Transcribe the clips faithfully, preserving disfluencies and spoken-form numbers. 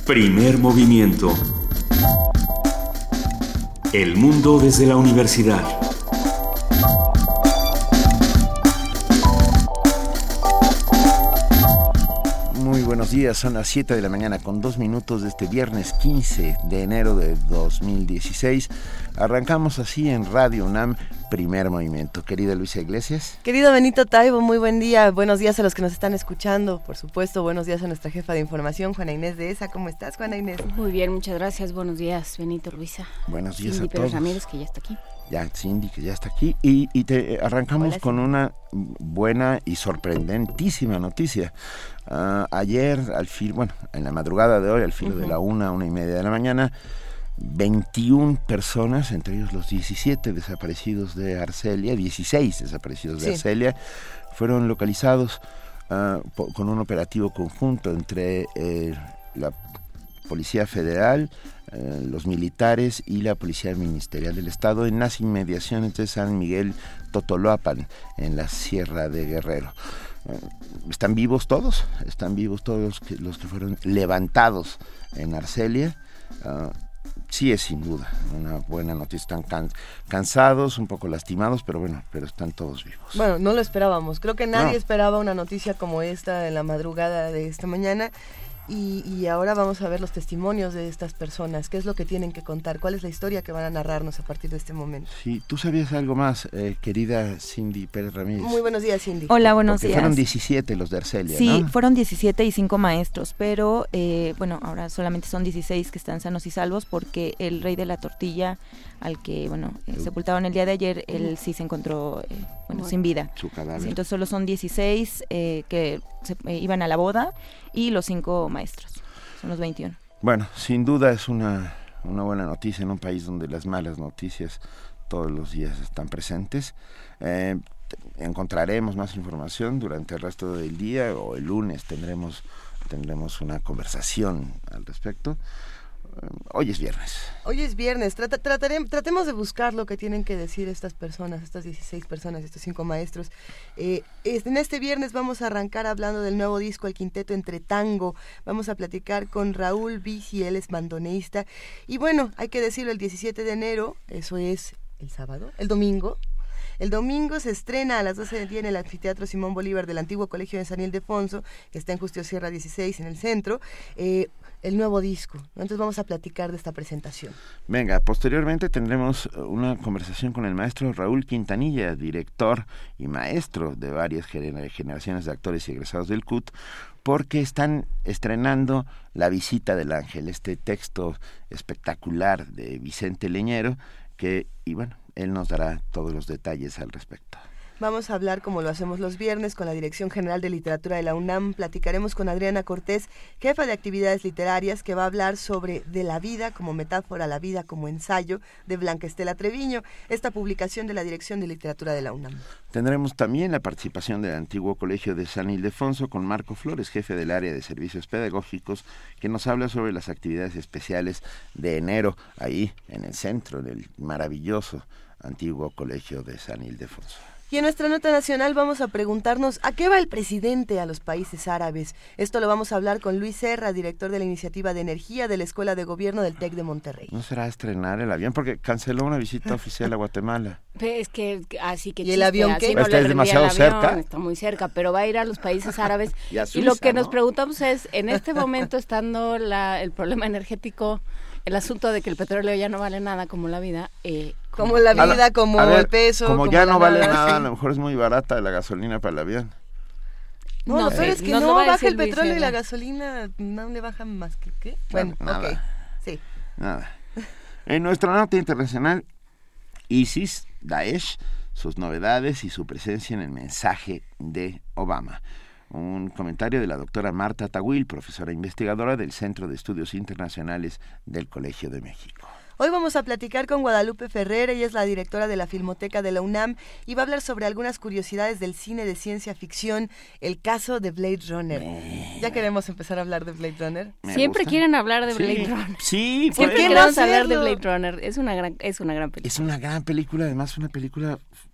Primer movimiento. El mundo desde la universidad. Muy buenos días, son las siete de la mañana con dos minutos de este viernes quince de enero de dos mil dieciséis. Arrancamos así en Radio UNAM, Primer Movimiento. Querida Luisa Iglesias. Querido Benito Taibo, muy buen día. Buenos días a los que nos están escuchando. Por supuesto, buenos días a nuestra jefa de información, Juana Inés de ESA. ¿Cómo estás, Juana Inés? Muy bien, muchas gracias. Buenos días, Benito, Luisa. Buenos días Cindy a todos. Pérez Ramírez, que ya está aquí. Ya, Cindy, que ya está aquí. Y, y te arrancamos Hola, con una buena y sorprendentísima noticia. Uh, ayer, al filo, bueno, en la madrugada de hoy, al filo uh-huh. de la una, una y media de la mañana, veintiuna personas, entre ellos los diecisiete desaparecidos de Arcelia, dieciséis desaparecidos de sí. Arcelia, fueron localizados uh, po- con un operativo conjunto entre eh, la Policía Federal, eh, los militares y la Policía Ministerial del Estado en las inmediaciones de San Miguel Totoloapan, en la Sierra de Guerrero. Eh, ¿Están vivos todos? Están vivos todos los que, los que fueron levantados en Arcelia. Uh, sí es sin duda una buena noticia. Están can, cansados, un poco lastimados, pero bueno, pero están todos vivos. Bueno, no lo esperábamos. Creo que nadie no. esperaba una noticia como esta en la madrugada de esta mañana. Y, y ahora vamos a ver los testimonios de estas personas. ¿Qué es lo que tienen que contar? ¿Cuál es la historia que van a narrarnos a partir de este momento? Sí, ¿tú sabías algo más, eh, querida Cindy Pérez Ramírez? Muy buenos días, Cindy. Hola, buenos Porque días. Fueron diecisiete los de Arcelia, Sí, ¿no? fueron diecisiete y cinco maestros, pero eh, bueno, ahora solamente son dieciséis que están sanos y salvos porque el rey de la tortilla, al que, bueno, eh, sepultaron el día de ayer, él sí se encontró, eh, bueno, bueno, sin vida. Su cadáver. Sí, entonces solo son dieciséis eh, que se, eh, iban a la boda y los cinco maestros. Son los veintiuno. Bueno, sin duda es una, una buena noticia en un país donde las malas noticias todos los días están presentes. Eh, encontraremos más información durante el resto del día o el lunes tendremos, tendremos una conversación al respecto. Hoy es viernes. Hoy es viernes. Trata, trataremos, tratemos de buscar lo que tienen que decir estas personas, estas dieciséis personas, estos cinco maestros. Eh, en este viernes vamos a arrancar hablando del nuevo disco El Quinteto Entre Tango. Vamos a platicar con Raúl Bici, él es bandoneísta. Y bueno, hay que decirlo, el diecisiete de enero, eso es el sábado, el domingo. El domingo se estrena a las doce del día en el Anfiteatro Simón Bolívar del antiguo Colegio de San Ildefonso, que está en Justo Sierra dieciséis, en el centro, eh, el nuevo disco. Entonces vamos a platicar de esta presentación. Venga, posteriormente tendremos una conversación con el maestro Raúl Quintanilla, director y maestro de varias gener- generaciones de actores y egresados del C U T, porque están estrenando La Visita del Ángel, este texto espectacular de Vicente Leñero, que, y bueno, él nos dará todos los detalles al respecto. Vamos a hablar, como lo hacemos los viernes, con la Dirección General de Literatura de la UNAM. Platicaremos con Adriana Cortés, jefa de actividades literarias, que va a hablar sobre De la vida como metáfora, la vida como ensayo, de Blanca Estela Treviño, esta publicación de la Dirección de Literatura de la UNAM. Tendremos también la participación del antiguo Colegio de San Ildefonso con Marco Flores, jefe del área de servicios pedagógicos, que nos habla sobre las actividades especiales de enero, ahí en el centro del maravilloso antiguo Colegio de San Ildefonso. Y en nuestra nota nacional vamos a preguntarnos ¿a qué va el presidente a los países árabes? Esto lo vamos a hablar con Luis Serra, director de la Iniciativa de Energía de la Escuela de Gobierno del TEC de Monterrey. ¿No será estrenar el avión? Porque canceló una visita oficial a Guatemala. Es que así que ¿Y el avión qué? No ¿Está le demasiado el avión, cerca? Está muy cerca, pero va a ir a los países árabes. y, a Suiza, y lo que ¿no? nos preguntamos es, en este momento estando la, el problema energético, el asunto de que el petróleo ya no vale nada como la vida, eh, como la vida, como ver, el peso. Como, como ya no vale nada, nada, sí. A lo mejor es muy barata la gasolina para el avión. No, No pero sé, es que no no, lo va a baja decir el Luis petróleo y Serra. la gasolina no le baja más que ¿qué? Bueno, Nada. ok, sí. Nada. En nuestra nota internacional, ISIS, Daesh, sus novedades y su presencia en el mensaje de Obama. Un comentario de la doctora Marta Tawil, profesora investigadora del Centro de Estudios Internacionales del Colegio de México. Hoy vamos a platicar con Guadalupe Ferrer, ella es la directora de la Filmoteca de la UNAM y va a hablar sobre algunas curiosidades del cine de ciencia ficción, el caso de Blade Runner. Me... Ya queremos empezar a hablar de Blade Runner. Siempre gusta. quieren hablar de Sí, Blade Runner. Sí, Siempre pues, queremos no hablar de hacerlo? Blade Runner. Es una gran, es una gran película. es una gran película, además una película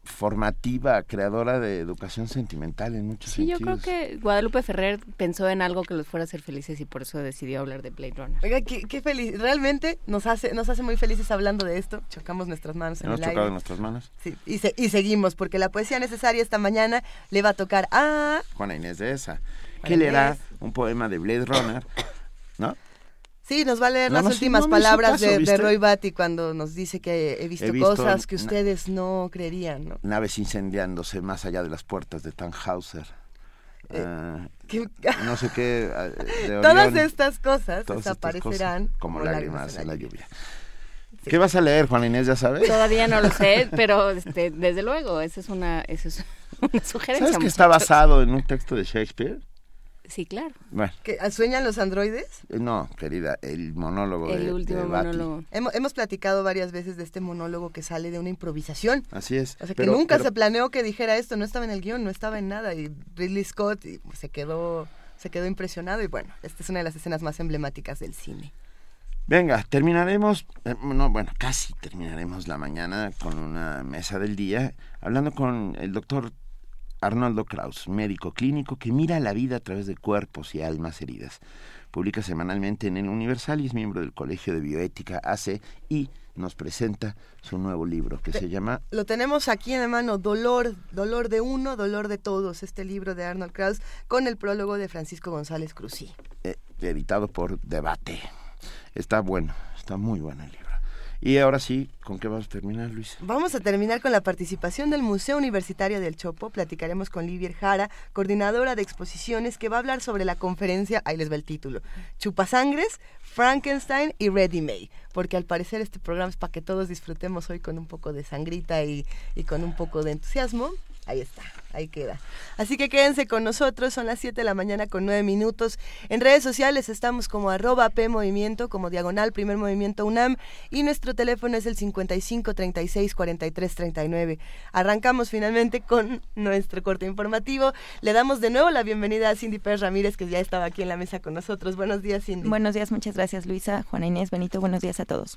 formativa, creadora de educación sentimental en muchos sí, sentidos. Sí, yo creo que Guadalupe Ferrer pensó en algo que los fuera a hacer felices y por eso decidió hablar de Blade Runner. Oiga, qué, qué feliz, realmente nos hace nos hace muy felices hablando de esto. Chocamos nuestras manos en ¿Hemos el chocado aire. nuestras manos? Sí, y, se, y seguimos, porque la poesía necesaria esta mañana le va a tocar a... Juana Inés de esa, Juana que leerá Inés. un poema de Blade Runner, ¿no? Sí, nos va a leer No, las no, últimas sí, no me hizo palabras caso, de, de ¿viste? Roy Batty cuando nos dice que he visto, He visto cosas que na- ustedes no creerían, ¿no? Naves incendiándose más allá de las puertas de Tannhauser. Eh, Ah, ¿Qué? no sé qué, ah, de Todas Orión, estas cosas todas estas desaparecerán cosas, como lágrimas en la lluvia. Sí. ¿Qué vas a leer, Juana Inés? ¿Ya sabes? Todavía no lo sé, pero este, desde luego, esa es una, esa es una sugerencia. ¿Sabes que está muchachos. basado en un texto de Shakespeare? Sí, claro. Bueno, ¿Que ¿Sueñan los androides? eh, no, querida, el monólogo de, El último de Batty. monólogo. Hemos, hemos platicado varias veces de este monólogo que sale de una improvisación. Así es. O sea, que pero- nunca pero- se planeó que dijera esto, no estaba en el guión, no estaba en nada. Y Ridley Scott y, pues, se quedó se quedó impresionado y bueno, esta es una de las escenas más emblemáticas del cine. Venga, terminaremos, eh, no, bueno, casi terminaremos la mañana con una mesa del día, hablando con el doctor Arnoldo Kraus, médico clínico que mira la vida a través de cuerpos y almas heridas. Publica semanalmente en El Universal y es miembro del Colegio de Bioética A C y nos presenta su nuevo libro que Te- se llama... Lo tenemos aquí en la mano, Dolor, Dolor de uno, Dolor de todos, este libro de Arnold Kraus con el prólogo de Francisco González Cruzí. eh, editado por Debate. Está bueno, está muy bueno el libro. Y ahora sí, ¿con qué vamos a terminar, Luis? Vamos a terminar con la participación del Museo Universitario del Chopo. Platicaremos con Livia Jara, coordinadora de exposiciones, que va a hablar sobre la conferencia, ahí les va el título, Chupasangres, Frankenstein y Ready May, porque al parecer este programa es para que todos disfrutemos hoy con un poco de sangrita y, y con un poco de entusiasmo. Ahí está, ahí queda. Así que quédense con nosotros, son las siete de la mañana con nueve minutos. En redes sociales estamos como arroba P Movimiento, como diagonal Primer Movimiento UNAM, y nuestro teléfono es el cincuenta y cinco, treinta y seis, cuarenta y tres, treinta y nueve. Arrancamos finalmente con nuestro corte informativo. Le damos de nuevo la bienvenida a Cindy Pérez Ramírez, que ya estaba aquí en la mesa con nosotros. Buenos días, Cindy. Buenos días, muchas gracias, Luisa, Juana Inés, Benito, buenos días a todos.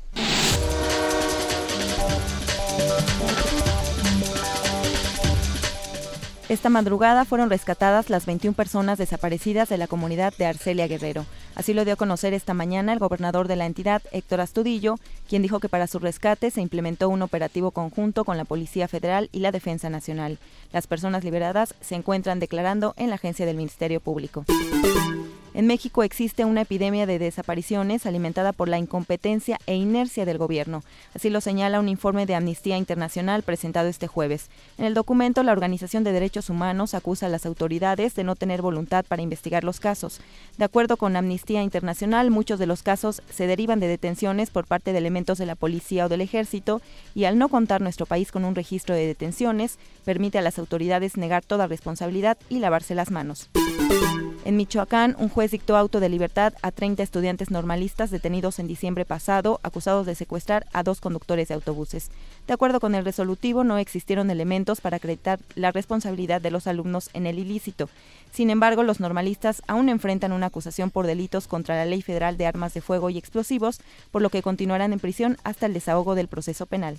Esta madrugada fueron rescatadas las veintiuna personas desaparecidas de la comunidad de Arcelia Guerrero. Así lo dio a conocer esta mañana el gobernador de la entidad, Héctor Astudillo, quien dijo que para su rescate se implementó un operativo conjunto con la Policía Federal y la Defensa Nacional. Las personas liberadas se encuentran declarando en la agencia del Ministerio Público. En México existe una epidemia de desapariciones alimentada por la incompetencia e inercia del gobierno. Así lo señala un informe de Amnistía Internacional presentado este jueves. En el documento, la Organización de Derechos Humanos acusa a las autoridades de no tener voluntad para investigar los casos. De acuerdo con Amnistía Internacional, muchos de los casos se derivan de detenciones por parte de elementos de la policía o del ejército, y al no contar nuestro país con un registro de detenciones, permite a las autoridades negar toda responsabilidad y lavarse las manos. En Michoacán, un juez dictó auto de libertad a treinta estudiantes normalistas detenidos en diciembre pasado, acusados de secuestrar a dos conductores de autobuses. De acuerdo con el resolutivo, no existieron elementos para acreditar la responsabilidad de los alumnos en el ilícito. Sin embargo, los normalistas aún enfrentan una acusación por delitos contra la Ley Federal de Armas de Fuego y Explosivos, por lo que continuarán en prisión hasta el desahogo del proceso penal.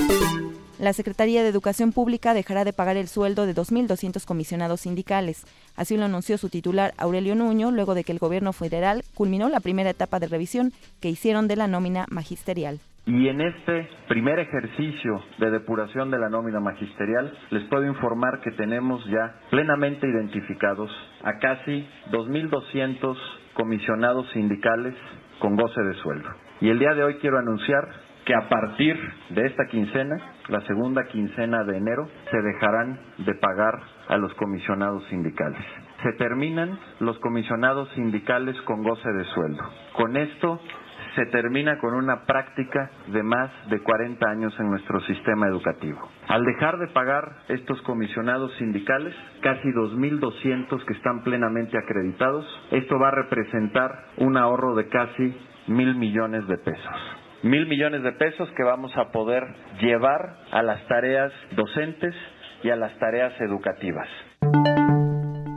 La Secretaría de Educación Pública dejará de pagar el sueldo de dos mil doscientos comisionados sindicales. Así lo anunció su titular, Aurelio Nuño, luego de que el gobierno federal culminó la primera etapa de revisión que hicieron de la nómina magisterial. Y en este primer ejercicio de depuración de la nómina magisterial, les puedo informar que tenemos ya plenamente identificados a casi dos mil doscientos comisionados sindicales con goce de sueldo. Y el día de hoy quiero anunciar que a partir de esta quincena, la segunda quincena de enero, se dejarán de pagar a los comisionados sindicales. Se terminan los comisionados sindicales con goce de sueldo. Con esto se termina con una práctica de más de cuarenta años en nuestro sistema educativo. Al dejar de pagar estos comisionados sindicales, casi dos mil doscientos que están plenamente acreditados, esto va a representar un ahorro de casi mil millones de pesos. Mil millones de pesos que vamos a poder llevar a las tareas docentes y a las tareas educativas.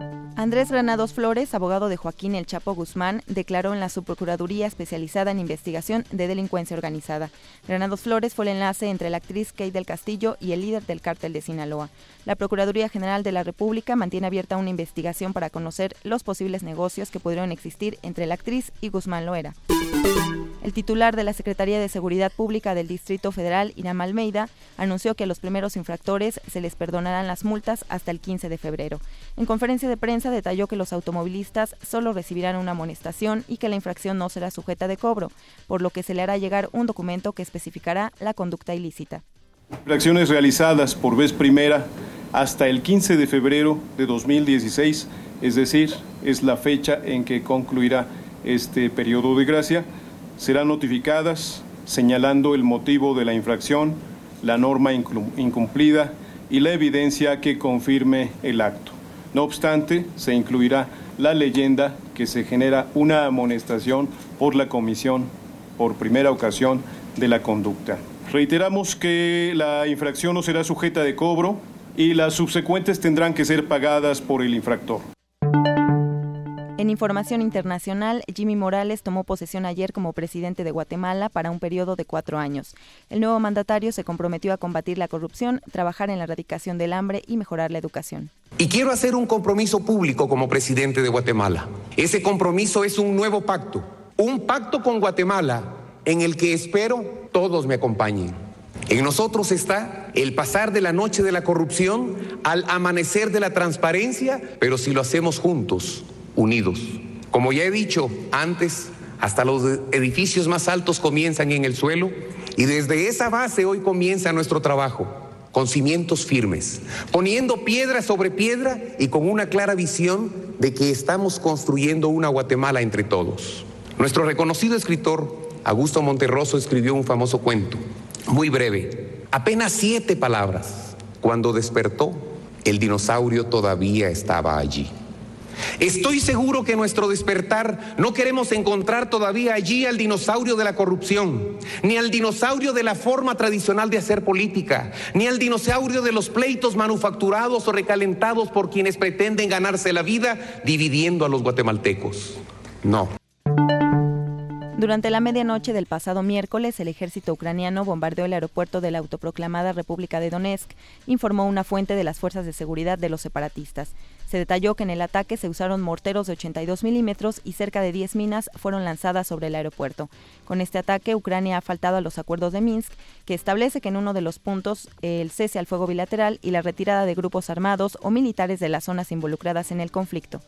Andrés Granados Flores, abogado de Joaquín El Chapo Guzmán, declaró en la Subprocuraduría especializada en investigación de delincuencia organizada. Granados Flores fue el enlace entre la actriz Kate del Castillo y el líder del cártel de Sinaloa. La Procuraduría General de la República mantiene abierta una investigación para conocer los posibles negocios que pudieron existir entre la actriz y Guzmán Loera. El titular de la Secretaría de Seguridad Pública del Distrito Federal, Irán Almeida, anunció que a los primeros infractores se les perdonarán las multas hasta el quince de febrero. En conferencia de prensa detalló que los automovilistas solo recibirán una amonestación y que la infracción no será sujeta de cobro, por lo que se le hará llegar un documento que especificará la conducta ilícita. Infracciones realizadas por vez primera hasta el quince de febrero de dos mil dieciséis, es decir, es la fecha en que concluirá este periodo de gracia, serán notificadas señalando el motivo de la infracción, la norma incumplida y la evidencia que confirme el acto. No obstante, se incluirá la leyenda que se genera una amonestación por la comisión por primera ocasión de la conducta. Reiteramos que la infracción no será sujeta de cobro y las subsecuentes tendrán que ser pagadas por el infractor. En información internacional, Jimmy Morales tomó posesión ayer como presidente de Guatemala para un periodo de cuatro años. El nuevo mandatario se comprometió a combatir la corrupción, trabajar en la erradicación del hambre y mejorar la educación. Y quiero hacer un compromiso público como presidente de Guatemala. Ese compromiso es un nuevo pacto, un pacto con Guatemala en el que espero todos me acompañen. En nosotros está el pasar de la noche de la corrupción al amanecer de la transparencia, pero si lo hacemos juntos, unidos. Como ya he dicho antes, hasta los edificios más altos comienzan en el suelo y desde esa base hoy comienza nuestro trabajo, con cimientos firmes, poniendo piedra sobre piedra y con una clara visión de que estamos construyendo una Guatemala entre todos. Nuestro reconocido escritor Augusto Monterroso escribió un famoso cuento, muy breve, apenas siete palabras. Cuando despertó, el dinosaurio todavía estaba allí. Estoy seguro que en nuestro despertar no queremos encontrar todavía allí al dinosaurio de la corrupción, ni al dinosaurio de la forma tradicional de hacer política, ni al dinosaurio de los pleitos manufacturados o recalentados por quienes pretenden ganarse la vida dividiendo a los guatemaltecos. No. Durante la medianoche del pasado miércoles, el ejército ucraniano bombardeó el aeropuerto de la autoproclamada República de Donetsk, informó una fuente de las fuerzas de seguridad de los separatistas. Se detalló que en el ataque se usaron morteros de ochenta y dos milímetros y cerca de diez minas fueron lanzadas sobre el aeropuerto. Con este ataque, Ucrania ha faltado a los acuerdos de Minsk, que establece que en uno de los puntos el cese al fuego bilateral y la retirada de grupos armados o militares de las zonas involucradas en el conflicto.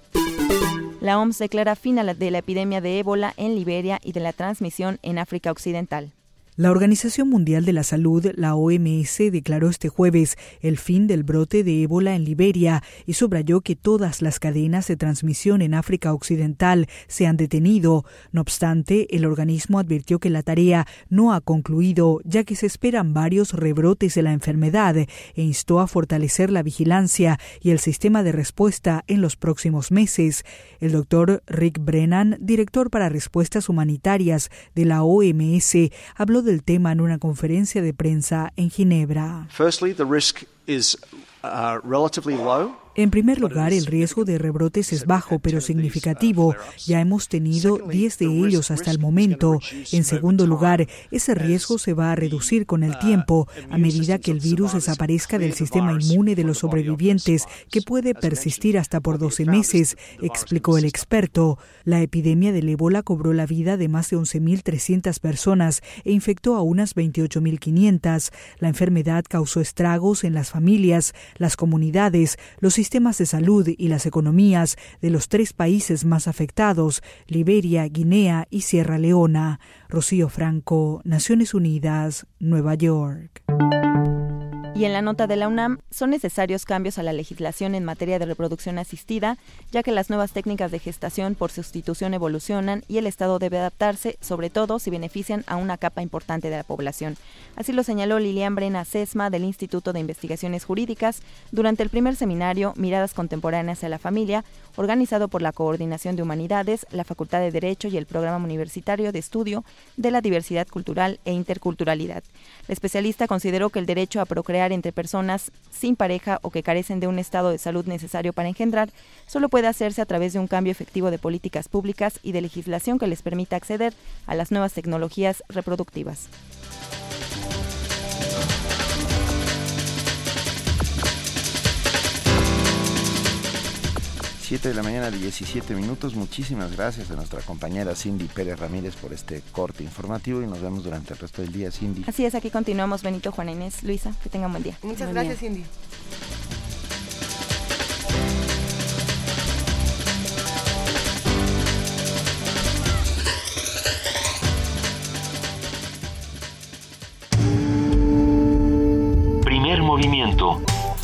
La O M S declara fin a la, de la epidemia de ébola en Liberia y de la transmisión en África Occidental. La Organización Mundial de la Salud, la O M S, declaró este jueves el fin del brote de ébola en Liberia y subrayó que todas las cadenas de transmisión en África Occidental se han detenido. No obstante, el organismo advirtió que la tarea no ha concluido, ya que se esperan varios rebrotes de la enfermedad e instó a fortalecer la vigilancia y el sistema de respuesta en los próximos meses. El doctor Rick Brennan, director para respuestas humanitarias de la O M S, habló del tema en una conferencia de prensa en Ginebra. Firstly, the risk is uh, relatively low. En primer lugar, el riesgo de rebrotes es bajo, pero significativo. Ya hemos tenido diez de ellos hasta el momento. En segundo lugar, ese riesgo se va a reducir con el tiempo, a medida que el virus desaparezca del sistema inmune de los sobrevivientes, que puede persistir hasta por doce meses, explicó el experto. La epidemia del ébola cobró la vida de más de once mil trescientas personas e infectó a unas veintiocho mil quinientas. La enfermedad causó estragos en las familias, las comunidades, los sistemas de salud y las economías de los tres países más afectados, Liberia, Guinea y Sierra Leona. Rocío Franco, Naciones Unidas, Nueva York. Y en la nota de la UNAM, son necesarios cambios a la legislación en materia de reproducción asistida, ya que las nuevas técnicas de gestación por sustitución evolucionan y el Estado debe adaptarse, sobre todo si benefician a una capa importante de la población. Así lo señaló Lilian Brena Sesma del Instituto de Investigaciones Jurídicas durante el primer seminario Miradas Contemporáneas a la Familia, organizado por la Coordinación de Humanidades, la Facultad de Derecho y el Programa Universitario de Estudio de la Diversidad Cultural e Interculturalidad. La especialista consideró que el derecho a procrear procrear entre personas sin pareja o que carecen de un estado de salud necesario para engendrar solo puede hacerse a través de un cambio efectivo de políticas públicas y de legislación que les permita acceder a las nuevas tecnologías reproductivas. siete de la mañana, diecisiete minutos. Muchísimas gracias a nuestra compañera Cindy Pérez Ramírez por este corte informativo y nos vemos durante el resto del día, Cindy. Así es, aquí continuamos, Benito, Juana Inés, Luisa, que tengan buen día. Muchas buen gracias, día. Cindy. Primer movimiento.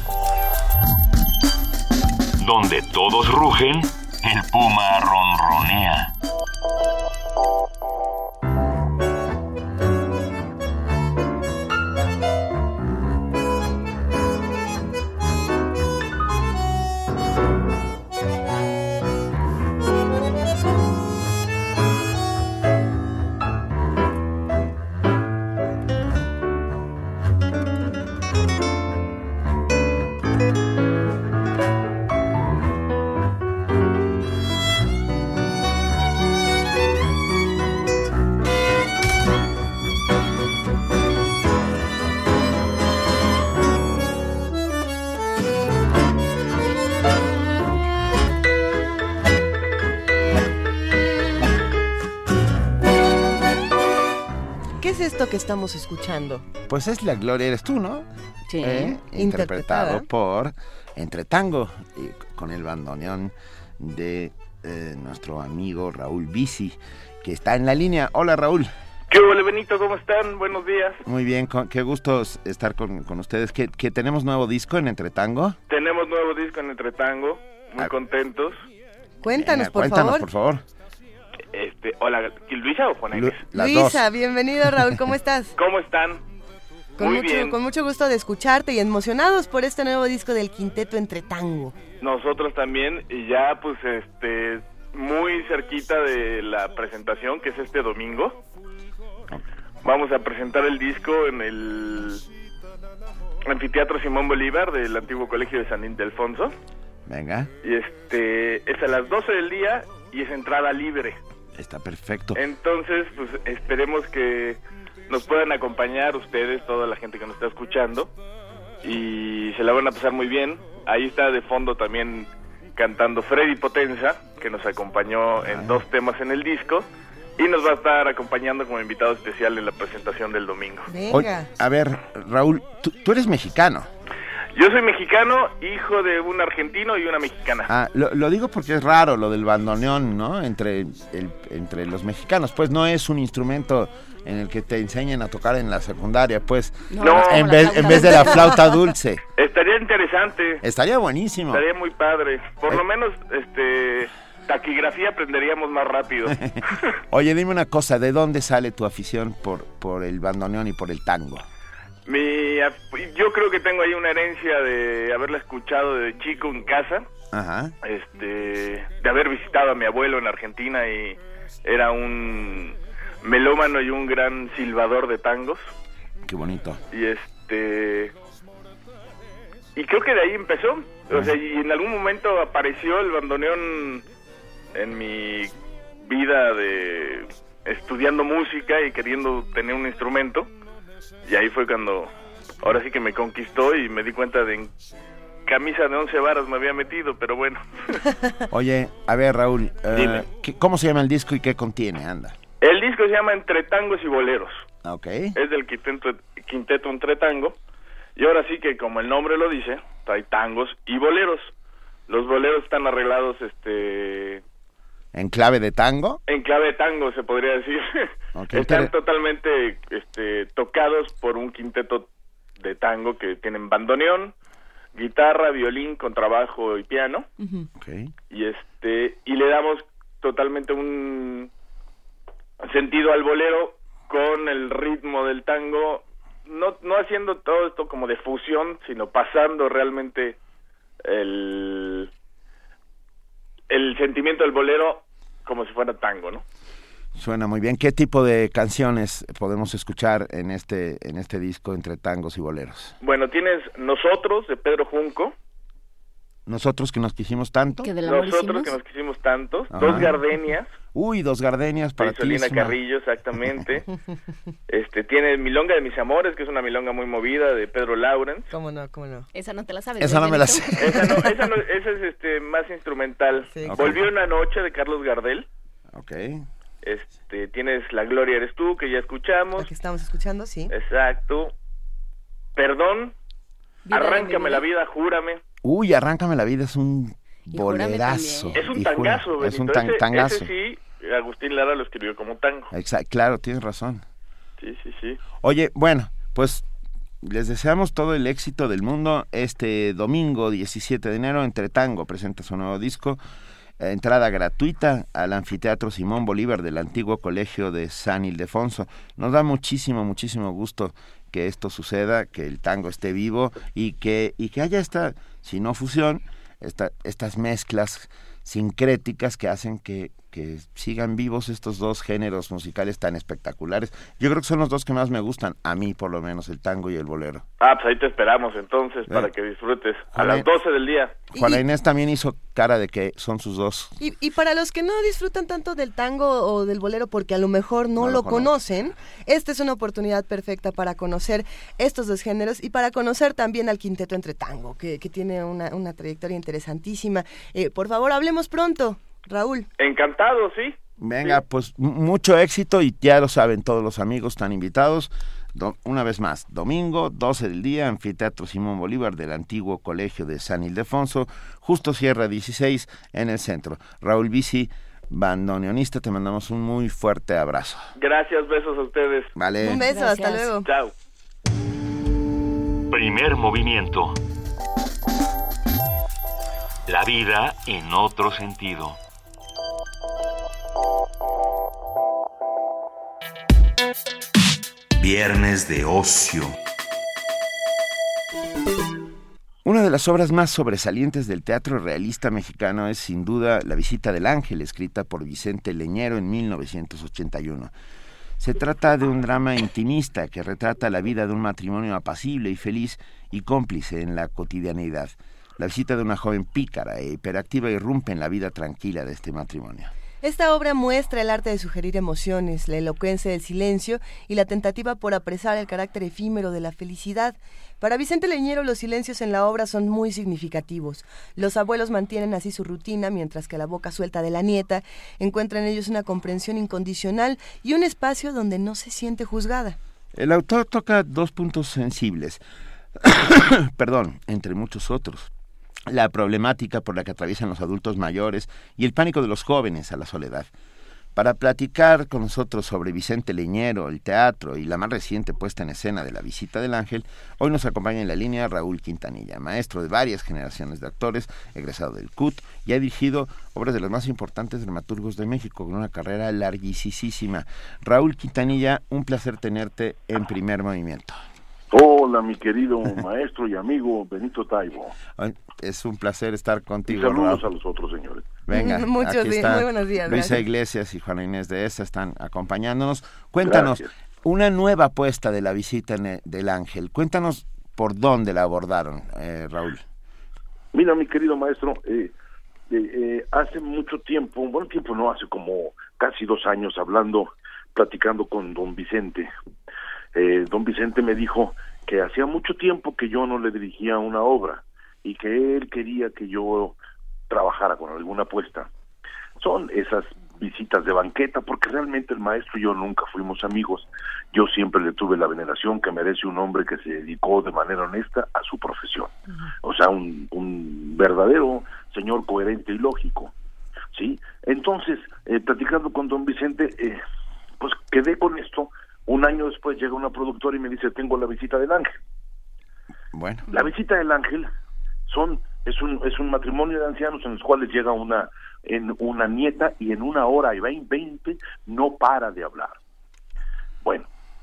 Donde todos rugen, el puma ronronea. Que estamos escuchando. Pues es La Gloria Eres Tú, ¿no? Sí. Eh, interpretado por Entre Tango, y con el bandoneón de eh, nuestro amigo Raúl Bici, que está en la línea. Hola, Raúl. ¿Qué hubo, Benito? ¿Cómo están? Buenos días. Muy bien, con, qué gusto estar con, con ustedes. ¿Que, que tenemos nuevo disco en Entre Tango? Tenemos nuevo disco en Entre Tango, muy ah. contentos. Cuéntanos, Venga, por cuéntanos, favor. por favor. Este, hola, ¿Luisa o Juana Inés? Luisa, dos. Bienvenido, Raúl, ¿cómo estás? ¿Cómo están? Con Muy mucho, bien. Con mucho gusto de escucharte y emocionados por este nuevo disco del Quinteto Entre Tango. Nosotros también, y ya pues este, muy cerquita de la presentación, que es este domingo. Vamos a presentar el disco en el Anfiteatro Simón Bolívar del antiguo Colegio de San Ildefonso. Venga. Y este, es a las doce del día y es entrada libre. Está perfecto. Entonces, pues esperemos que nos puedan acompañar ustedes, toda la gente que nos está escuchando, y se la van a pasar muy bien. Ahí está de fondo también cantando Freddy Potenza, que nos acompañó en dos temas en el disco, y nos va a estar acompañando como invitado especial en la presentación del domingo. Oye, a ver, Raúl, tú, tú eres mexicano. Yo soy mexicano, hijo de un argentino y una mexicana. Ah, lo, lo digo porque es raro lo del bandoneón, ¿no? Entre, el, entre los mexicanos, pues no es un instrumento en el que te enseñen a tocar en la secundaria, pues, no, en, vez, en vez de la flauta dulce. Estaría interesante. Estaría buenísimo. Estaría muy padre. Por eh. lo menos, este, taquigrafía aprenderíamos más rápido. Oye, dime una cosa, ¿de dónde sale tu afición por, por el bandoneón y por el tango? Mi, yo creo que tengo ahí una herencia de haberla escuchado de chico en casa. Ajá. Este, de haber visitado a mi abuelo en Argentina y era un melómano y un gran silbador de tangos. Qué bonito. Y este, y creo que de ahí empezó. O sea, y en algún momento apareció el bandoneón en mi vida de estudiando música y queriendo tener un instrumento. Y ahí fue cuando, ahora sí que me conquistó y me di cuenta de en camisa de once varas me había metido, pero bueno. Oye, a ver, Raúl, uh, ¿cómo se llama el disco y qué contiene? Anda. El disco se llama Entre Tangos y Boleros. Ok. Es del quinteto, quinteto Entre Tango. Y ahora sí que, como el nombre lo dice, hay tangos y boleros. Los boleros están arreglados, este... ¿En clave de tango? En clave de tango, se podría decir. Okay, Están pero... totalmente este, tocados por un quinteto de tango que tienen bandoneón, guitarra, violín, contrabajo y piano. Uh-huh. Okay. Y este y le damos totalmente un sentido al bolero con el ritmo del tango, no no haciendo todo esto como de fusión, sino pasando realmente el el sentimiento del bolero como si fuera tango, ¿no? Suena muy bien. ¿Qué tipo de canciones podemos escuchar en este en este disco entre tangos y boleros? Bueno, tienes Nosotros, de Pedro Junco. Nosotros que nos quisimos tanto. ¿Que del amor Nosotros hicimos? que nos quisimos tanto. Ajá. Dos Gardenias. Uy, Dos Gardenias para de ti. Solina es una- Carrillo, exactamente. este Tiene Milonga de mis amores, que es una milonga muy movida, de Pedro Lawrence. ¿Cómo no? ¿Cómo no? Esa no te la sabes. Esa no me la Benito? sé. Esa no, esa no, esa es este más instrumental. Sí, Ok. Volvió una noche, de Carlos Gardel. Ok. Este, tienes La Gloria eres tú, que ya escuchamos. La que estamos escuchando, sí. Exacto. Perdón. Vida de Arráncame mi la vida. vida, júrame. Uy, Arráncame la vida es un Y Júrame bolerazo. también. Es un Y Júrame- tangazo, Benito. Es un tan- ese, tangazo. ese sí, Agustín Lara lo escribió como tango. Exacto, claro, tienes razón. Sí, sí, sí. Oye, bueno, pues les deseamos todo el éxito del mundo. Este domingo diecisiete de enero, Entre Tango presenta su nuevo disco. Eh, Entrada gratuita al Anfiteatro Simón Bolívar del antiguo Colegio de San Ildefonso. Nos da muchísimo, muchísimo gusto que esto suceda, que el tango esté vivo y que, y que haya esta, si no fusión, esta, estas mezclas sincréticas que hacen que, que sigan vivos estos dos géneros musicales tan espectaculares. Yo creo que son los dos que más me gustan, a mí por lo menos, el tango y el bolero. Ah, pues ahí te esperamos entonces Eh. para que disfrutes. A Ojalá. las doce del día. Juana Y- Inés también hizo cara de que son sus dos. Y, y para los que no disfrutan tanto del tango o del bolero porque a lo mejor no, No lo lo conocen. conocen, esta es una oportunidad perfecta para conocer estos dos géneros y para conocer también al Quinteto Entre Tango, que, que tiene una, una trayectoria interesantísima. Eh, por favor, hablemos pronto, Raúl. Encantado, sí. Venga, pues m- mucho éxito y ya lo saben todos los amigos, están invitados. Do- una vez más, domingo, doce del día, Anfiteatro Simón Bolívar del antiguo Colegio de San Ildefonso, justo Sierra dieciséis en el centro. Raúl Bici, bandoneonista, te mandamos un muy fuerte abrazo. Gracias, besos a ustedes. Vale. Un beso, Gracias. hasta luego. Chao. Primer movimiento. La vida en otro sentido. Viernes de ocio. Una de las obras más sobresalientes del teatro realista mexicano es sin duda La visita del ángel, escrita por Vicente Leñero en mil novecientos ochenta y uno. Se trata de un drama intimista que retrata la vida de un matrimonio apacible y feliz y cómplice en la cotidianeidad. La visita de una joven pícara e hiperactiva irrumpe en la vida tranquila de este matrimonio. Esta obra muestra el arte de sugerir emociones, la elocuencia del silencio y la tentativa por apresar el carácter efímero de la felicidad. Para Vicente Leñero, los silencios en la obra son muy significativos. Los abuelos mantienen así su rutina, mientras que la boca suelta de la nieta encuentra en ellos una comprensión incondicional y un espacio donde no se siente juzgada. El autor toca dos puntos sensibles, perdón, entre muchos otros. La problemática por la que atraviesan los adultos mayores y el pánico de los jóvenes a la soledad. Para platicar con nosotros sobre Vicente Leñero, el teatro y la más reciente puesta en escena de La visita del ángel, hoy nos acompaña en la línea Raúl Quintanilla, maestro de varias generaciones de actores, egresado del C U T y ha dirigido obras de los más importantes dramaturgos de México con una carrera larguísima. Raúl Quintanilla, un placer tenerte en Primer Movimiento. Hola, mi querido maestro y amigo Benito Taibo. Es un placer estar contigo, Y saludos Raúl. a los otros señores. Venga, Muchos aquí días, está muy buenos días, Luisa gracias. Iglesias y Juana Inés de Esa están acompañándonos. Cuéntanos, Gracias. una nueva apuesta de La visita en el- del ángel. Cuéntanos por dónde la abordaron, eh, Raúl. Mira, mi querido maestro, eh, eh, eh, hace mucho tiempo, un buen tiempo no, hace como casi dos años hablando, platicando con don Vicente. Eh, don Vicente me dijo que hacía mucho tiempo que yo no le dirigía una obra y que él quería que yo trabajara con alguna apuesta. Son esas visitas de banqueta, porque realmente el maestro y yo nunca fuimos amigos. Yo siempre le tuve la veneración que merece un hombre que se dedicó de manera honesta a su profesión. O sea, un, un verdadero señor coherente y lógico, ¿sí? Entonces, eh, platicando con don Vicente, eh, pues quedé con esto. Un año después llega una productora y me dice, tengo La visita del ángel. Bueno. La visita del ángel son es un es un matrimonio de ancianos en los cuales llega una en una nieta y en una hora y veinte no para de hablar. Bueno,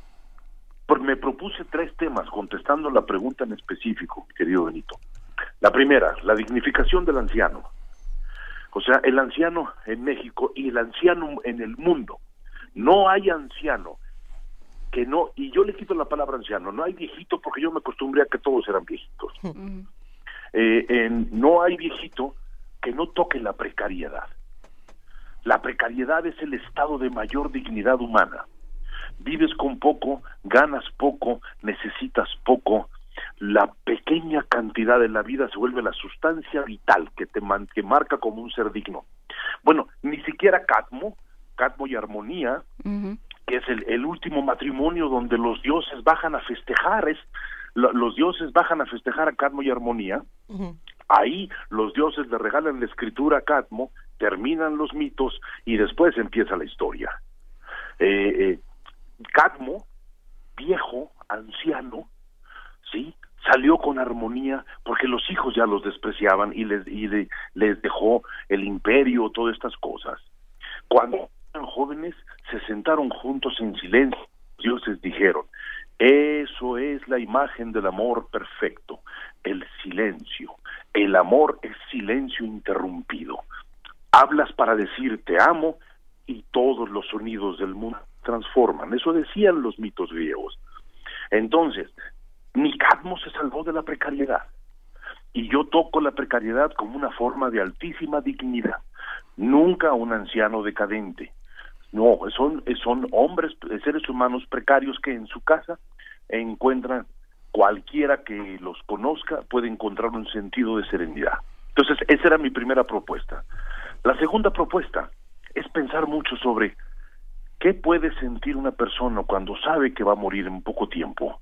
pues me propuse tres temas contestando la pregunta en específico, querido Benito. La primera, la dignificación del anciano. O sea, el anciano en México y el anciano en el mundo No hay anciano que no, y yo le quito la palabra anciano, no hay viejito porque yo me acostumbré a que todos eran viejitos. Uh-huh. Eh, en, no hay viejito que no toque la precariedad. La precariedad es el estado de mayor dignidad humana. Vives con poco, ganas poco, necesitas poco. La pequeña cantidad de la vida se vuelve la sustancia vital que te man, que marca como un ser digno. Bueno, ni siquiera Cadmo, Cadmo y Armonía, uh-huh. que es el, el último matrimonio donde los dioses bajan a festejar, es lo, los dioses bajan a festejar a Cadmo y Armonía. Uh-huh. Ahí los dioses le regalan la escritura a Cadmo, terminan los mitos y después empieza la historia. Eh, eh, Cadmo, viejo, anciano, ¿sí?, salió con Armonía porque los hijos ya los despreciaban y les y de, les dejó el imperio, todas estas cosas. Cuando eran jóvenes, se sentaron juntos en silencio. Los dioses dijeron, eso es la imagen del amor perfecto, el silencio. El amor es silencio interrumpido. Hablas para decir te amo y todos los sonidos del mundo transforman. Eso decían los mitos griegos. Entonces, ni Cadmo se salvó de la precariedad. Y yo toco la precariedad como una forma de altísima dignidad. Nunca un anciano decadente. No, son, son hombres, seres humanos precarios que en su casa encuentran, cualquiera que los conozca puede encontrar un sentido de serenidad. Entonces, esa era mi primera propuesta. La segunda propuesta es pensar mucho sobre qué puede sentir una persona cuando sabe que va a morir en poco tiempo.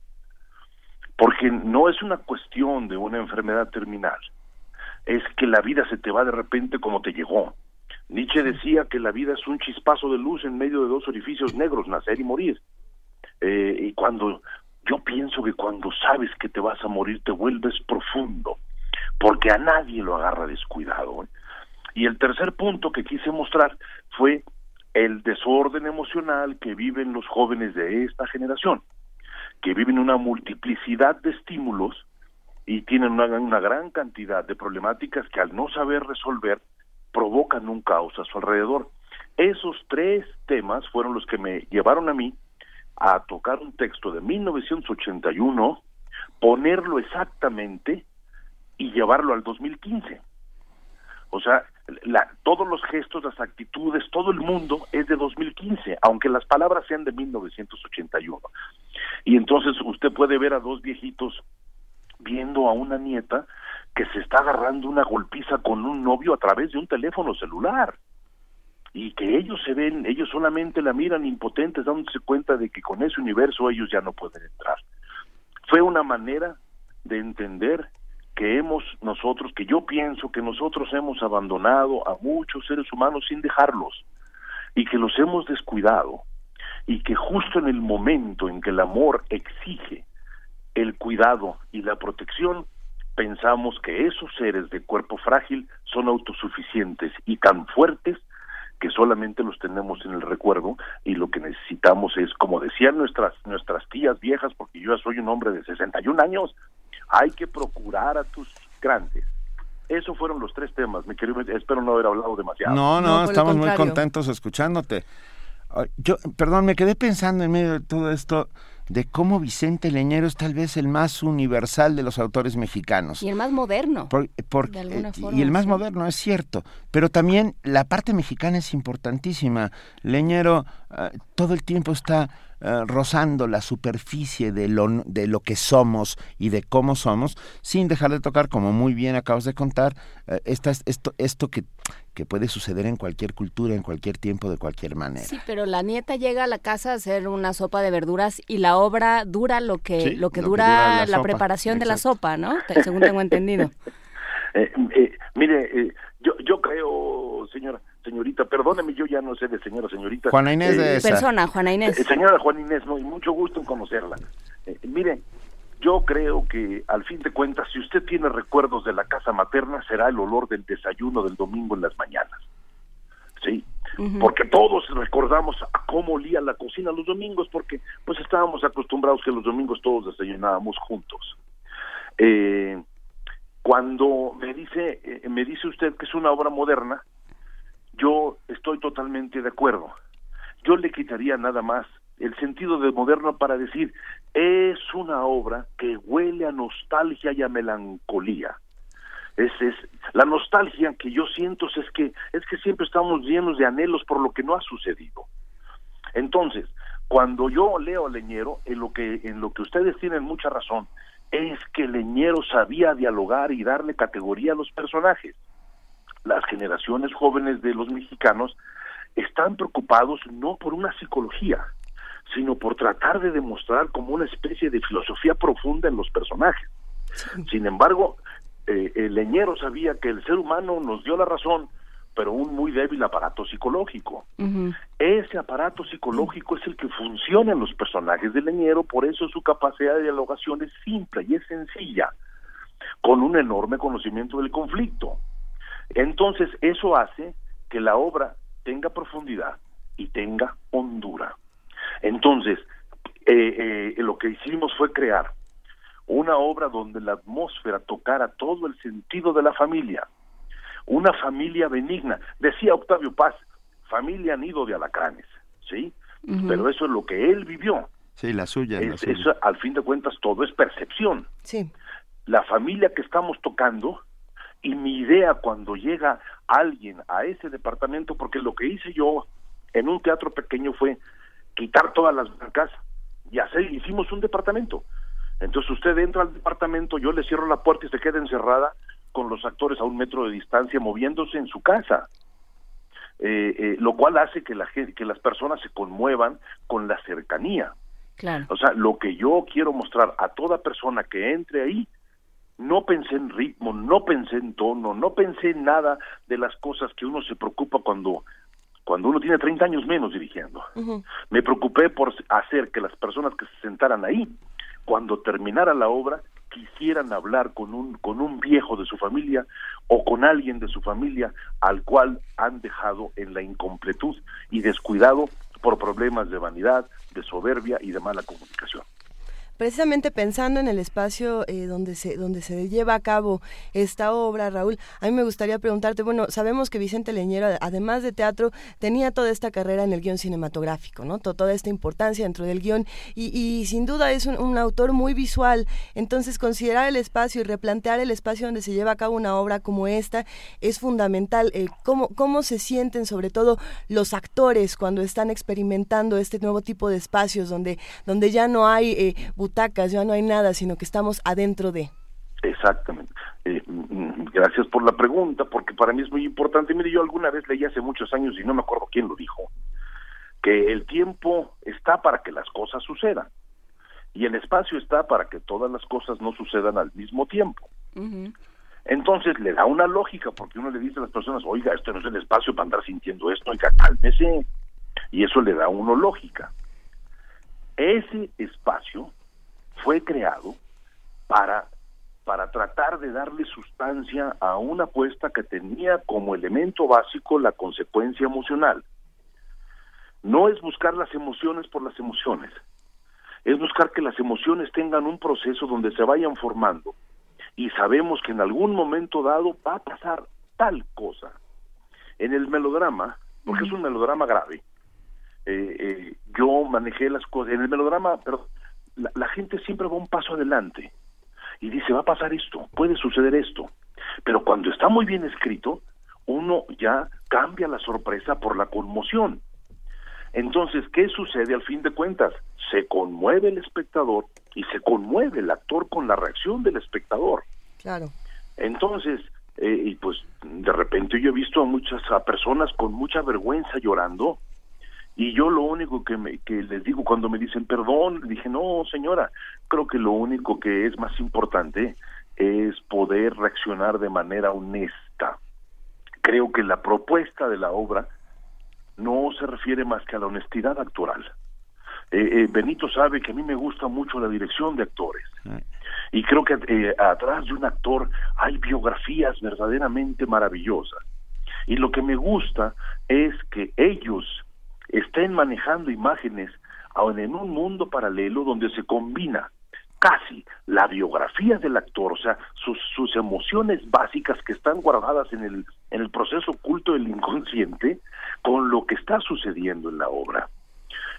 Porque no es una cuestión de una enfermedad terminal, es que la vida se te va de repente como te llegó. Nietzsche decía que la vida es un chispazo de luz en medio de dos orificios negros, nacer y morir. Eh, y cuando yo pienso que cuando sabes que te vas a morir te vuelves profundo, porque a nadie lo agarra descuidado, ¿eh? Y el tercer punto que quise mostrar fue el desorden emocional que viven los jóvenes de esta generación, que viven una multiplicidad de estímulos y tienen una, una gran cantidad de problemáticas que al no saber resolver provocan un caos a su alrededor. Esos tres temas fueron los que me llevaron a mí a tocar un texto de mil novecientos ochenta y uno, ponerlo exactamente y llevarlo al dos mil quince. O sea, la, todos los gestos, las actitudes, todo el mundo es de dos mil quince, aunque las palabras sean de mil novecientos ochenta y uno. Y entonces usted puede ver a dos viejitos viendo a una nieta que se está agarrando una golpiza con un novio a través de un teléfono celular. Y que ellos se ven, ellos solamente la miran impotentes, dándose cuenta de que con ese universo ellos ya no pueden entrar. Fue una manera de entender que hemos nosotros, que yo pienso que nosotros hemos abandonado a muchos seres humanos sin dejarlos, y que los hemos descuidado, y que justo en el momento en que el amor exige el cuidado y la protección, pensamos que esos seres de cuerpo frágil son autosuficientes y tan fuertes que solamente los tenemos en el recuerdo, y lo que necesitamos es, como decían nuestras nuestras tías viejas, porque yo ya soy un hombre de sesenta y un años, hay que procurar a tus grandes. Esos fueron los tres temas, mi querido, espero no haber hablado demasiado. No, no, no estamos muy contentos escuchándote. Yo, perdón, me quedé pensando en medio de todo esto de cómo Vicente Leñero es tal vez el más universal de los autores mexicanos. Y el más moderno. Por, por, de alguna eh, forma, y el más sí. moderno, es cierto. Pero también la parte mexicana es importantísima. Leñero uh, todo el tiempo está uh, rozando la superficie de lo, de lo que somos y de cómo somos, sin dejar de tocar, como muy bien acabas de contar, uh, esta, esto, esto que... que puede suceder en cualquier cultura, en cualquier tiempo, de cualquier manera. Sí, pero la nieta llega a la casa a hacer una sopa de verduras y la obra dura lo que sí, lo que lo dura, que dura la, la sopa. preparación Exacto. de la sopa, ¿no? Según tengo entendido. eh, eh, mire, eh, yo yo creo, señora, señorita, perdóneme, yo ya no sé de señora, señorita. Juana Inés eh, de esa. Persona, Juana Inés. Eh, señora Juana Inés, no, y mucho gusto en conocerla. Eh, mire, yo creo que al fin de cuentas, si usted tiene recuerdos de la casa materna, será el olor del desayuno del domingo en las mañanas. Sí, uh-huh. Porque todos recordamos a cómo olía la cocina los domingos, porque pues estábamos acostumbrados que los domingos todos desayunábamos juntos. Eh, cuando me dice, eh, me dice usted que es una obra moderna, yo estoy totalmente de acuerdo. yo le quitaría nada más el sentido de moderno para decir, es una obra que huele a nostalgia y a melancolía. Es, es la nostalgia que yo siento es que es que siempre estamos llenos de anhelos por lo que no ha sucedido. Entonces, cuando yo leo a Leñero, en lo que en lo que ustedes tienen mucha razón, es que Leñero sabía dialogar y darle categoría a los personajes. Las generaciones jóvenes de los mexicanos están preocupados no por una psicología, sino por tratar de demostrar como una especie de filosofía profunda en los personajes. Sin embargo, eh, el Leñero sabía que el ser humano nos dio la razón, pero un muy débil aparato psicológico. Uh-huh. Ese aparato psicológico es el que funciona en los personajes de Leñero, por eso su capacidad de dialogación es simple y es sencilla, con un enorme conocimiento del conflicto. Entonces, eso hace que la obra tenga profundidad y tenga hondura. Entonces, eh, eh, lo que hicimos fue crear una obra donde la atmósfera tocara todo el sentido de la familia, una familia benigna. Decía Octavio Paz, familia nido de alacranes, ¿sí? Uh-huh. Pero eso es lo que él vivió. Sí, la suya. Es, la suya. Eso, al fin de cuentas, todo es percepción. Sí. La familia que estamos tocando, y mi idea cuando llega alguien a ese departamento, porque lo que hice yo en un teatro pequeño fue quitar todas las bancas y hacer, hicimos un departamento. Entonces usted entra al departamento, yo le cierro la puerta y se queda encerrada con los actores a un metro de distancia moviéndose en su casa, eh, eh, lo cual hace que la gente, que las personas se conmuevan con la cercanía. Claro. O sea, lo que yo quiero mostrar a toda persona que entre ahí, no pensé en ritmo, no pensé en tono, no pensé en nada de las cosas que uno se preocupa cuando cuando uno tiene treinta años menos dirigiendo. Uh-huh. Me preocupé por hacer que las personas que se sentaran ahí, cuando terminara la obra, quisieran hablar con un con un viejo de su familia o con alguien de su familia al cual han dejado en la incompletud y descuidado por problemas de vanidad, de soberbia y de mala comunicación. Precisamente pensando en el espacio eh, donde se donde se lleva a cabo esta obra, Raúl, a mí me gustaría preguntarte, bueno, sabemos que Vicente Leñero, además de teatro, tenía toda esta carrera en el guión cinematográfico, ¿no? Toda esta importancia dentro del guión, y, y sin duda es un, un autor muy visual. Entonces, considerar el espacio y replantear el espacio donde se lleva a cabo una obra como esta es fundamental. Eh, ¿cómo, cómo se sienten, sobre todo, los actores cuando están experimentando este nuevo tipo de espacios donde, donde ya no hay eh, butacas, ya no hay nada, sino que estamos adentro de... Exactamente. Eh, gracias por la pregunta, porque para mí es muy importante. Mire, yo alguna vez leí hace muchos años, y no me acuerdo quién lo dijo, que el tiempo está para que las cosas sucedan, y el espacio está para que todas las cosas no sucedan al mismo tiempo. Uh-huh. Entonces le da una lógica, porque uno le dice a las personas, oiga, esto no es el espacio para andar sintiendo esto, oiga, cálmese, y eso le da a uno lógica. Ese espacio fue creado para, para tratar de darle sustancia a una apuesta que tenía como elemento básico la consecuencia emocional. No es buscar las emociones por las emociones, es buscar que las emociones tengan un proceso donde se vayan formando, y sabemos que en algún momento dado va a pasar tal cosa. En el melodrama, porque es un melodrama grave, eh, eh, yo manejé las cosas, en el melodrama, pero La, la gente siempre va un paso adelante y dice, va a pasar esto, puede suceder esto, pero cuando está muy bien escrito, uno ya cambia la sorpresa por la conmoción. Entonces, ¿qué sucede al fin de cuentas? Se conmueve el espectador y se conmueve el actor con la reacción del espectador. Claro. Entonces, eh, y pues de repente yo he visto a muchas a personas con mucha vergüenza llorando, y yo lo único que, me, que les digo cuando me dicen perdón, dije, no señora, creo que lo único que es más importante es poder reaccionar de manera honesta. Creo que la propuesta de la obra no se refiere más que a la honestidad actoral. Eh, eh, Benito sabe que a mí me gusta mucho la dirección de actores, y creo que eh, atrás de un actor hay biografías verdaderamente maravillosas, y lo que me gusta es que ellos estén manejando imágenes aun en un mundo paralelo donde se combina casi la biografía del actor, o sea, sus, sus emociones básicas que están guardadas en el, en el proceso oculto del inconsciente, con lo que está sucediendo en la obra.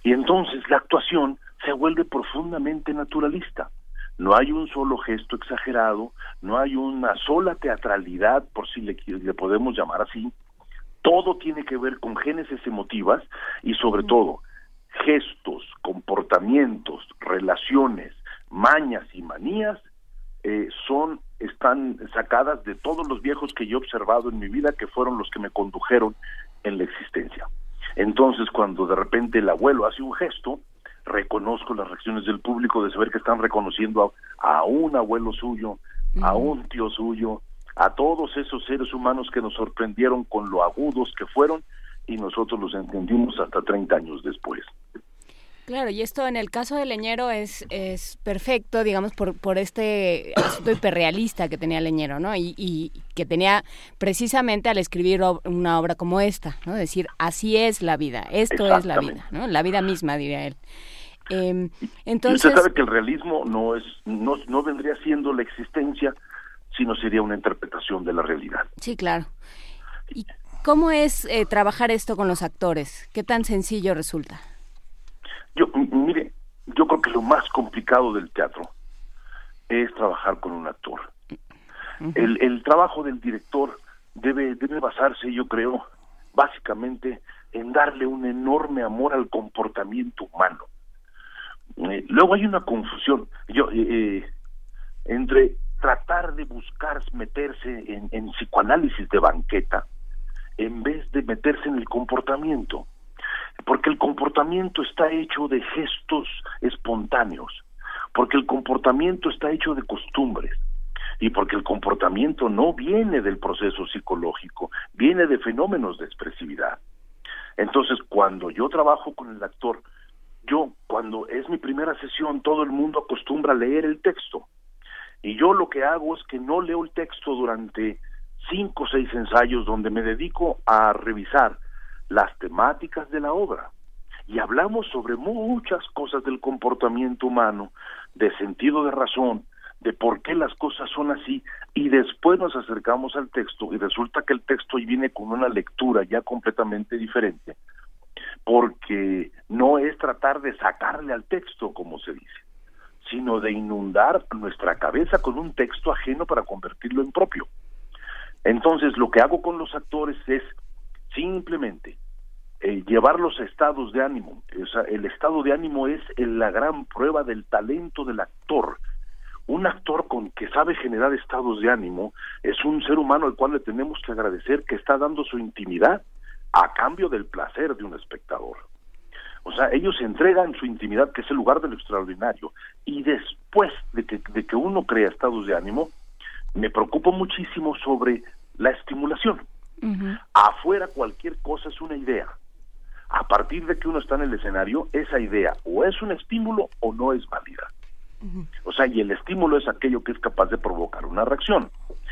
Y entonces la actuación se vuelve profundamente naturalista. No hay un solo gesto exagerado, no hay una sola teatralidad, por si le, le podemos llamar así. Todo tiene que ver con génesis emotivas y sobre todo gestos, comportamientos, relaciones, mañas y manías eh, son están sacadas de todos los viejos que yo he observado en mi vida, que fueron los que me condujeron en la existencia. Entonces, cuando de repente el abuelo hace un gesto, reconozco las reacciones del público de saber que están reconociendo a, a un abuelo suyo, uh-huh. a un tío suyo, a todos esos seres humanos que nos sorprendieron con lo agudos que fueron y nosotros los entendimos hasta treinta años después. Claro, y esto en el caso de Leñero es es perfecto, digamos, por por este asunto hiperrealista que tenía Leñero, ¿no? Y, y que tenía precisamente al escribir ob- una obra como esta, ¿no? Decir, así es la vida, esto es la vida, ¿no? La vida misma, diría él. Eh, entonces, y usted sabe que el realismo no es no no vendría siendo la existencia, sino sería una interpretación de la realidad. Sí, claro. ¿Y cómo es eh, trabajar esto con los actores? ¿Qué tan sencillo resulta? Yo, mire, yo creo que lo más complicado del teatro es trabajar con un actor. Uh-huh. El, el trabajo del director debe, debe basarse, yo creo, básicamente en darle un enorme amor al comportamiento humano. Eh, luego hay una confusión yo eh, entre tratar de buscar meterse en, en psicoanálisis de banqueta en vez de meterse en el comportamiento. Porque el comportamiento está hecho de gestos espontáneos, porque el comportamiento está hecho de costumbres, y porque el comportamiento no viene del proceso psicológico, viene de fenómenos de expresividad. Entonces, cuando yo trabajo con el actor, yo, cuando es mi primera sesión, todo el mundo acostumbra a leer el texto, y yo lo que hago es que no leo el texto durante cinco o seis ensayos donde me dedico a revisar las temáticas de la obra y hablamos sobre muchas cosas del comportamiento humano, de sentido de razón, de por qué las cosas son así, y después nos acercamos al texto y resulta que el texto viene con una lectura ya completamente diferente, porque no es tratar de sacarle al texto, como se dice, sino de inundar nuestra cabeza con un texto ajeno para convertirlo en propio. Entonces, lo que hago con los actores es simplemente eh, llevarlos a estados de ánimo. O sea, el estado de ánimo es la gran prueba del talento del actor. Un actor con que sabe generar estados de ánimo es un ser humano al cual le tenemos que agradecer que está dando su intimidad a cambio del placer de un espectador. O sea, ellos entregan su intimidad, que es el lugar de lo extraordinario, y después de que, de que uno crea estados de ánimo, me preocupo muchísimo sobre la estimulación. Uh-huh. Afuera cualquier cosa es una idea. A partir de que uno está en el escenario, esa idea o es un estímulo o no es válida. Uh-huh. O sea, y el estímulo es aquello que es capaz de provocar una reacción.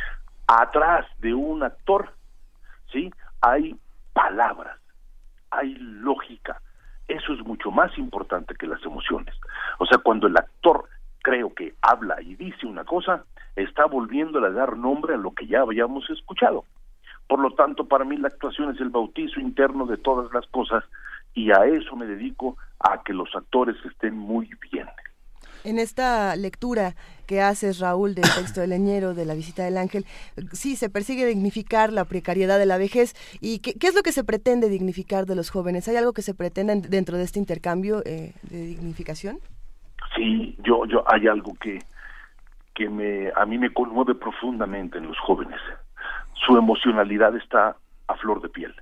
Atrás de un actor, ¿sí?, hay palabras, hay lógica. Eso es mucho más importante que las emociones. O sea, cuando el actor, creo que habla y dice una cosa, está volviéndole a dar nombre a lo que ya habíamos escuchado. Por lo tanto, para mí la actuación es el bautizo interno de todas las cosas y a eso me dedico, a que los actores estén muy bien. En esta lectura que haces, Raúl, del texto de Leñero, de La visita del ángel, sí, se persigue dignificar la precariedad de la vejez. ¿Y qué, qué es lo que se pretende dignificar de los jóvenes? ¿Hay algo que se pretenda dentro de este intercambio eh, de dignificación? Sí, yo, yo hay algo que, que me, a mí me conmueve profundamente en los jóvenes. Su emocionalidad está a flor de piel.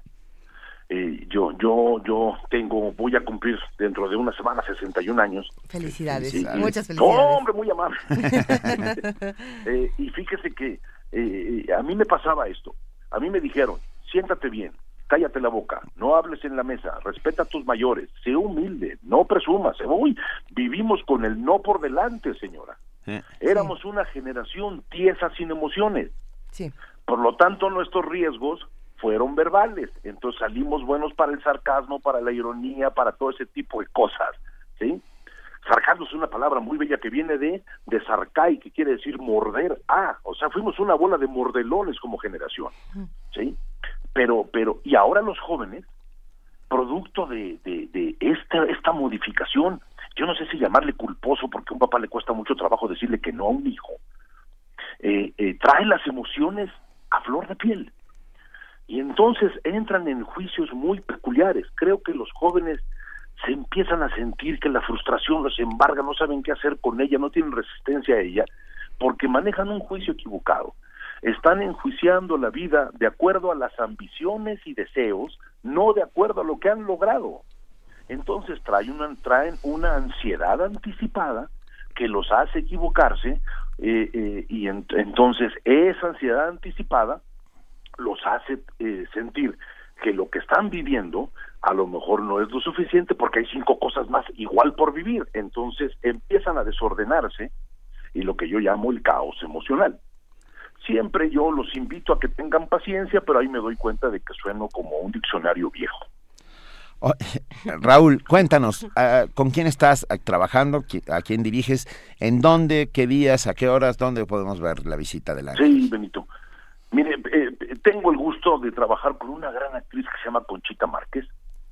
Eh, yo, yo, yo tengo, voy a cumplir dentro de una semana sesenta y un años. Felicidades, sí, muchas felicidades. No, hombre, muy amable. eh, y fíjese que eh, a mí me pasaba esto. A mí me dijeron, siéntate bien, cállate la boca, no hables en la mesa, respeta a tus mayores, sé humilde, no presumas. Uy, vivimos con el no por delante, señora. Sí. Éramos sí. una generación tiesa sin emociones. Sí. Por lo tanto, nuestros riesgos fueron verbales, entonces salimos buenos para el sarcasmo, para la ironía, para todo ese tipo de cosas, ¿sí? Sarcasmo es una palabra muy bella que viene de, de sarcai, que quiere decir morder, ah, o sea, fuimos una bola de mordelones como generación, ¿sí? Pero, pero, y ahora los jóvenes producto de, de, de esta, esta modificación. Yo no sé si llamarle culposo, porque a un papá le cuesta mucho trabajo decirle que no a un hijo. Eh, eh, trae las emociones a flor de piel. Y entonces entran en juicios muy peculiares. Creo que los jóvenes se empiezan a sentir que la frustración los embarga, no saben qué hacer con ella, no tienen resistencia a ella, porque manejan un juicio equivocado. Están enjuiciando la vida de acuerdo a las ambiciones y deseos, no de acuerdo a lo que han logrado. Entonces traen una, traen una ansiedad anticipada que los hace equivocarse, eh, eh, y en, entonces esa ansiedad anticipada los hace eh, sentir que lo que están viviendo a lo mejor no es lo suficiente porque hay cinco cosas más igual por vivir. Entonces empiezan a desordenarse y lo que yo llamo el caos emocional. Siempre yo los invito a que tengan paciencia, pero ahí me doy cuenta de que sueno como un diccionario viejo. Oh, Raúl, cuéntanos, uh, ¿con quién estás trabajando? ¿A quién diriges? ¿En dónde? ¿Qué días? ¿A qué horas? ¿Dónde podemos ver la visita del ángel? Sí, Benito. Mire, eh, tengo el gusto de trabajar con una gran actriz que se llama Conchita Márquez,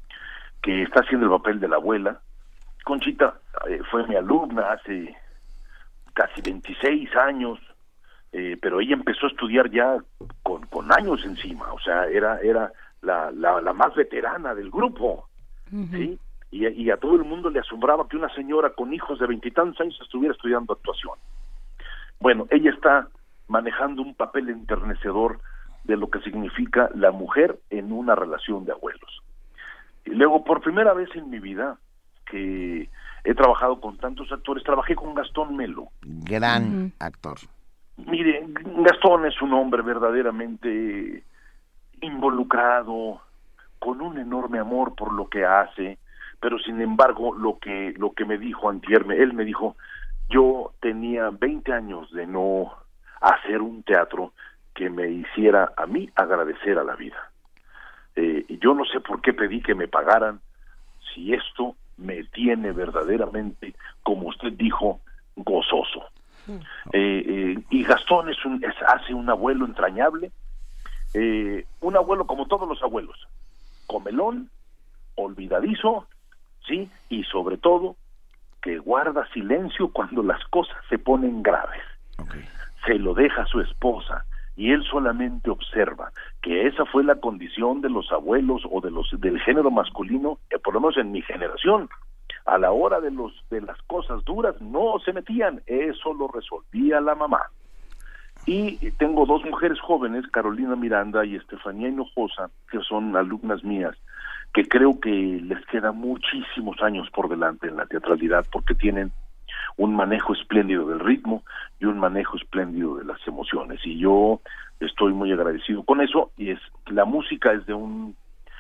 que está haciendo el papel de la abuela. Conchita eh, fue mi alumna hace casi veintiséis años, eh, pero ella empezó a estudiar ya con, con años encima, o sea, era era la, la, la más veterana del grupo, uh-huh. ¿sí? Y, y a todo el mundo le asombraba que una señora con hijos de veintitantos años estuviera estudiando actuación. Bueno, ella está manejando un papel enternecedor de lo que significa la mujer en una relación de abuelos. Y luego, por primera vez en mi vida, que he trabajado con tantos actores, trabajé con Gastón Melo. Gran uh-huh. actor. Mire, Gastón es un hombre verdaderamente involucrado, con un enorme amor por lo que hace, pero sin embargo, lo que lo que me dijo antier, él me dijo, yo tenía veinte años de no hacer un teatro que me hiciera a mí agradecer a la vida. Eh, yo no sé por qué pedí que me pagaran, si esto me tiene verdaderamente, como usted dijo, gozoso. Eh, eh, y Gastón es un, es, hace un abuelo entrañable, eh, un abuelo como todos los abuelos, comelón, olvidadizo, sí, y sobre todo que guarda silencio cuando las cosas se ponen graves. Okay. Se lo deja a su esposa y él solamente observa, que esa fue la condición de los abuelos o de los del género masculino, eh, por lo menos en mi generación. A la hora de los de las cosas duras no se metían, eso lo resolvía la mamá. Y tengo dos mujeres jóvenes, Carolina Miranda y Estefanía Hinojosa, que son alumnas mías, que creo que les quedan muchísimos años por delante en la teatralidad, porque tienen un manejo espléndido del ritmo y un manejo espléndido de las emociones, y yo estoy muy agradecido con eso. Y es la música es de un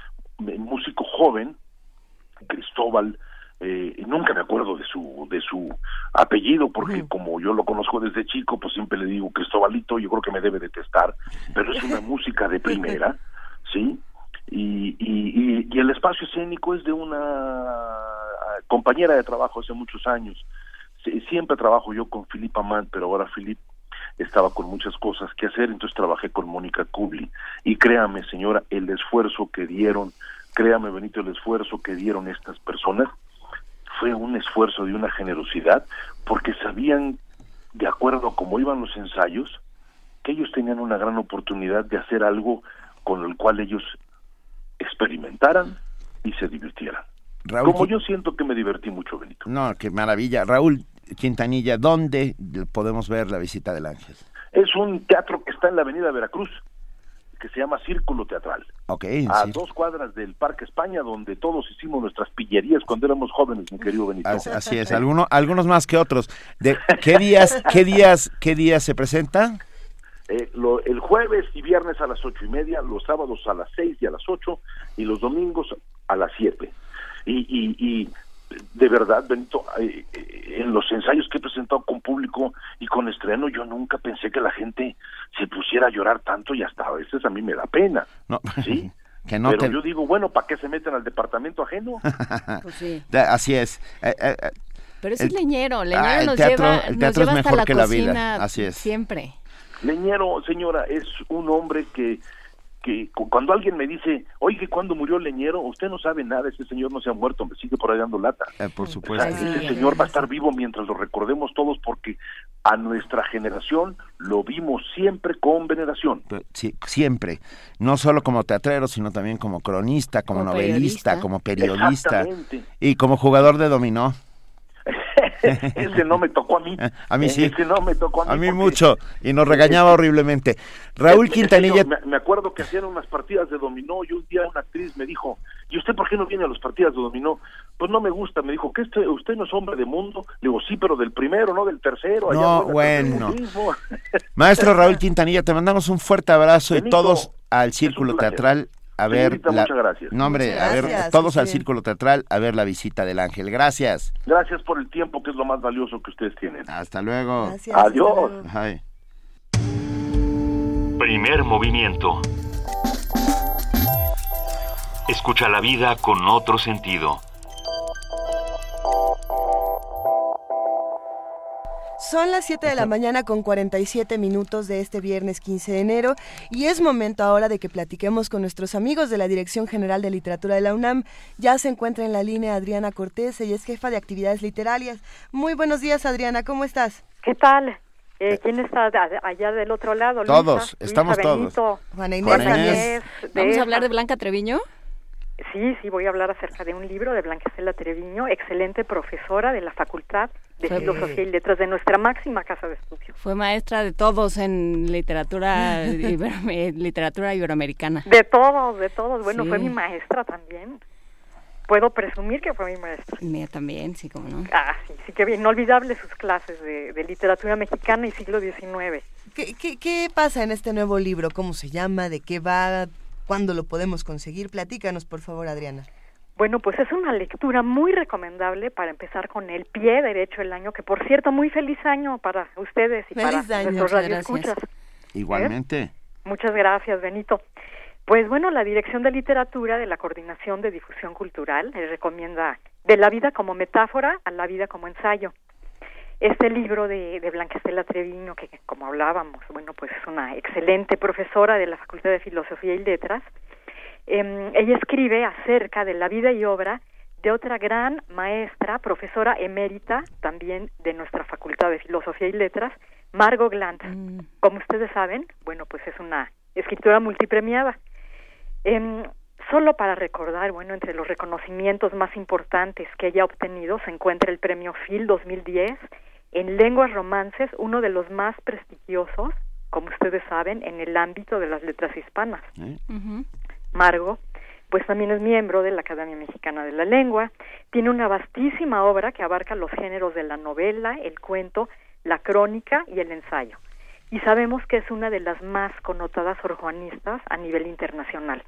músico joven, Cristóbal, eh, nunca me acuerdo de su de su apellido, porque uh-huh. como yo lo conozco desde chico, pues siempre le digo Cristóbalito, yo creo que me debe detestar, pero es una música de primera, ¿sí? Y, y, y, y el espacio escénico es de una compañera de trabajo hace muchos años. Siempre trabajo yo con Philippe Amand, pero ahora Philippe estaba con muchas cosas que hacer, entonces trabajé con Mónica Kubli. Y créame, señora, el esfuerzo que dieron, créame, Benito, el esfuerzo que dieron estas personas fue un esfuerzo de una generosidad, porque sabían, de acuerdo a cómo iban los ensayos, que ellos tenían una gran oportunidad de hacer algo con el cual ellos experimentaran y se divirtieran. Raúl, como yo siento que me divertí mucho, Benito. No, qué maravilla. Raúl Quintanilla, ¿dónde podemos ver la visita del ángel? Es un teatro que está en la avenida Veracruz, que se llama Círculo Teatral. Okay, a sí. dos cuadras del Parque España, donde todos hicimos nuestras pillerías cuando éramos jóvenes, mi querido Benito. Así, así es, algunos, algunos más que otros. ¿De qué días, qué días, qué días se presenta? Eh, lo, el jueves y viernes a las ocho y media, los sábados a las seis y a las ocho, y los domingos a las siete. Y, y, y de verdad, Benito, eh, en los ensayos que he presentado con público y con estreno, yo nunca pensé que la gente se pusiera a llorar tanto, y hasta a veces a mí me da pena. No. ¿Sí? Que no Pero te... yo digo, bueno, ¿para qué se meten al departamento ajeno? Pues sí. Así es. Eh, eh, Pero es el, Leñero, Leñero ah, el nos teatro, lleva, el nos teatro lleva es hasta mejor la que cocina, la vida. Así es. Siempre. Leñero, señora, es un hombre que que cuando alguien me dice, oye, ¿cuándo murió Leñero? Usted no sabe nada, ese señor no se ha muerto, me sigue por ahí dando lata. Eh, por supuesto. O sea, ese señor va a estar vivo mientras lo recordemos todos, porque a nuestra generación lo vimos siempre con veneración. Sí, siempre. No solo como teatrero, sino también como cronista, como, como novelista, periodista. como periodista. Y como jugador de dominó. Ese no me tocó a mí. A mí sí. Ese no me tocó a mí. A mí mucho. Y nos regañaba horriblemente. Raúl es, Quintanilla. Es me, me acuerdo que hacían unas partidas de dominó y un día una actriz me dijo, ¿y usted por qué no viene a las partidas de dominó? Pues no me gusta. Me dijo, ¿qué usted, usted no es hombre de mundo? Le digo, sí, pero del primero, no del tercero. No, allá bueno. Maestro Raúl Quintanilla, te mandamos un fuerte abrazo. Benito, y todos al Círculo Teatral. A ver, Señorita, la, muchas gracias. No, hombre, muchas a ver, gracias, todos sí, al sí. Círculo Teatral a ver la visita del Ángel. Gracias. Gracias por el tiempo, que es lo más valioso que ustedes tienen. Hasta luego. Gracias, Adiós. hasta luego. Ay. Primer movimiento. Escucha la vida con otro sentido. Son las siete de la mañana con cuarenta y siete minutos de este viernes quince de enero y es momento ahora de que platiquemos con nuestros amigos de la Dirección General de Literatura de la UNAM. Ya se encuentra en la línea Adriana Cortés, ella es jefa de actividades literarias. Muy buenos días, Adriana, ¿cómo estás? ¿Qué tal? Eh, ¿Quién está allá del otro lado? Todos, Luisa, estamos Luisa, Benito, todos. Juana Inés. Juana Inés. ¿Vamos a hablar de Blanca Treviño? Sí, sí, voy a hablar acerca de un libro de Blanca Estela Treviño, excelente profesora de la Facultad de Fue... Filosofía y Letras de nuestra máxima casa de estudio. Fue maestra de todos en literatura ibero, literatura iberoamericana. De todos, de todos. Bueno, sí. Fue mi maestra también. Puedo presumir que fue mi maestra. Mía también, sí, cómo no. Ah, sí, sí que bien. Inolvidable sus clases de, de literatura mexicana y siglo diecinueve. ¿Qué, qué, ¿Qué pasa en este nuevo libro? ¿Cómo se llama? ¿De qué va? ¿Cuándo lo podemos conseguir? Platícanos, por favor, Adriana. Bueno, pues es una lectura muy recomendable para empezar con el pie derecho del año, que por cierto, muy feliz año para ustedes y feliz para año, nuestros radioescuchas. Igualmente. ¿Eh? Muchas gracias, Benito. Pues bueno, la Dirección de Literatura de la Coordinación de Difusión Cultural les recomienda De la vida como metáfora a la vida como ensayo. Este libro de, de Blanca Estela Treviño, que como hablábamos, bueno, pues es una excelente profesora de la Facultad de Filosofía y Letras. Eh, ella escribe acerca de la vida y obra de otra gran maestra, profesora emérita, también de nuestra Facultad de Filosofía y Letras, Margot Glantz. Mm. Como ustedes saben, bueno, pues es una escritora multipremiada. Eh, solo para recordar, bueno, entre los reconocimientos más importantes que ella ha obtenido se encuentra el Premio Phil dos mil diez en Lenguas Romances, uno de los más prestigiosos, como ustedes saben, en el ámbito de las letras hispanas. ¿Eh? Uh-huh. Margot, pues también es miembro de la Academia Mexicana de la Lengua, tiene una vastísima obra que abarca los géneros de la novela, el cuento, la crónica y el ensayo. Y sabemos que es una de las más connotadas sorjuanistas a nivel internacional.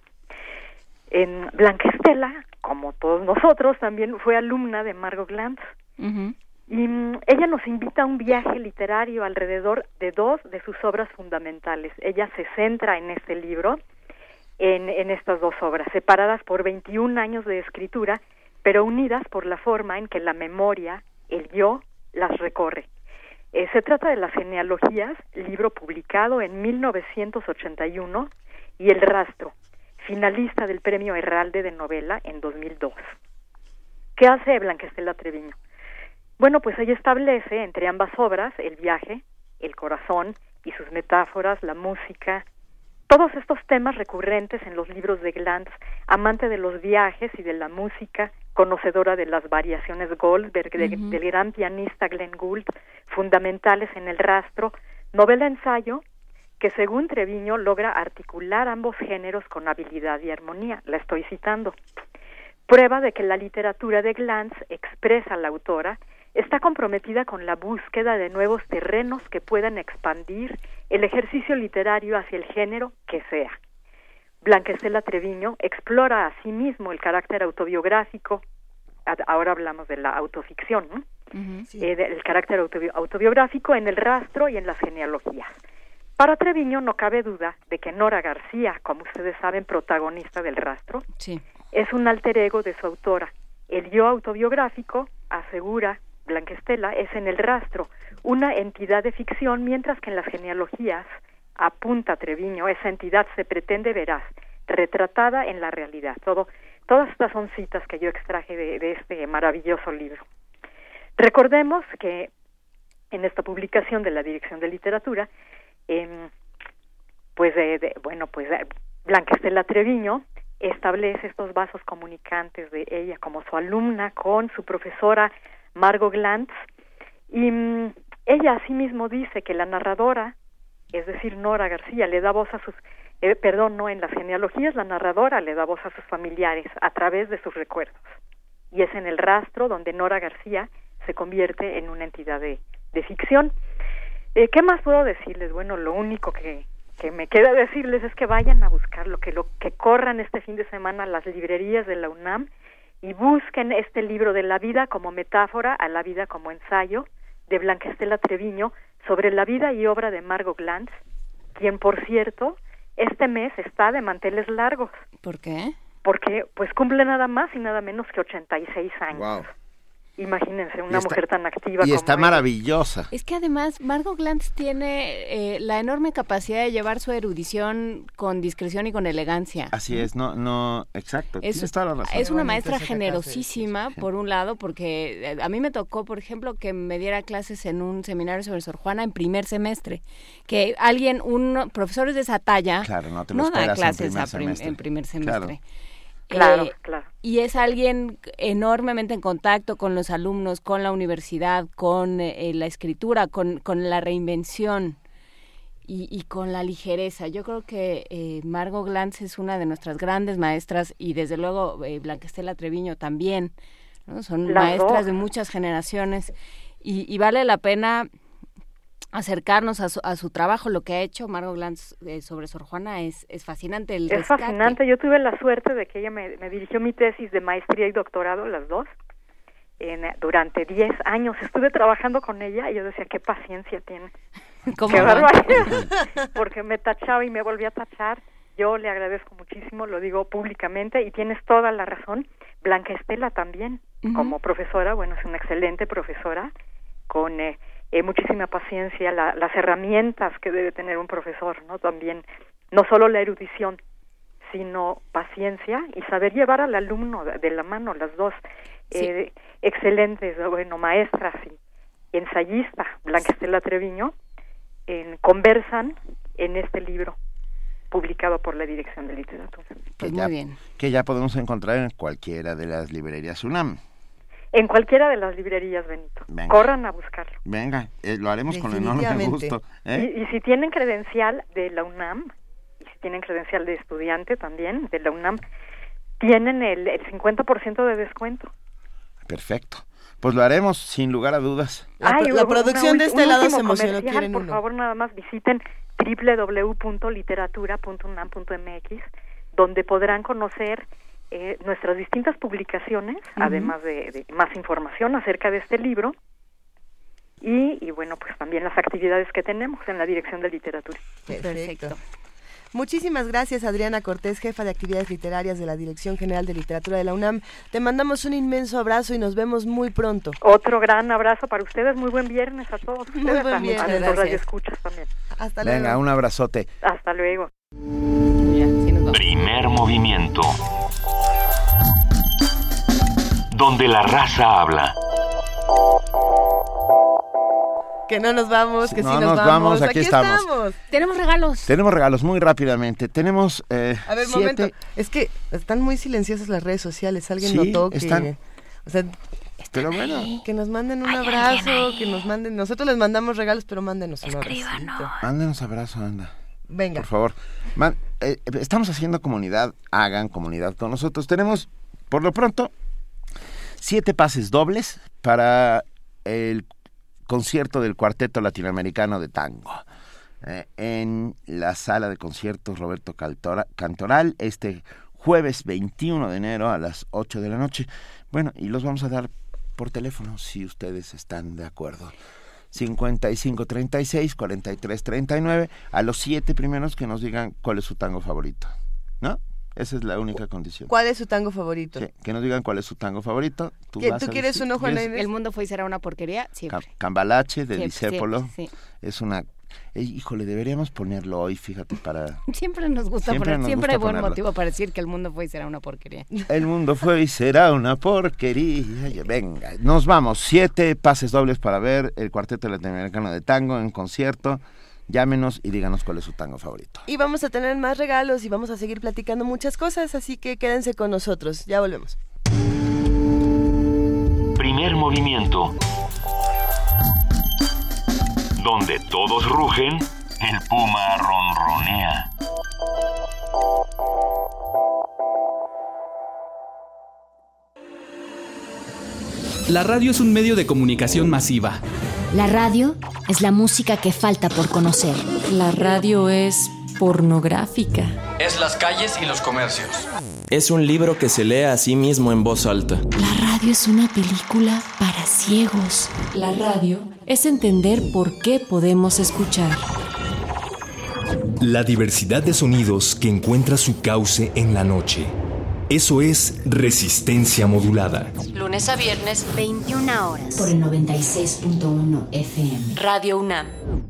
En Blanca Estela, como todos nosotros, también fue alumna de Margot Glantz. Uh-huh. Y um, ella nos invita a un viaje literario alrededor de dos de sus obras fundamentales. Ella se centra en este libro, en, en estas dos obras, separadas por veintiún años de escritura, pero unidas por la forma en que la memoria, el yo, las recorre. Eh, se trata de Las genealogías, libro publicado en mil novecientos ochenta y uno, y El rastro, finalista del Premio Herralde de Novela en dos mil dos. ¿Qué hace Blanca Estela Treviño? Bueno, pues ella establece entre ambas obras el viaje, el corazón y sus metáforas, la música, todos estos temas recurrentes en los libros de Glantz, amante de los viajes y de la música, conocedora de las variaciones Goldberg, de, uh-huh. del gran pianista Glenn Gould, fundamentales en El rastro, novela-ensayo, que según Treviño logra articular ambos géneros con habilidad y armonía. La estoy citando. Prueba de que la literatura de Glantz, expresa la autora, está comprometida con la búsqueda de nuevos terrenos que puedan expandir el ejercicio literario hacia el género que sea. Blanca Estela Treviño explora a sí mismo el carácter autobiográfico, ahora hablamos de la autoficción, ¿no? Uh-huh, sí. eh, el carácter autobi- autobiográfico en El rastro y en Las genealogías. Para Treviño no cabe duda de que Nora García, como ustedes saben, protagonista del rastro, sí. es un alter ego de su autora. El yo autobiográfico, asegura Blanca Estela, es en El rastro una entidad de ficción, mientras que en Las genealogías apunta Treviño, esa entidad se pretende veraz, retratada en la realidad. Todo, todas estas son citas que yo extraje de, de este maravilloso libro. Recordemos que en esta publicación de la Dirección de Literatura, eh, pues, de, de, bueno, pues Blanca Estela Treviño establece estos vasos comunicantes de ella como su alumna con su profesora Margot Glantz, y um, ella asimismo dice que la narradora, es decir, Nora García, le da voz a sus, eh, perdón, no, en las genealogías la narradora le da voz a sus familiares a través de sus recuerdos, y es en el rastro donde Nora García se convierte en una entidad de, de ficción. Eh, ¿Qué más puedo decirles? Bueno, lo único que que me queda decirles es que vayan a buscarlo, que lo que corran este fin de semana a las librerías de la UNAM y busquen este libro de la vida como metáfora a la vida como ensayo de Blanca Estela Treviño sobre la vida y obra de Margot Glantz, quien, por cierto, este mes está de manteles largos. ¿Por qué? Porque pues cumple nada más y nada menos que ochenta y seis años. Wow. Imagínense, una está, mujer tan activa. Y como está ella. maravillosa. Es que además Margot Glantz tiene eh, la enorme capacidad de llevar su erudición con discreción y con elegancia. Así es, no, no, exacto. Es, Tienes toda la razón. es una maestra generosísima, por un lado, porque a mí me tocó, por ejemplo, que me diera clases en un seminario sobre Sor Juana en primer semestre. Que alguien, un profesor de esa talla, claro, no, te lo no da clases en primer, a prim, semestre. en primer semestre. Claro. Claro, eh, claro. Y es alguien enormemente en contacto con los alumnos, con la universidad, con eh, la escritura, con, con la reinvención y, y con la ligereza. Yo creo que eh, Margot Glantz es una de nuestras grandes maestras y desde luego eh, Blanca Estela Treviño también, ¿no? Son Las maestras dos. de muchas generaciones y, y vale la pena acercarnos a su, a su trabajo. Lo que ha hecho Margot Glantz eh, sobre Sor Juana es, es fascinante. El es rescate. fascinante. Yo tuve la suerte de que ella me, me dirigió mi tesis de maestría y doctorado, las dos. En, durante diez años estuve trabajando con ella y yo decía, qué paciencia tiene. ¿Cómo qué no? barbaridad. Porque me tachaba y me volvía a tachar. Yo le agradezco muchísimo, lo digo públicamente, y tienes toda la razón. Blanca Estela también, uh-huh. como profesora, bueno, es una excelente profesora, con... Eh, Eh, muchísima paciencia, la, las herramientas que debe tener un profesor, ¿no? También, no solo la erudición, sino paciencia y saber llevar al alumno de, de la mano, las dos. Sí. Eh, excelentes, bueno, maestras y, y ensayista, Blanca Estela Treviño, en, conversan en este libro publicado por la Dirección de Literatura. Pues que ya, muy bien. Que ya podemos encontrar en cualquiera de las librerías UNAM. En cualquiera de las librerías, Benito. Venga. Corran a buscarlo. Venga, eh, lo haremos con enorme gusto. ¿eh? Y, y si tienen credencial de la UNAM, y si tienen credencial de estudiante también de la UNAM, tienen el, el cincuenta por ciento de descuento. Perfecto. Pues lo haremos, sin lugar a dudas. La, Ay, la producción una, de este lado se emocionó. Quieren por uno. favor, nada más visiten doble u doble u doble u punto literatura punto unam punto m x, donde podrán conocer Eh, nuestras distintas publicaciones, uh-huh. además de, de más información acerca de este libro y, y bueno, pues también las actividades que tenemos en la Dirección de Literatura. Perfecto. Muchísimas gracias, Adriana Cortés, jefa de actividades literarias de la Dirección General de Literatura de la UNAM. Te mandamos un inmenso abrazo y nos vemos muy pronto. Otro gran abrazo para ustedes, muy buen viernes a todos ustedes, muy buen viernes, a nuestros radioescuchas también. Hasta luego. Venga, un abrazote. Hasta luego. Primer movimiento. Donde la raza habla. Que no nos vamos, que no sí nos, nos vamos. vamos. Aquí, aquí estamos. estamos. Tenemos regalos. Tenemos regalos muy rápidamente. Tenemos eh, A ver, siete... momento. Es que están muy silenciosas las redes sociales. Alguien sí, notó que... Están... O sea, pero bueno. Que nos manden un abrazo, que nos manden... Nosotros les mandamos regalos, pero mándenos un abrazo. Mándenos abrazo, anda. Venga. Por favor. Man, eh, estamos haciendo comunidad. Hagan comunidad con nosotros. Tenemos, por lo pronto, siete pases dobles para el concierto del Cuarteto Latinoamericano de Tango eh, en la sala de conciertos Roberto Cantora, Cantoral este jueves veintiuno de enero a las ocho de la noche. Bueno, y los vamos a dar por teléfono si ustedes están de acuerdo. cincuenta y cinco treinta y seis cuarenta y tres treinta y nueve a los siete primeros que nos digan cuál es su tango favorito, ¿no? Esa es la única condición. ¿Cuál es su tango favorito? Sí, que nos digan cuál es su tango favorito. ¿Tú, ¿Tú vas quieres decir? uno, Juana Inés? El mundo fue y será una porquería, siempre. Cambalache, de siempre, Discépolo. Siempre, sí. Es una Eh, híjole, deberíamos ponerlo hoy, fíjate, para... Siempre nos gusta Siempre poner, nos siempre gusta hay buen ponerlo. motivo para decir que el mundo fue y será una porquería. El mundo fue y será una porquería. Venga, nos vamos. Siete pases dobles para ver el Cuarteto Latinoamericano de Tango en concierto. Llámenos y díganos cuál es su tango favorito. Y vamos a tener más regalos y vamos a seguir platicando muchas cosas, así que quédense con nosotros. Ya volvemos. Primer movimiento. Donde todos rugen, el puma ronronea. La radio es un medio de comunicación masiva. La radio es la música que falta por conocer. La radio es pornográfica. Es las calles y los comercios. Es un libro que se lee a sí mismo en voz alta. La radio es una película para ciegos. La radio es entender por qué podemos escuchar. La diversidad de sonidos que encuentra su cauce en la noche. Eso es resistencia modulada. Lunes a viernes, veintiuna horas. Por el noventa y seis punto uno F M. Radio UNAM.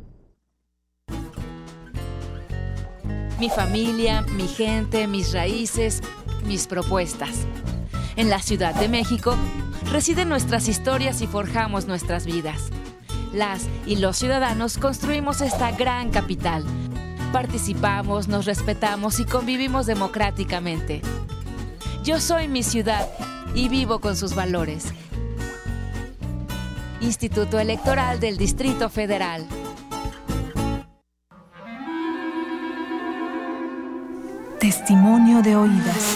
Mi familia, mi gente, mis raíces, mis propuestas. En la Ciudad de México residen nuestras historias y forjamos nuestras vidas. Las y los ciudadanos construimos esta gran capital. Participamos, nos respetamos y convivimos democráticamente. Yo soy mi ciudad y vivo con sus valores. Instituto Electoral del Distrito Federal. Testimonio de oídas.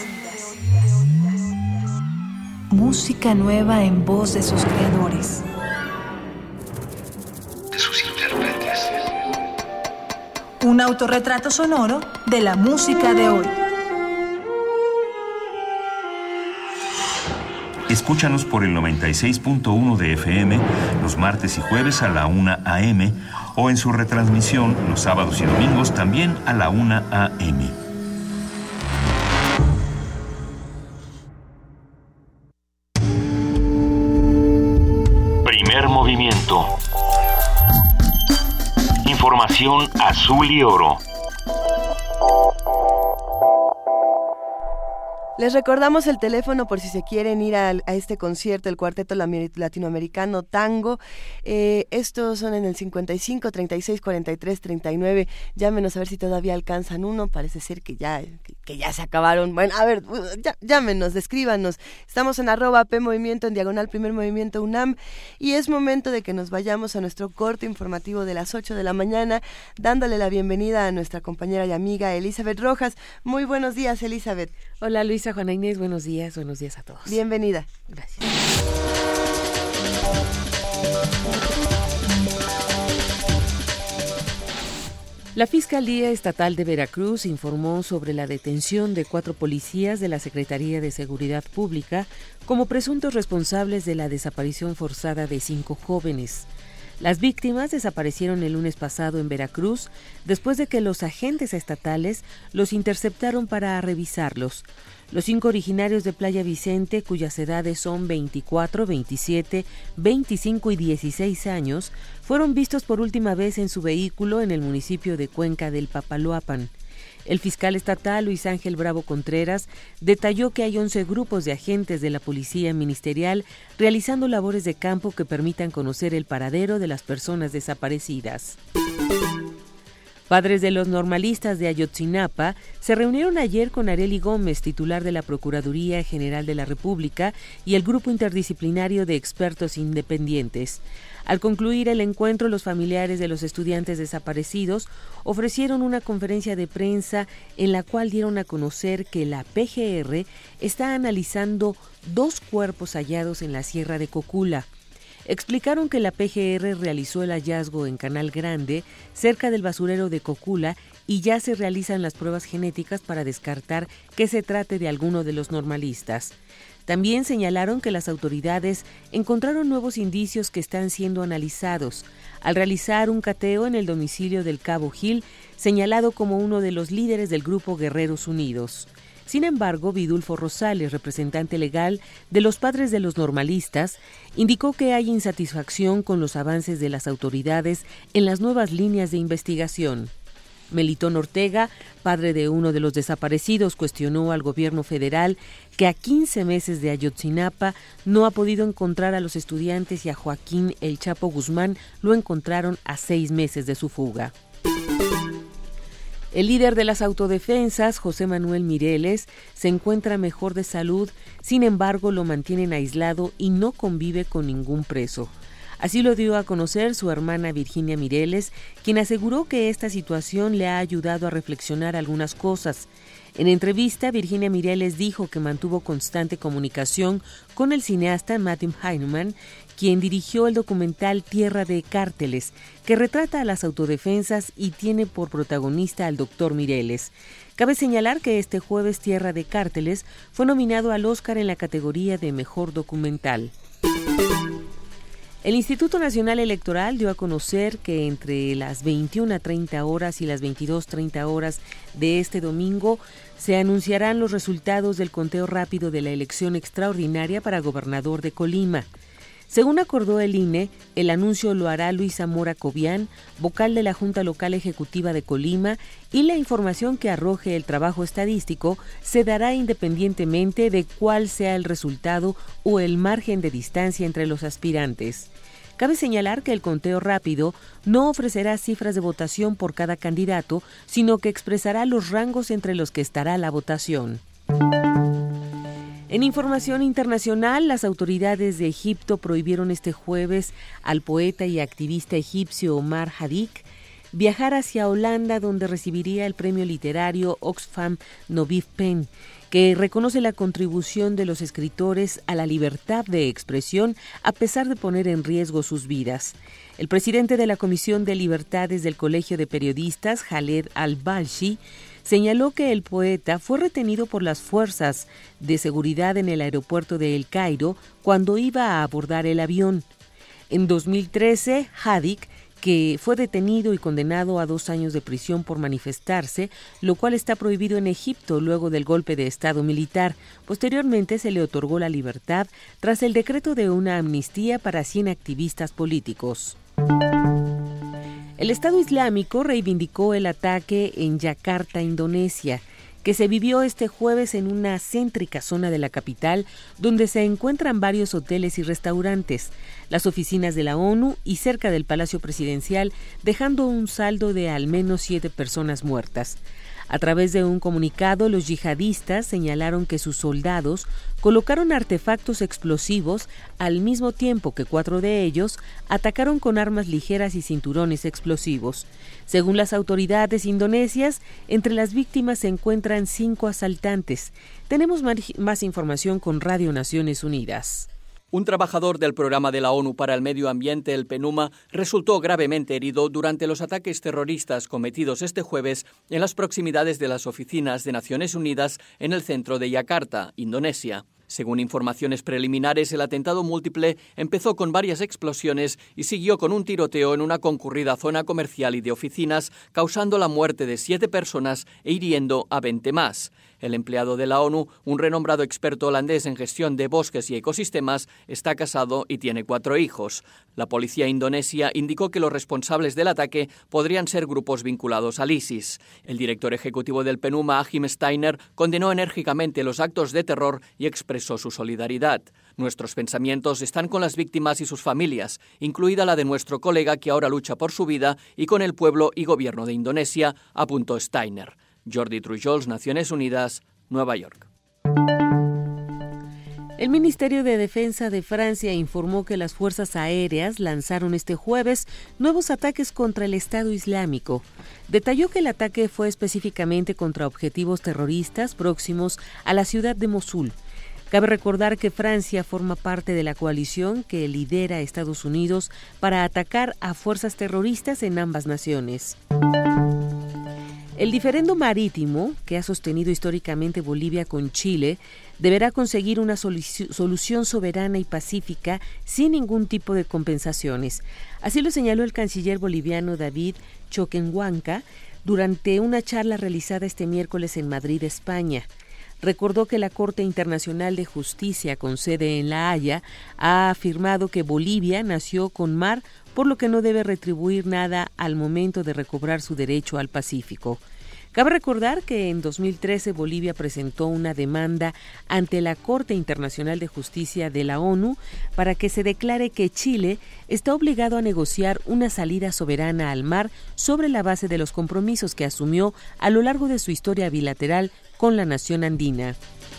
Música nueva en voz de sus creadores. De sus intérpretes. Un autorretrato sonoro de la música de hoy. Escúchanos por el noventa y seis punto uno de F M los martes y jueves a la una a eme o en su retransmisión los sábados y domingos también a la una a eme. Primer movimiento. Información azul y oro. Les recordamos el teléfono por si se quieren ir a, a este concierto, el Cuarteto Latinoamericano Tango. Eh, estos son en el cincuenta y cinco, treinta y seis, cuarenta y tres, treinta y nueve. Llámenos a ver si todavía alcanzan uno. Parece ser que ya, que, que ya se acabaron. Bueno, a ver, ya, llámenos, descríbanos. Estamos en arroba P Movimiento, en diagonal Primer Movimiento UNAM. Y es momento de que nos vayamos a nuestro corte informativo de las ocho de la mañana, dándole la bienvenida a nuestra compañera y amiga Elizabeth Rojas. Muy buenos días, Elizabeth. Hola, Luisa, Juana Inés, buenos días, buenos días a todos. Bienvenida. Gracias. La Fiscalía Estatal de Veracruz informó sobre la detención de cuatro policías de la Secretaría de Seguridad Pública como presuntos responsables de la desaparición forzada de cinco jóvenes. Las víctimas desaparecieron el lunes pasado en Veracruz después de que los agentes estatales los interceptaron para revisarlos. Los cinco originarios de Playa Vicente, cuyas edades son veinticuatro, veintisiete, veinticinco y dieciséis años, fueron vistos por última vez en su vehículo en el municipio de Cuenca del Papaloapan. El fiscal estatal Luis Ángel Bravo Contreras detalló que hay once grupos de agentes de la Policía Ministerial realizando labores de campo que permitan conocer el paradero de las personas desaparecidas. Padres de los normalistas de Ayotzinapa se reunieron ayer con Arely Gómez, titular de la Procuraduría General de la República, y el Grupo Interdisciplinario de Expertos Independientes. Al concluir el encuentro, los familiares de los estudiantes desaparecidos ofrecieron una conferencia de prensa en la cual dieron a conocer que la P G R está analizando dos cuerpos hallados en la Sierra de Cocula. Explicaron que la P G R realizó el hallazgo en Canal Grande, cerca del basurero de Cocula, y ya se realizan las pruebas genéticas para descartar que se trate de alguno de los normalistas. También señalaron que las autoridades encontraron nuevos indicios que están siendo analizados al realizar un cateo en el domicilio del cabo Gil, señalado como uno de los líderes del grupo Guerreros Unidos. Sin embargo, Vidulfo Rosales, representante legal de los padres de los normalistas, indicó que hay insatisfacción con los avances de las autoridades en las nuevas líneas de investigación. Melitón Ortega, padre de uno de los desaparecidos, cuestionó al gobierno federal que a quince meses de Ayotzinapa no ha podido encontrar a los estudiantes y a Joaquín El Chapo Guzmán lo encontraron a seis meses de su fuga. El líder de las autodefensas, José Manuel Mireles, se encuentra mejor de salud, sin embargo lo mantienen aislado y no convive con ningún preso. Así lo dio a conocer su hermana Virginia Mireles, quien aseguró que esta situación le ha ayudado a reflexionar algunas cosas. En entrevista, Virginia Mireles dijo que mantuvo constante comunicación con el cineasta Matthew Heinemann, quien dirigió el documental Tierra de Cárteles, que retrata a las autodefensas y tiene por protagonista al doctor Mireles. Cabe señalar que este jueves Tierra de Cárteles fue nominado al Oscar en la categoría de Mejor Documental. El Instituto Nacional Electoral dio a conocer que entre las veintiuna treinta horas y las veintidós treinta horas de este domingo se anunciarán los resultados del conteo rápido de la elección extraordinaria para gobernador de Colima. Según acordó el I N E, el anuncio lo hará Luis Zamora Cobian, vocal de la Junta Local Ejecutiva de Colima, y la información que arroje el trabajo estadístico se dará independientemente de cuál sea el resultado o el margen de distancia entre los aspirantes. Cabe señalar que el conteo rápido no ofrecerá cifras de votación por cada candidato, sino que expresará los rangos entre los que estará la votación. En información internacional, las autoridades de Egipto prohibieron este jueves al poeta y activista egipcio Omar Hadik viajar hacia Holanda, donde recibiría el premio literario Oxfam Novib Pen, que reconoce la contribución de los escritores a la libertad de expresión a pesar de poner en riesgo sus vidas. El presidente de la Comisión de Libertades del Colegio de Periodistas, Khaled Al-Balshi, señaló que el poeta fue retenido por las fuerzas de seguridad en el aeropuerto de El Cairo cuando iba a abordar el avión. En dos mil trece, Hadik, que fue detenido y condenado a dos años de prisión por manifestarse, lo cual está prohibido en Egipto luego del golpe de Estado militar. Posteriormente se le otorgó la libertad tras el decreto de una amnistía para cien activistas políticos. El Estado Islámico reivindicó el ataque en Yakarta, Indonesia, que se vivió este jueves en una céntrica zona de la capital, donde se encuentran varios hoteles y restaurantes, las oficinas de la ONU y cerca del Palacio Presidencial, dejando un saldo de al menos siete personas muertas. A través de un comunicado, los yihadistas señalaron que sus soldados colocaron artefactos explosivos al mismo tiempo que cuatro de ellos atacaron con armas ligeras y cinturones explosivos. Según las autoridades indonesias, entre las víctimas se encuentran cinco asaltantes. Tenemos más información con Radio Naciones Unidas. Un trabajador del Programa de la ONU para el Medio Ambiente, el PENUMA, resultó gravemente herido durante los ataques terroristas cometidos este jueves en las proximidades de las oficinas de Naciones Unidas en el centro de Yakarta, Indonesia. Según informaciones preliminares, el atentado múltiple empezó con varias explosiones y siguió con un tiroteo en una concurrida zona comercial y de oficinas, causando la muerte de siete personas e hiriendo a veinte más. El empleado de la ONU, un renombrado experto holandés en gestión de bosques y ecosistemas, está casado y tiene cuatro hijos. La policía indonesia indicó que los responsables del ataque podrían ser grupos vinculados al ISIS. El director ejecutivo del PENUMA, Achim Steiner, condenó enérgicamente los actos de terror y expresó su solidaridad. Nuestros pensamientos están con las víctimas y sus familias, incluida la de nuestro colega que ahora lucha por su vida, y con el pueblo y gobierno de Indonesia, apuntó Steiner. Jordi Trujols, Naciones Unidas, Nueva York. El Ministerio de Defensa de Francia informó que las fuerzas aéreas lanzaron este jueves nuevos ataques contra el Estado Islámico. Detalló que el ataque fue específicamente contra objetivos terroristas próximos a la ciudad de Mosul. Cabe recordar que Francia forma parte de la coalición que lidera Estados Unidos para atacar a fuerzas terroristas en ambas naciones. El diferendo marítimo, que ha sostenido históricamente Bolivia con Chile, deberá conseguir una solución soberana y pacífica sin ningún tipo de compensaciones. Así lo señaló el canciller boliviano David Choquenhuanca durante una charla realizada este miércoles en Madrid, España. recordó que la Corte Internacional de Justicia con sede en La Haya ha afirmado que Bolivia nació con mar, por lo que no debe retribuir nada al momento de recobrar su derecho al Pacífico. Cabe recordar que en dos mil trece Bolivia presentó una demanda ante la Corte Internacional de Justicia de la ONU para que se declare que Chile está obligado a negociar una salida soberana al mar sobre la base de los compromisos que asumió a lo largo de su historia bilateral con la nación andina.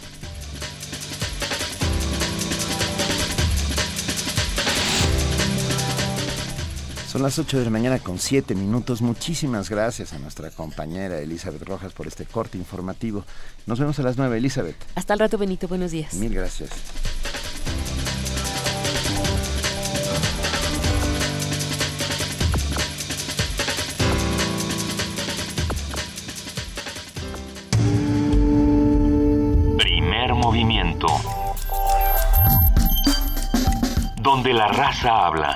Son las ocho de la mañana con siete minutos. Muchísimas gracias a nuestra compañera Elizabeth Rojas por este corte informativo. Nos vemos a las nueve, Elizabeth. Hasta el rato, Benito. Buenos días. Mil gracias. Primer movimiento. Donde la raza habla.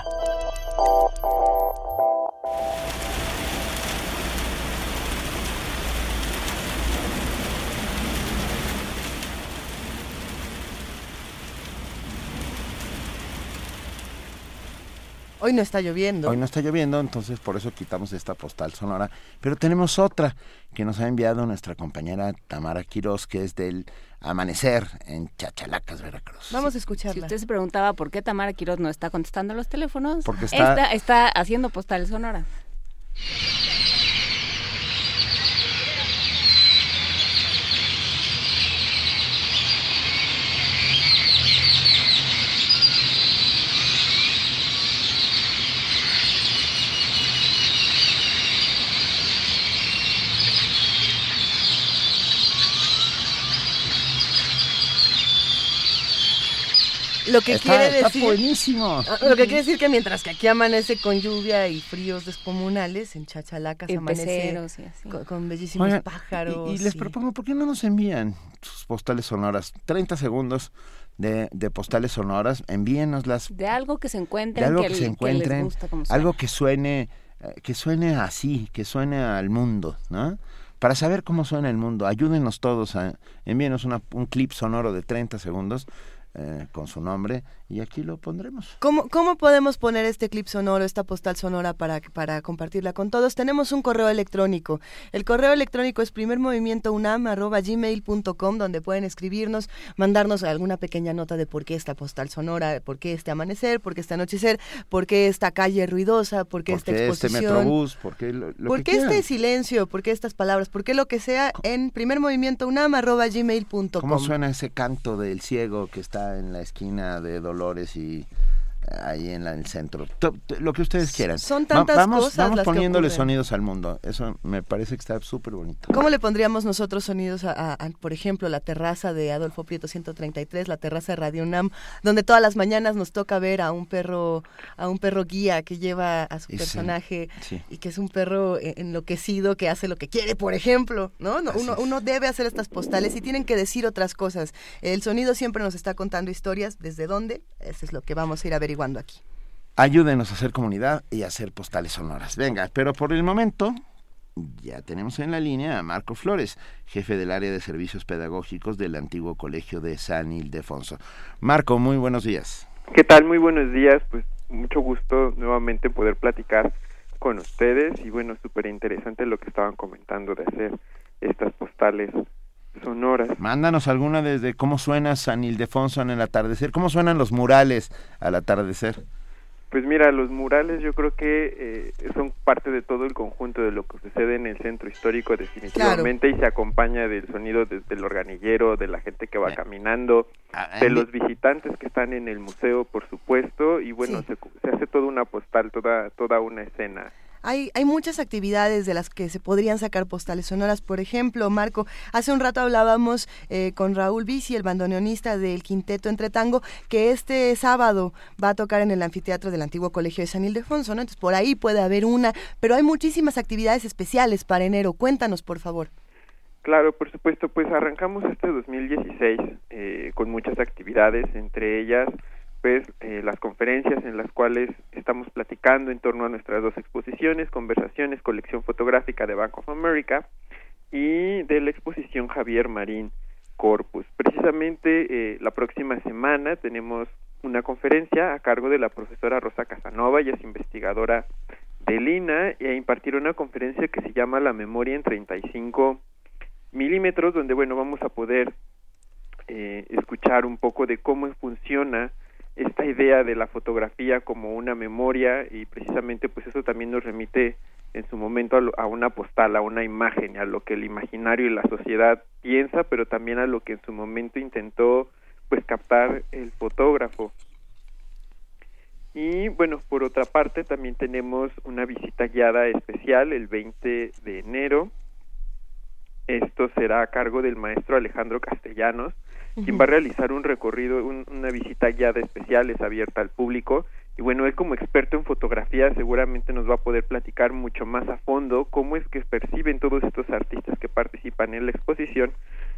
Hoy no está lloviendo. Hoy no está lloviendo, entonces por eso quitamos esta postal sonora. Pero tenemos otra que nos ha enviado nuestra compañera Tamara Quirós, que es del amanecer en Chachalacas, Veracruz. Vamos a escucharla. Si usted se preguntaba por qué Tamara Quirós no está contestando los teléfonos, porque está, está, está haciendo postales sonoras. Lo que está, quiere está decir, buenísimo. Lo que quiere decir que mientras que aquí amanece con lluvia y fríos descomunales, en Chachalacas en amanece y así. Con, con bellísimos Oigan, pájaros. Y, y les y... propongo, ¿por qué no nos envían sus postales sonoras? treinta segundos de, de postales sonoras, envíenoslas. De algo que se encuentren, de algo que, que se encuentren, que les gusta, como algo que suene, que suene así, que suene al mundo, ¿no? Para saber cómo suena el mundo, ayúdenos todos, a, envíenos una, un clip sonoro de treinta segundos. Eh, con su nombre, y aquí lo pondremos. ¿Cómo, cómo podemos poner este clip sonoro, esta postal sonora para, para compartirla con todos? Tenemos un correo electrónico. El correo electrónico es primermovimientounam arroba gmail punto com, donde pueden escribirnos, mandarnos alguna pequeña nota de por qué esta postal sonora, por qué este amanecer, por qué este anochecer, por qué esta calle ruidosa, por qué ¿Por esta qué exposición, este metrobús, por qué lo, lo por que qué quieran? Este silencio, por qué estas palabras, por qué lo que sea, en primermovimientounam arroba gmail punto com. ¿Cómo suena ese canto del ciego que está en la esquina de Dolores y ahí en, la, en el centro? Lo que ustedes quieran. Son tantas Va, vamos, cosas Vamos las poniéndole que sonidos al mundo. Eso me parece que está súper bonito. ¿Cómo le pondríamos nosotros sonidos a, a, a, por ejemplo, la terraza de Adolfo Prieto ciento treinta y tres, la terraza de Radio UNAM, donde todas las mañanas nos toca ver a un perro, a un perro guía que lleva a su y personaje sí, sí. y que es un perro enloquecido que hace lo que quiere, por ejemplo, ¿no? no uno, uno debe hacer estas postales y tienen que decir otras cosas. El sonido siempre nos está contando historias. ¿Desde dónde? Eso es lo que vamos a ir averiguando aquí. Ayúdenos a hacer comunidad y a hacer postales sonoras. Venga, pero por el momento ya tenemos en la línea a Marco Flores, jefe del área de servicios pedagógicos del antiguo colegio de San Ildefonso. Marco, muy buenos días. ¿Qué tal? Muy buenos días. Pues mucho gusto nuevamente poder platicar con ustedes y bueno, súper interesante lo que estaban comentando de hacer estas postales sonoras. Mándanos alguna desde cómo suena San Ildefonso en el atardecer, cómo suenan los murales al atardecer. Pues mira, los murales yo creo que eh, son parte de todo el conjunto de lo que sucede en el centro histórico definitivamente, claro. Y se acompaña del sonido desde el organillero, de la gente que va eh. caminando, ah, de los visitantes que están en el museo, por supuesto, y bueno, sí. se, se hace toda una postal, toda toda una escena. Hay, hay muchas actividades de las que se podrían sacar postales sonoras. Por ejemplo, Marco, hace un rato hablábamos eh, con Raúl Bici, el bandoneonista del Quinteto Entre Tango, que este sábado va a tocar en el anfiteatro del antiguo colegio de San Ildefonso, ¿no? Entonces, por ahí puede haber una, pero hay muchísimas actividades especiales para enero. Cuéntanos, por favor. Claro, por supuesto, pues arrancamos este dos mil dieciséis eh, con muchas actividades, entre ellas pues eh, las conferencias en las cuales estamos platicando en torno a nuestras dos exposiciones, conversaciones, colección fotográfica de Bank of America y de la exposición Javier Marín, Corpus. Precisamente eh, la próxima semana tenemos una conferencia a cargo de la profesora Rosa Casanova, ella es investigadora del I N A, e impartirá una conferencia que se llama La memoria en treinta y cinco milímetros, donde bueno vamos a poder eh, escuchar un poco de cómo funciona esta idea de la fotografía como una memoria, y precisamente pues eso también nos remite en su momento a, lo, a una postal, a una imagen, a lo que el imaginario y la sociedad piensa, pero también a lo que en su momento intentó pues captar el fotógrafo. Y bueno, por otra parte también tenemos una visita guiada especial el veinte de enero. Esto será a cargo del maestro Alejandro Castellanos, uh-huh. quien va a realizar un recorrido, un, una visita guiada especial, es abierta al público. Y bueno, él como experto en fotografía seguramente nos va a poder platicar mucho más a fondo cómo es que perciben todos estos artistas que participan en la exposición,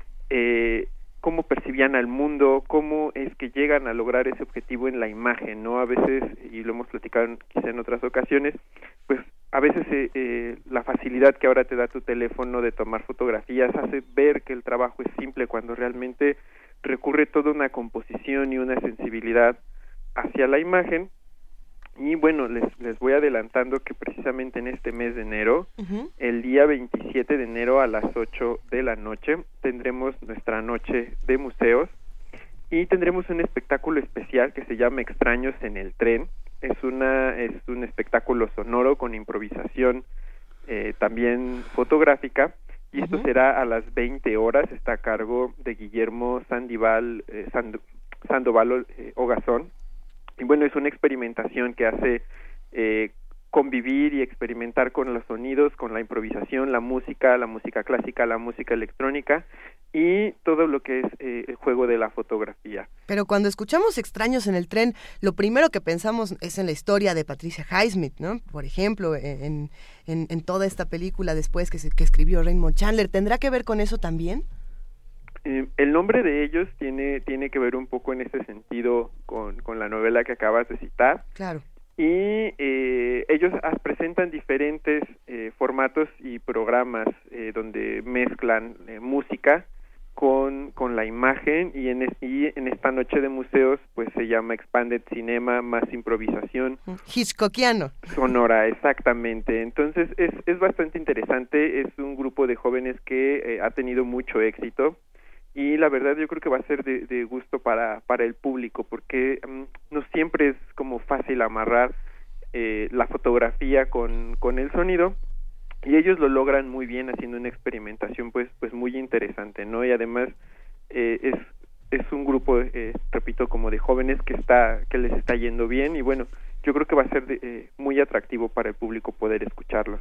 eh, cómo percibían al mundo, cómo es que llegan a lograr ese objetivo en la imagen, ¿no? A veces, y lo hemos platicado quizá en otras ocasiones, pues a veces eh, eh, la facilidad que ahora te da tu teléfono de tomar fotografías hace ver que el trabajo es simple cuando realmente recurre toda una composición y una sensibilidad hacia la imagen. Y bueno, les, les voy adelantando que precisamente en este mes de enero, uh-huh. el día veintisiete de enero a las ocho de la noche, tendremos nuestra noche de museos y tendremos un espectáculo especial que se llama Extraños en el Tren. Es una es un espectáculo sonoro con improvisación eh, también fotográfica, y esto uh-huh. será a las veinte horas, está a cargo de Guillermo Sandoval, eh, Sand, Sandoval eh, Ogazón. Y bueno, es una experimentación que hace eh, convivir y experimentar con los sonidos, con la improvisación, la música, la música clásica, la música electrónica y todo lo que es eh, el juego de la fotografía. Pero cuando escuchamos Extraños en el Tren, lo primero que pensamos es en la historia de Patricia Highsmith, ¿no? Por ejemplo, en, en, en toda esta película después que, se, que escribió Raymond Chandler. ¿Tendrá que ver con eso también? Eh, el nombre de ellos tiene tiene que ver un poco en ese sentido con, con la novela que acabas de citar. Claro. Y eh, ellos presentan diferentes eh, formatos y programas eh, donde mezclan eh, música con, con la imagen, y en, es, y en esta noche de museos pues se llama Expanded Cinema, más improvisación. Hitchcockiano. Sonora, exactamente. Entonces es, es bastante interesante, es un grupo de jóvenes que eh, ha tenido mucho éxito. Y la verdad yo creo que va a ser de, de gusto para, para el público, porque um, no siempre es como fácil amarrar eh, la fotografía con, con el sonido, y ellos lo logran muy bien haciendo una experimentación pues pues muy interesante, ¿no? Y además eh, es es un grupo, eh, repito, como de jóvenes que está que les está yendo bien, y bueno, yo creo que va a ser de, eh, muy atractivo para el público poder escucharlos.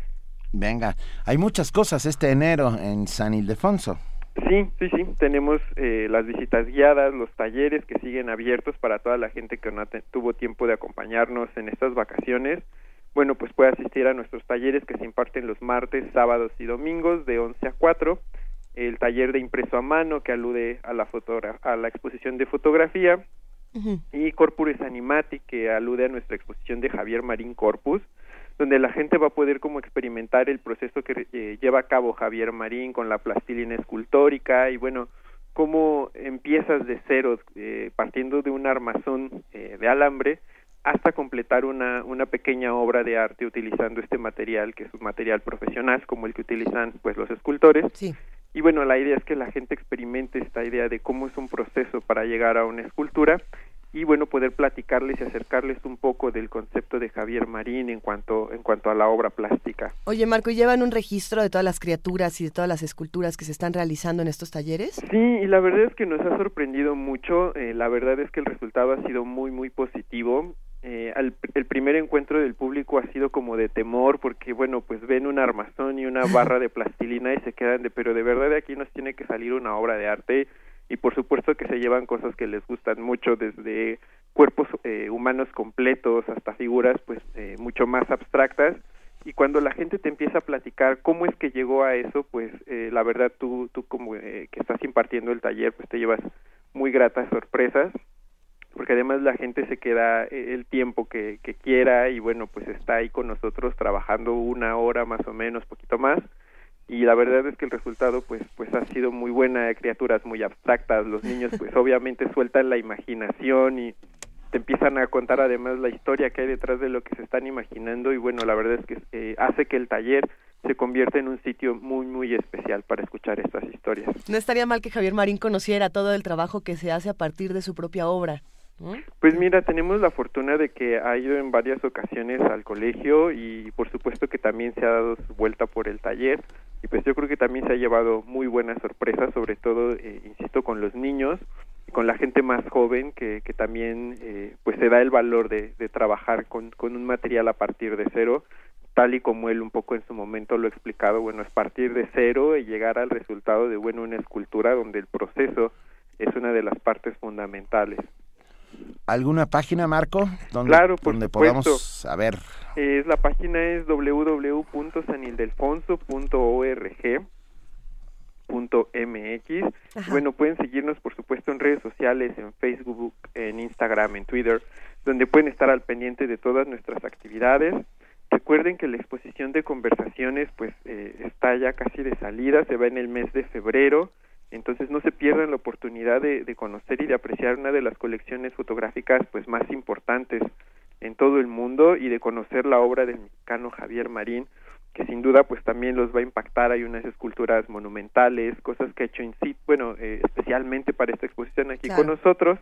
Venga, hay muchas cosas este enero en San Ildefonso. Sí, sí, sí, tenemos eh, las visitas guiadas, los talleres que siguen abiertos para toda la gente que no te, tuvo tiempo de acompañarnos en estas vacaciones. Bueno, pues puede asistir a nuestros talleres que se imparten los martes, sábados y domingos de once a cuatro. El taller de impreso a mano, que alude a la fotogra- a la exposición de fotografía, uh-huh. y Corpus Animati, que alude a nuestra exposición de Javier Marín Corpus, donde la gente va a poder como experimentar el proceso que eh, lleva a cabo Javier Marín con la plastilina escultórica, y bueno, cómo empiezas de cero, eh, partiendo de un armazón eh, de alambre, hasta completar una, una pequeña obra de arte utilizando este material, que es un material profesional, como el que utilizan pues los escultores. Sí. Y bueno, la idea es que la gente experimente esta idea de cómo es un proceso para llegar a una escultura, y bueno, poder platicarles y acercarles un poco del concepto de Javier Marín en cuanto en cuanto a la obra plástica. Oye, Marco, ¿y llevan un registro de todas las criaturas y de todas las esculturas que se están realizando en estos talleres? Sí, y la verdad es que nos ha sorprendido mucho. Eh, la verdad es que el resultado ha sido muy, muy positivo. Eh, al, el primer encuentro del público ha sido como de temor, porque bueno, pues ven un armazón y una barra de plastilina y se quedan de, pero de verdad de aquí nos tiene que salir una obra de arte. Y por supuesto que se llevan cosas que les gustan mucho, desde cuerpos eh, humanos completos hasta figuras pues eh, mucho más abstractas. Y cuando la gente te empieza a platicar cómo es que llegó a eso, pues eh, la verdad tú tú como eh, que estás impartiendo el taller, pues te llevas muy gratas sorpresas, porque además la gente se queda eh, el tiempo que, que quiera, y bueno, pues está ahí con nosotros trabajando una hora más o menos, poquito más. y la verdad es que el resultado pues pues ha sido muy buena, criaturas muy abstractas, los niños pues obviamente sueltan la imaginación y te empiezan a contar además la historia que hay detrás de lo que se están imaginando, y bueno, la verdad es que eh, hace que el taller se convierta en un sitio muy muy especial para escuchar estas historias. No estaría mal que Javier Marín conociera todo el trabajo que se hace a partir de su propia obra. Pues mira, tenemos la fortuna de que ha ido en varias ocasiones al colegio y por supuesto que también se ha dado su vuelta por el taller, y pues yo creo que también se ha llevado muy buenas sorpresas, sobre todo, eh, insisto, con los niños y con la gente más joven que, que también eh, pues se da el valor de, de trabajar con, con un material a partir de cero, tal y como él un poco en su momento lo ha explicado. Bueno, es partir de cero y llegar al resultado de, bueno, una escultura donde el proceso es una de las partes fundamentales. ¿Alguna página, Marco, donde, claro, por donde supuesto. podamos saber? Es la página es doble u doble u doble u punto san ildefonso punto org punto m x. Bueno, pueden seguirnos por supuesto en redes sociales, en Facebook, en Instagram, en Twitter, donde pueden estar al pendiente de todas nuestras actividades. Recuerden que la exposición de conversaciones pues eh, está ya casi de salida, se va en el mes de febrero. Entonces no se pierdan la oportunidad de, de conocer y de apreciar una de las colecciones fotográficas pues más importantes en todo el mundo, y de conocer la obra del mexicano Javier Marín, que sin duda pues también los va a impactar. Hay unas esculturas monumentales, cosas que ha hecho in situ, bueno, eh, especialmente para esta exposición aquí claro. con nosotros,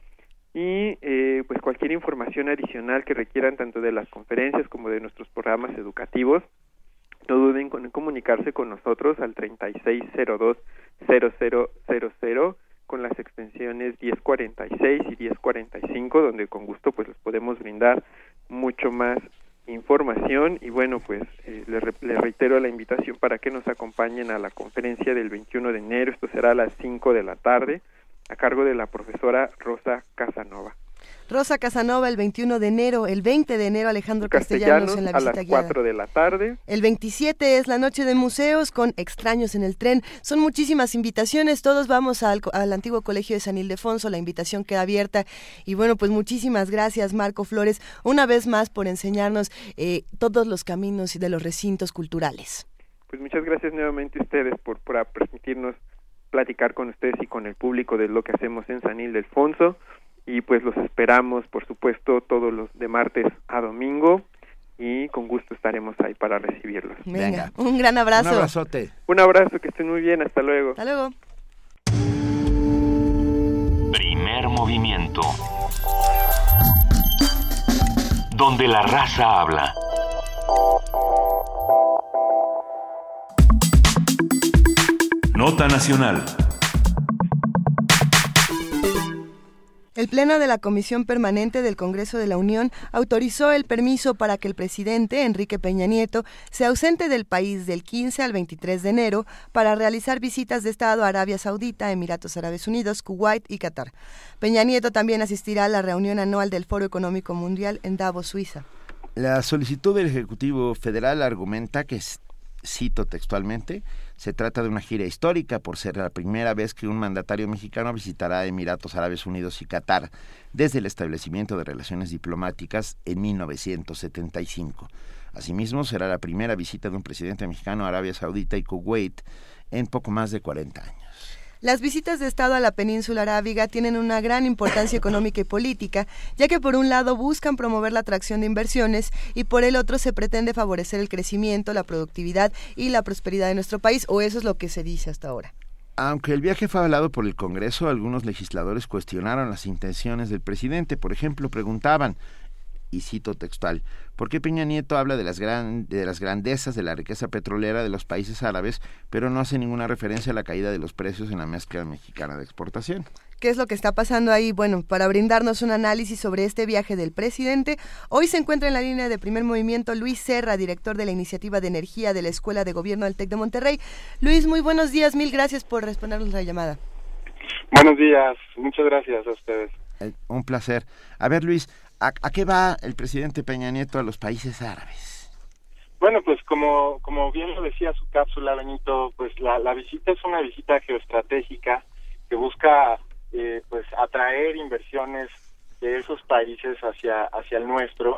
y eh, pues cualquier información adicional que requieran tanto de las conferencias como de nuestros programas educativos, no duden en comunicarse con nosotros al treinta y seis cero dos cero cero cero cero con las extensiones diez cuarenta y seis y diez cuarenta y cinco, donde con gusto pues les podemos brindar mucho más información. Y bueno, pues eh, les, re les reitero la invitación para que nos acompañen a la conferencia del veintiuno de enero. Esto será a las cinco de la tarde, a cargo de la profesora Rosa Casanova. Rosa Casanova, el veintiuno de enero, el veinte de enero Alejandro Castellanos, Castellanos en la visita a las guiada. cuatro de la tarde. El veintisiete es la noche de museos con Extraños en el tren. Son muchísimas invitaciones, todos vamos al, al antiguo colegio de San Ildefonso, la invitación queda abierta. Y bueno, pues muchísimas gracias, Marco Flores, una vez más por enseñarnos eh, todos los caminos de los recintos culturales. Pues muchas gracias nuevamente a ustedes por, por permitirnos platicar con ustedes y con el público de lo que hacemos en San Ildefonso. Y pues los esperamos, por supuesto, todos los de martes a domingo, y con gusto estaremos ahí para recibirlos. Venga, un gran abrazo. Un abrazote. Un abrazo, que estén muy bien, hasta luego. Hasta luego. Primer movimiento. Donde la raza habla. Nota nacional. El Pleno de la Comisión Permanente del Congreso de la Unión autorizó el permiso para que el presidente Enrique Peña Nieto se ausente del país del quince al veintitrés de enero para realizar visitas de Estado a Arabia Saudita, Emiratos Árabes Unidos, Kuwait y Qatar. Peña Nieto también asistirá a la reunión anual del Foro Económico Mundial en Davos, Suiza. La solicitud del Ejecutivo Federal argumenta que, cito textualmente, se trata de una gira histórica por ser la primera vez que un mandatario mexicano visitará Emiratos Árabes Unidos y Qatar desde el establecimiento de relaciones diplomáticas en mil novecientos setenta y cinco. Asimismo, será la primera visita de un presidente mexicano a Arabia Saudita y Kuwait en poco más de cuarenta años. Las visitas de Estado a la península arábiga tienen una gran importancia económica y política, ya que por un lado buscan promover la atracción de inversiones y por el otro se pretende favorecer el crecimiento, la productividad y la prosperidad de nuestro país, o eso es lo que se dice hasta ahora. Aunque el viaje fue avalado por el Congreso, algunos legisladores cuestionaron las intenciones del presidente. Por ejemplo, preguntaban, y cito textual, ¿por qué Peña Nieto habla de las, gran, de las grandezas de la riqueza petrolera de los países árabes, pero no hace ninguna referencia a la caída de los precios en la mezcla mexicana de exportación? ¿Qué es lo que está pasando ahí? Bueno, para brindarnos un análisis sobre este viaje del presidente, hoy se encuentra en la línea de Primer Movimiento Luis Serra, director de la Iniciativa de Energía de la Escuela de Gobierno del TEC de Monterrey. Luis, muy buenos días, mil gracias por respondernos la llamada. Buenos días, muchas gracias a ustedes. Eh, un placer. A ver, Luis, ¿a, ¿a qué va el presidente Peña Nieto a los países árabes? Bueno, pues como como bien lo decía su cápsula, Benito, pues la, la visita es una visita geoestratégica que busca eh, pues atraer inversiones de esos países hacia hacia el nuestro,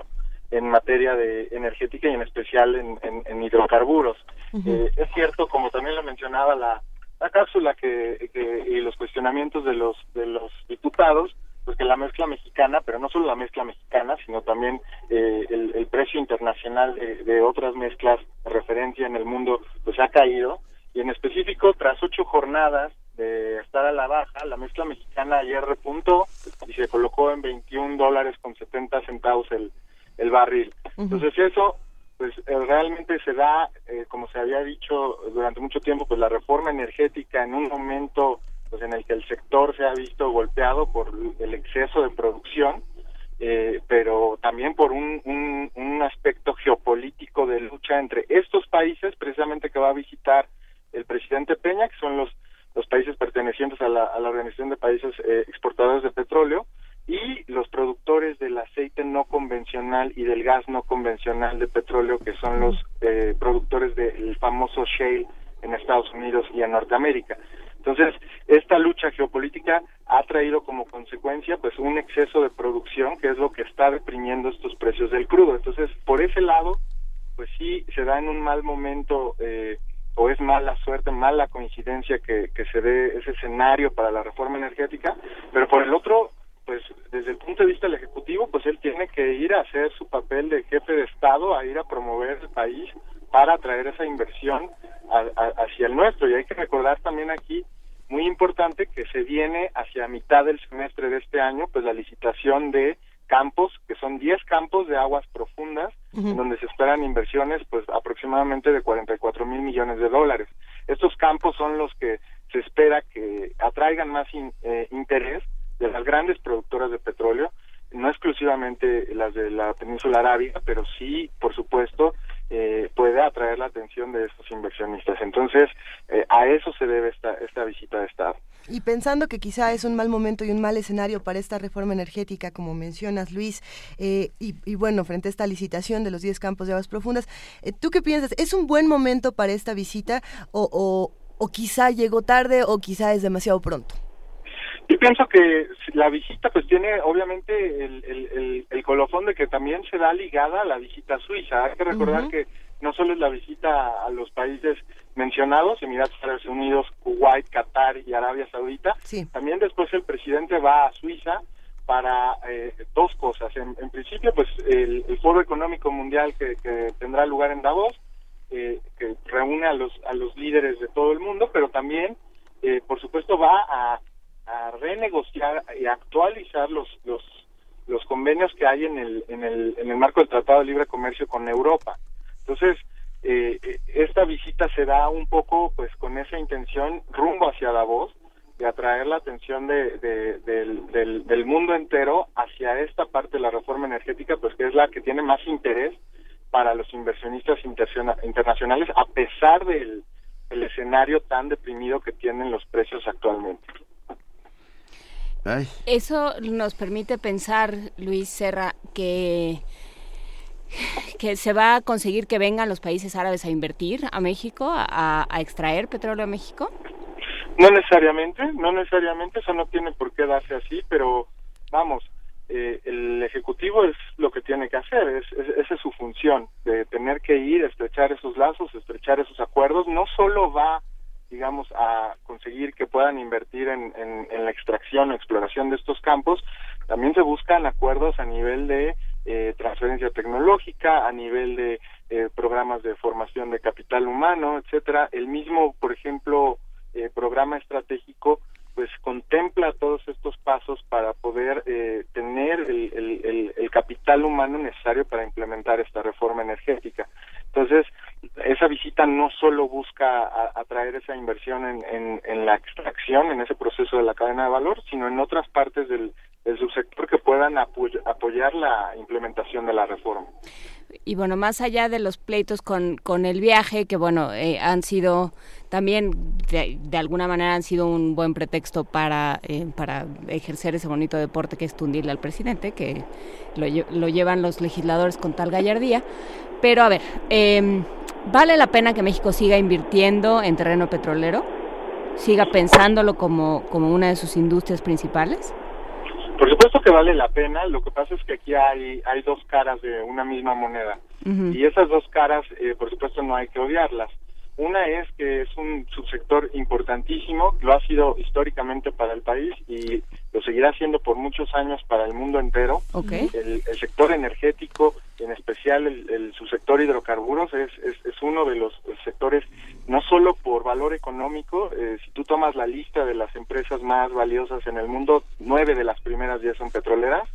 en materia de energética y en especial en, en, en hidrocarburos. Uh-huh. Eh, es cierto, como también lo mencionaba la, la cápsula que, que y los cuestionamientos de los de los diputados, pues que la mezcla mexicana, pero no solo la mezcla mexicana, sino también eh, el, el precio internacional de, de otras mezclas de referencia en el mundo, pues ha caído, y en específico, tras ocho jornadas de estar a la baja, la mezcla mexicana ayer repuntó y se colocó en veintiún dólares con setenta centavos el, el barril. Uh-huh. Entonces eso, pues eh, realmente se da, eh, como se había dicho durante mucho tiempo, pues la reforma energética en un momento pues en el que el sector se ha visto golpeado por el exceso de producción, eh, pero también por un, un, un aspecto geopolítico de lucha entre estos países, precisamente que va a visitar el presidente Peña, que son los, los países pertenecientes a la, a la Organización de Países eh, Exportadores de Petróleo, y los productores del aceite no convencional y del gas no convencional de petróleo, que son los eh, productores del famoso shale en Estados Unidos y en Norteamérica. Entonces, esta lucha geopolítica ha traído como consecuencia pues un exceso de producción, que es lo que está deprimiendo estos precios del crudo. Entonces, por ese lado, pues sí se da en un mal momento, eh, o es mala suerte, mala coincidencia que, que se dé ese escenario para la reforma energética, pero por el otro, pues desde el punto de vista del Ejecutivo, pues él tiene que ir a hacer su papel de jefe de Estado, a ir a promover el país para atraer esa inversión a, a, hacia el nuestro. Y hay que recordar también aquí, muy importante, que se viene hacia mitad del semestre de este año, pues la licitación de campos, que son diez campos de aguas profundas, uh-huh. en donde se esperan inversiones pues aproximadamente de cuarenta y cuatro mil millones de dólares. Estos campos son los que se espera que atraigan más in, eh, interés de las grandes productoras de petróleo, no exclusivamente las de la península arábiga, pero sí, por supuesto, eh, puede atraer la atención de estos inversionistas. Entonces, eh, a eso se debe esta, esta visita de Estado. Y pensando que quizá es un mal momento y un mal escenario para esta reforma energética, como mencionas, Luis, eh, y, y bueno, frente a esta licitación de los diez campos de aguas profundas, eh, ¿tú qué piensas? ¿Es un buen momento para esta visita o, o, o quizá llegó tarde o quizá es demasiado pronto? Yo pienso que la visita pues tiene obviamente el, el, el, el colofón de que también se da ligada a la visita a Suiza. Hay que recordar uh-huh. que no solo es la visita a los países mencionados, Emiratos Árabes Unidos, Kuwait, Qatar y Arabia Saudita, sí. También después el presidente va a Suiza para eh, dos cosas. En, en principio, pues el, el Foro Económico Mundial que, que tendrá lugar en Davos, eh, que reúne a los, a los líderes de todo el mundo, pero también, eh, por supuesto, va a a renegociar y actualizar los los los convenios que hay en el en el en el marco del Tratado de Libre Comercio con Europa. Entonces, eh, esta visita se da un poco pues con esa intención rumbo hacia Davos, de atraer la atención de, de, del, del, del mundo entero hacia esta parte de la reforma energética, pues que es la que tiene más interés para los inversionistas internacionales, a pesar del el escenario tan deprimido que tienen los precios actualmente. Ay. Eso nos permite pensar, Luis Serra, que que se va a conseguir que vengan los países árabes a invertir a México, a, a extraer petróleo a México. No necesariamente, no necesariamente, eso no tiene por qué darse así, pero vamos, eh, el Ejecutivo es lo que tiene que hacer, es, es, esa es su función, de tener que ir, estrechar esos lazos, estrechar esos acuerdos. No solo va, digamos, a conseguir que puedan invertir en, en, en la extracción o exploración de estos campos, también se buscan acuerdos a nivel de eh, transferencia tecnológica, a nivel de eh, programas de formación de capital humano, etcétera. El mismo, por ejemplo, eh, programa estratégico, pues contempla todos estos pasos para poder eh, tener el, el, el, el capital humano necesario para implementar esta reforma energética. Entonces, esa visita no solo busca a, atraer esa inversión en, en, en la extracción, en ese proceso de la cadena de valor, sino en otras partes del, del subsector que puedan apoy- apoyar la implementación de la reforma. Y bueno, más allá de los pleitos con, con el viaje, que bueno, eh, han sido también, de, de alguna manera han sido un buen pretexto para, eh, para ejercer ese bonito deporte que es tundirle al presidente, que lo, lo llevan los legisladores con tal gallardía. Pero a ver, eh, ¿vale la pena que México siga invirtiendo en terreno petrolero? ¿Siga pensándolo como, como una de sus industrias principales? Por supuesto que vale la pena, lo que pasa es que aquí hay hay dos caras de una misma moneda, uh-huh. y esas dos caras, eh, por supuesto, no hay que odiarlas. Una es que es un subsector importantísimo, lo ha sido históricamente para el país y lo seguirá siendo por muchos años para el mundo entero. Okay. El, el sector energético, en especial el, el subsector hidrocarburos, es, es, es uno de los sectores, no solo por valor económico, eh, si tú tomas la lista de las empresas más valiosas en el mundo, nueve de las primeras diez son petroleras,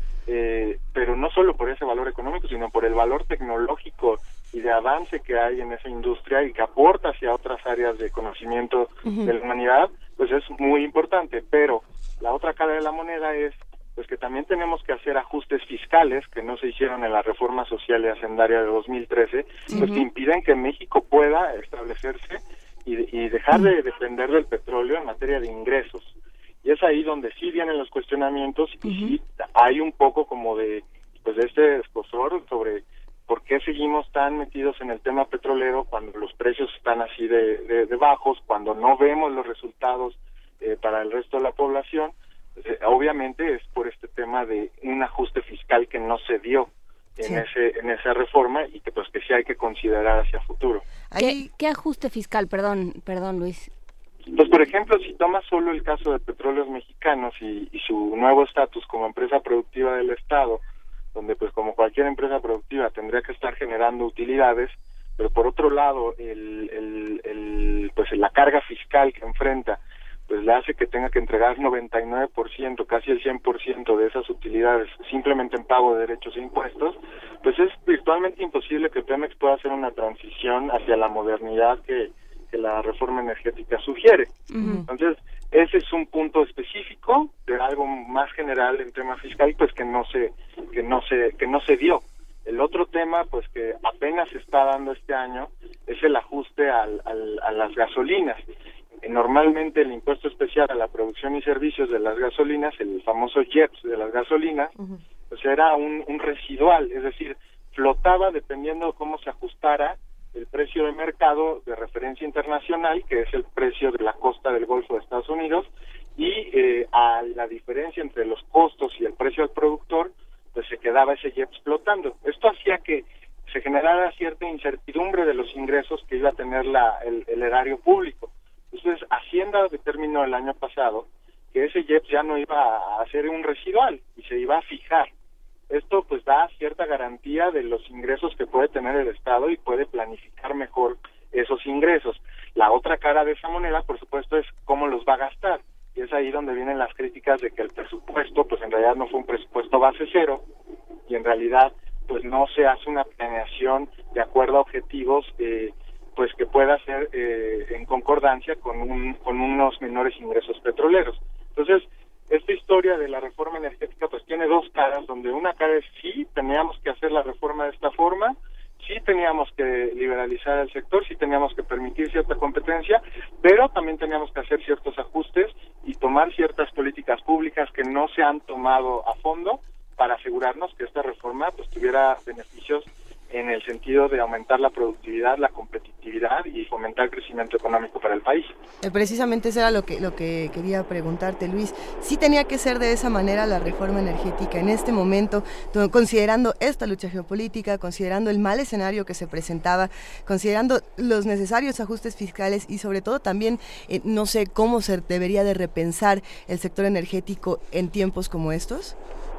eh, pero no solo por ese valor económico, sino por el valor tecnológico y de avance que hay en esa industria y que aporta hacia otras áreas de conocimiento uh-huh. de la humanidad, pues es muy importante. Pero la otra cara de la moneda es pues que también tenemos que hacer ajustes fiscales que no se hicieron en la reforma social y hacendaria de dos mil trece, uh-huh. pues que impiden que México pueda establecerse y, y dejar uh-huh. de depender del petróleo en materia de ingresos. Y es ahí donde sí vienen los cuestionamientos y uh-huh. sí hay un poco como de pues de este escozor sobre por qué seguimos tan metidos en el tema petrolero cuando los precios están así de, de, de bajos, cuando no vemos los resultados eh, para el resto de la población. Eh, obviamente es por este tema de un ajuste fiscal que no se dio en sí. ese en esa reforma y que pues que sí hay que considerar hacia futuro. ¿Qué, qué ajuste fiscal? Perdón, perdón, Luis. Pues, por ejemplo, si tomas solo el caso de Petróleos Mexicanos y, y su nuevo estatus como empresa productiva del Estado, donde pues como cualquier empresa productiva tendría que estar generando utilidades, pero por otro lado el, el, el pues la carga fiscal que enfrenta pues le hace que tenga que entregar noventa y nueve por ciento, casi el cien por ciento de esas utilidades simplemente en pago de derechos e impuestos, pues es virtualmente imposible que Pemex pueda hacer una transición hacia la modernidad que, que la reforma energética sugiere. Uh-huh. Entonces, ese es un punto específico de algo más general en tema fiscal, pues que no se que no se que no se dio. El otro tema, pues que apenas se está dando este año, es el ajuste al, al, a las gasolinas. Normalmente el impuesto especial a la producción y servicios de las gasolinas, el famoso I E P S de las gasolinas, uh-huh. pues era un, un residual, es decir, flotaba dependiendo de cómo se ajustara el precio de mercado de referencia internacional, que es el precio de la costa del Golfo de Estados Unidos, y eh, a la diferencia entre los costos y el precio al productor, pues se quedaba ese I E P S flotando. Esto hacía que se generara cierta incertidumbre de los ingresos que iba a tener la, el, el erario público. Entonces, Hacienda determinó el año pasado que ese I E P S ya no iba a ser un residual y se iba a fijar. Esto pues da cierta garantía de los ingresos que puede tener el Estado y puede planificar mejor esos ingresos. La otra cara de esa moneda, por supuesto, es cómo los va a gastar. Y es ahí donde vienen las críticas de que el presupuesto, pues en realidad no fue un presupuesto base cero y en realidad pues no se hace una planeación de acuerdo a objetivos eh, pues que pueda ser eh, en concordancia con, un, con unos menores ingresos petroleros. Entonces, esta historia de la reforma energética pues tiene dos caras, donde una cara es sí, teníamos que hacer la reforma de esta forma, sí teníamos que liberalizar el sector, sí teníamos que permitir cierta competencia, pero también teníamos que hacer ciertos ajustes y tomar ciertas políticas públicas que no se han tomado a fondo para asegurarnos que esta reforma pues tuviera beneficios en el sentido de aumentar la productividad, la competitividad y fomentar el crecimiento económico para el país. Eh, precisamente eso era lo que lo que quería preguntarte, Luis. ¿Sí tenía que ser de esa manera la reforma energética en este momento, considerando esta lucha geopolítica, considerando el mal escenario que se presentaba, considerando los necesarios ajustes fiscales y sobre todo también, eh, no sé, cómo se debería de repensar el sector energético en tiempos como estos?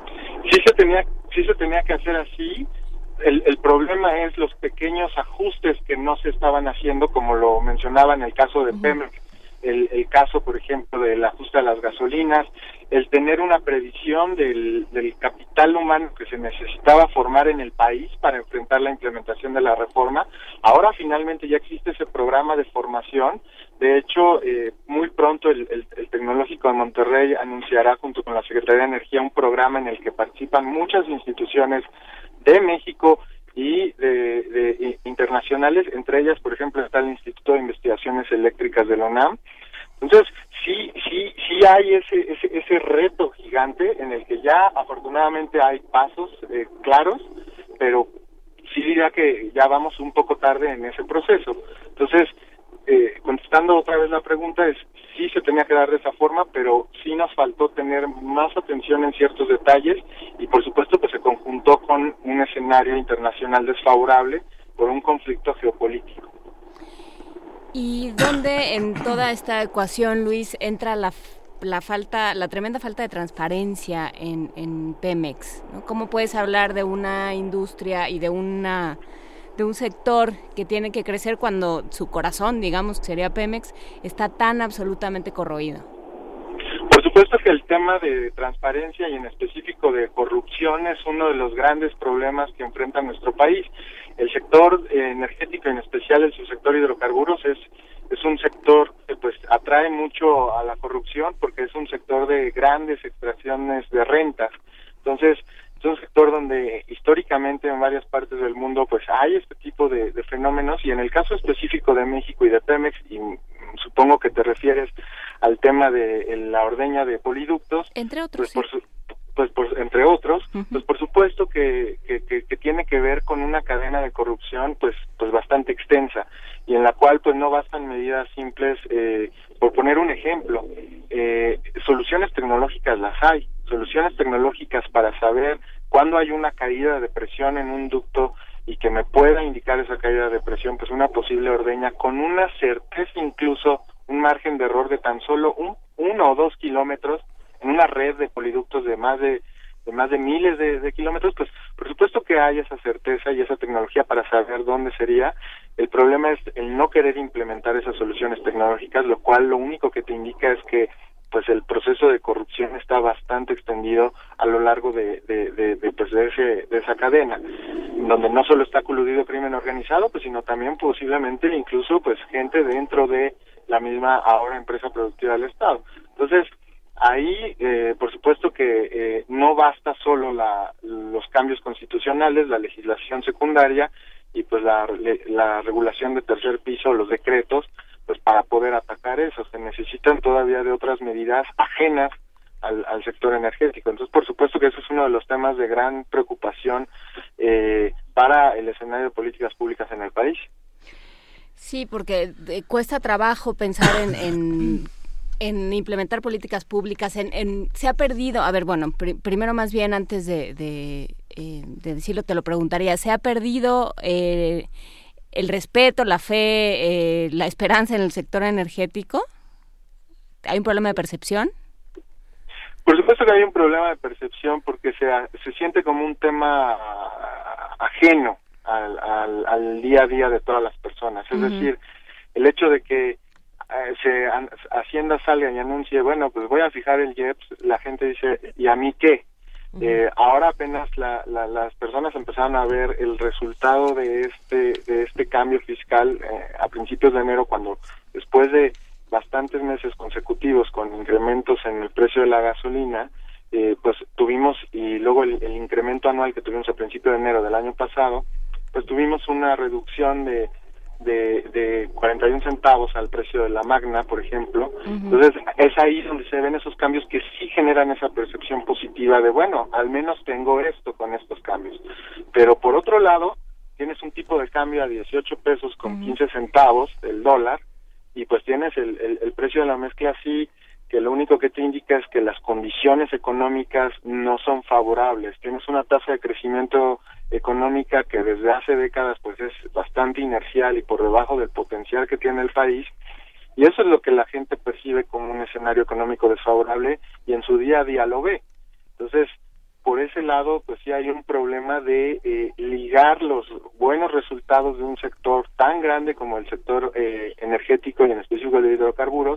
Sí se tenía, sí se tenía que hacer así. El, el problema es los pequeños ajustes que no se estaban haciendo, como lo mencionaba en el caso de Pemex, el, el caso, por ejemplo, del ajuste a las gasolinas, el tener una previsión del, del capital humano que se necesitaba formar en el país para enfrentar la implementación de la reforma. Ahora finalmente ya existe ese programa de formación. De hecho, eh, muy pronto el, el, el Tecnológico de Monterrey anunciará junto con la Secretaría de Energía un programa en el que participan muchas instituciones de México y de, de internacionales, entre ellas, por ejemplo, está el Instituto de Investigaciones Eléctricas de la UNAM. Entonces, sí, sí, sí hay ese, ese, ese reto gigante en el que ya afortunadamente hay pasos eh, claros, pero sí diría que ya vamos un poco tarde en ese proceso. Entonces, eh, contestando otra vez la pregunta, es sí se tenía que dar de esa forma, pero sí nos faltó tener más atención en ciertos detalles y por supuesto que se conjuntó con un escenario internacional desfavorable por un conflicto geopolítico. ¿Y dónde en toda esta ecuación, Luis, entra la la falta, la tremenda falta de transparencia en, en Pemex, ¿no? ¿Cómo puedes hablar de una industria y de una de un sector que tiene que crecer cuando su corazón, digamos, que sería Pemex, está tan absolutamente corroído? Por supuesto que el tema de transparencia y en específico de corrupción es uno de los grandes problemas que enfrenta nuestro país. El sector eh, energético, en especial el subsector hidrocarburos, es es un sector que pues atrae mucho a la corrupción porque es un sector de grandes extracciones de rentas. Entonces, es un sector donde históricamente en varias partes del mundo pues hay este tipo de, de fenómenos y en el caso específico de México y de Pemex, y supongo que te refieres al tema de la ordeña de poliductos, entre otros, pues, sí. por su, pues por, entre otros, uh-huh. pues por supuesto que, que, que, que tiene que ver con una cadena de corrupción pues pues bastante extensa y en la cual pues no bastan medidas simples. Eh, por poner un ejemplo, eh, soluciones tecnológicas las hay, soluciones tecnológicas para saber cuándo hay una caída de presión en un ducto y que me pueda indicar esa caída de presión, pues una posible ordeña con una certeza, incluso un margen de error de tan solo un uno o dos kilómetros en una red de poliductos de más de, de más de miles de, de kilómetros, pues por supuesto que hay esa certeza y esa tecnología para saber dónde sería. El problema es el no querer implementar esas soluciones tecnológicas, lo cual lo único que te indica es que pues el proceso de corrupción está bastante extendido a lo largo de, de, de, de pues de, ese, de esa cadena, donde no solo está coludido crimen organizado, pues sino también posiblemente incluso pues gente dentro de la misma ahora empresa productiva del Estado. Entonces, ahí, eh, por supuesto que eh, no basta solo la, los cambios constitucionales, la legislación secundaria y pues la, la regulación de tercer piso, los decretos, pues para poder atacar eso. Se necesitan todavía de otras medidas ajenas al, al sector energético. Entonces, por supuesto que eso es uno de los temas de gran preocupación eh, para el escenario de políticas públicas en el país. Sí, porque eh, cuesta trabajo pensar en... en... en implementar políticas públicas, en, en se ha perdido, a ver, bueno, pr- primero más bien antes de, de, eh, de decirlo te lo preguntaría, ¿se ha perdido eh, el respeto, la fe, eh, la esperanza en el sector energético? ¿Hay un problema de percepción? Por supuesto que hay un problema de percepción porque se, se siente como un tema ajeno al, al, al día a día de todas las personas, es uh-huh. decir, el hecho de que se Hacienda salga y anuncie, bueno, pues voy a fijar el I E P S, la gente dice, ¿y a mí qué? Uh-huh. Eh, ahora apenas la, la, las personas empezaron a ver el resultado de este de este cambio fiscal eh, a principios de enero, cuando después de bastantes meses consecutivos con incrementos en el precio de la gasolina, eh, pues tuvimos, y luego el, el incremento anual que tuvimos a principios de enero del año pasado, pues tuvimos una reducción de De, de cuarenta y un centavos al precio de la Magna, por ejemplo. Uh-huh. Entonces, es ahí donde se ven esos cambios que sí generan esa percepción positiva de, bueno, al menos tengo esto con estos cambios. Pero por otro lado, tienes un tipo de cambio a dieciocho pesos con uh-huh. quince centavos del dólar, y pues tienes el, el, el precio de la mezcla así, que lo único que te indica es que las condiciones económicas no son favorables. Tienes una tasa de crecimiento económica que desde hace décadas pues es bastante inercial y por debajo del potencial que tiene el país, y eso es lo que la gente percibe como un escenario económico desfavorable y en su día a día lo ve. Entonces, por ese lado pues sí hay un problema de eh, ligar los buenos resultados de un sector tan grande como el sector eh, energético y en específico de hidrocarburos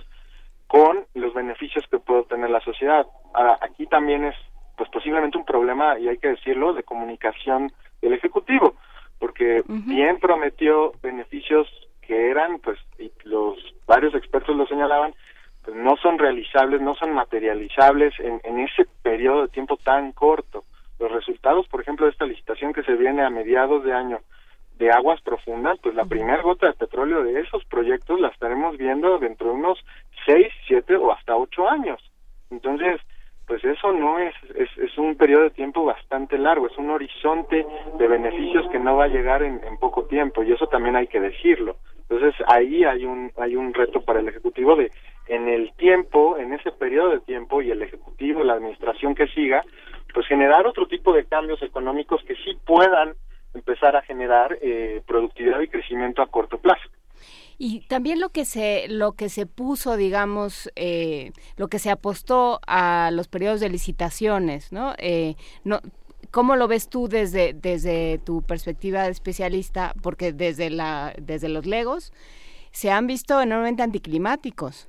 con los beneficios que puede obtener la sociedad. Ahora, aquí también es pues posiblemente un problema, y hay que decirlo, de comunicación del Ejecutivo, porque uh-huh. bien prometió beneficios que eran, pues, y los varios expertos lo señalaban, pues no son realizables, no son materializables en, en ese periodo de tiempo tan corto. Los resultados, por ejemplo, de esta licitación que se viene a mediados de año de aguas profundas, pues la uh-huh. primera gota de petróleo de esos proyectos la estaremos viendo dentro de unos seis, siete o hasta ocho años. Entonces, pues eso no es, es, es un periodo de tiempo bastante largo, es un horizonte de beneficios que no va a llegar en, en poco tiempo, y eso también hay que decirlo. Entonces ahí hay un hay un reto para el Ejecutivo de, en el tiempo, en ese periodo de tiempo, y el Ejecutivo, la administración que siga, pues generar otro tipo de cambios económicos que sí puedan empezar a generar eh, productividad y crecimiento a corto plazo. Y también lo que se lo que se puso, digamos, eh, lo que se apostó a los periodos de licitaciones, ¿no? Eh, no ¿Cómo lo ves tú desde desde tu perspectiva de especialista? Porque desde la desde los legos se han visto enormemente anticlimáticos.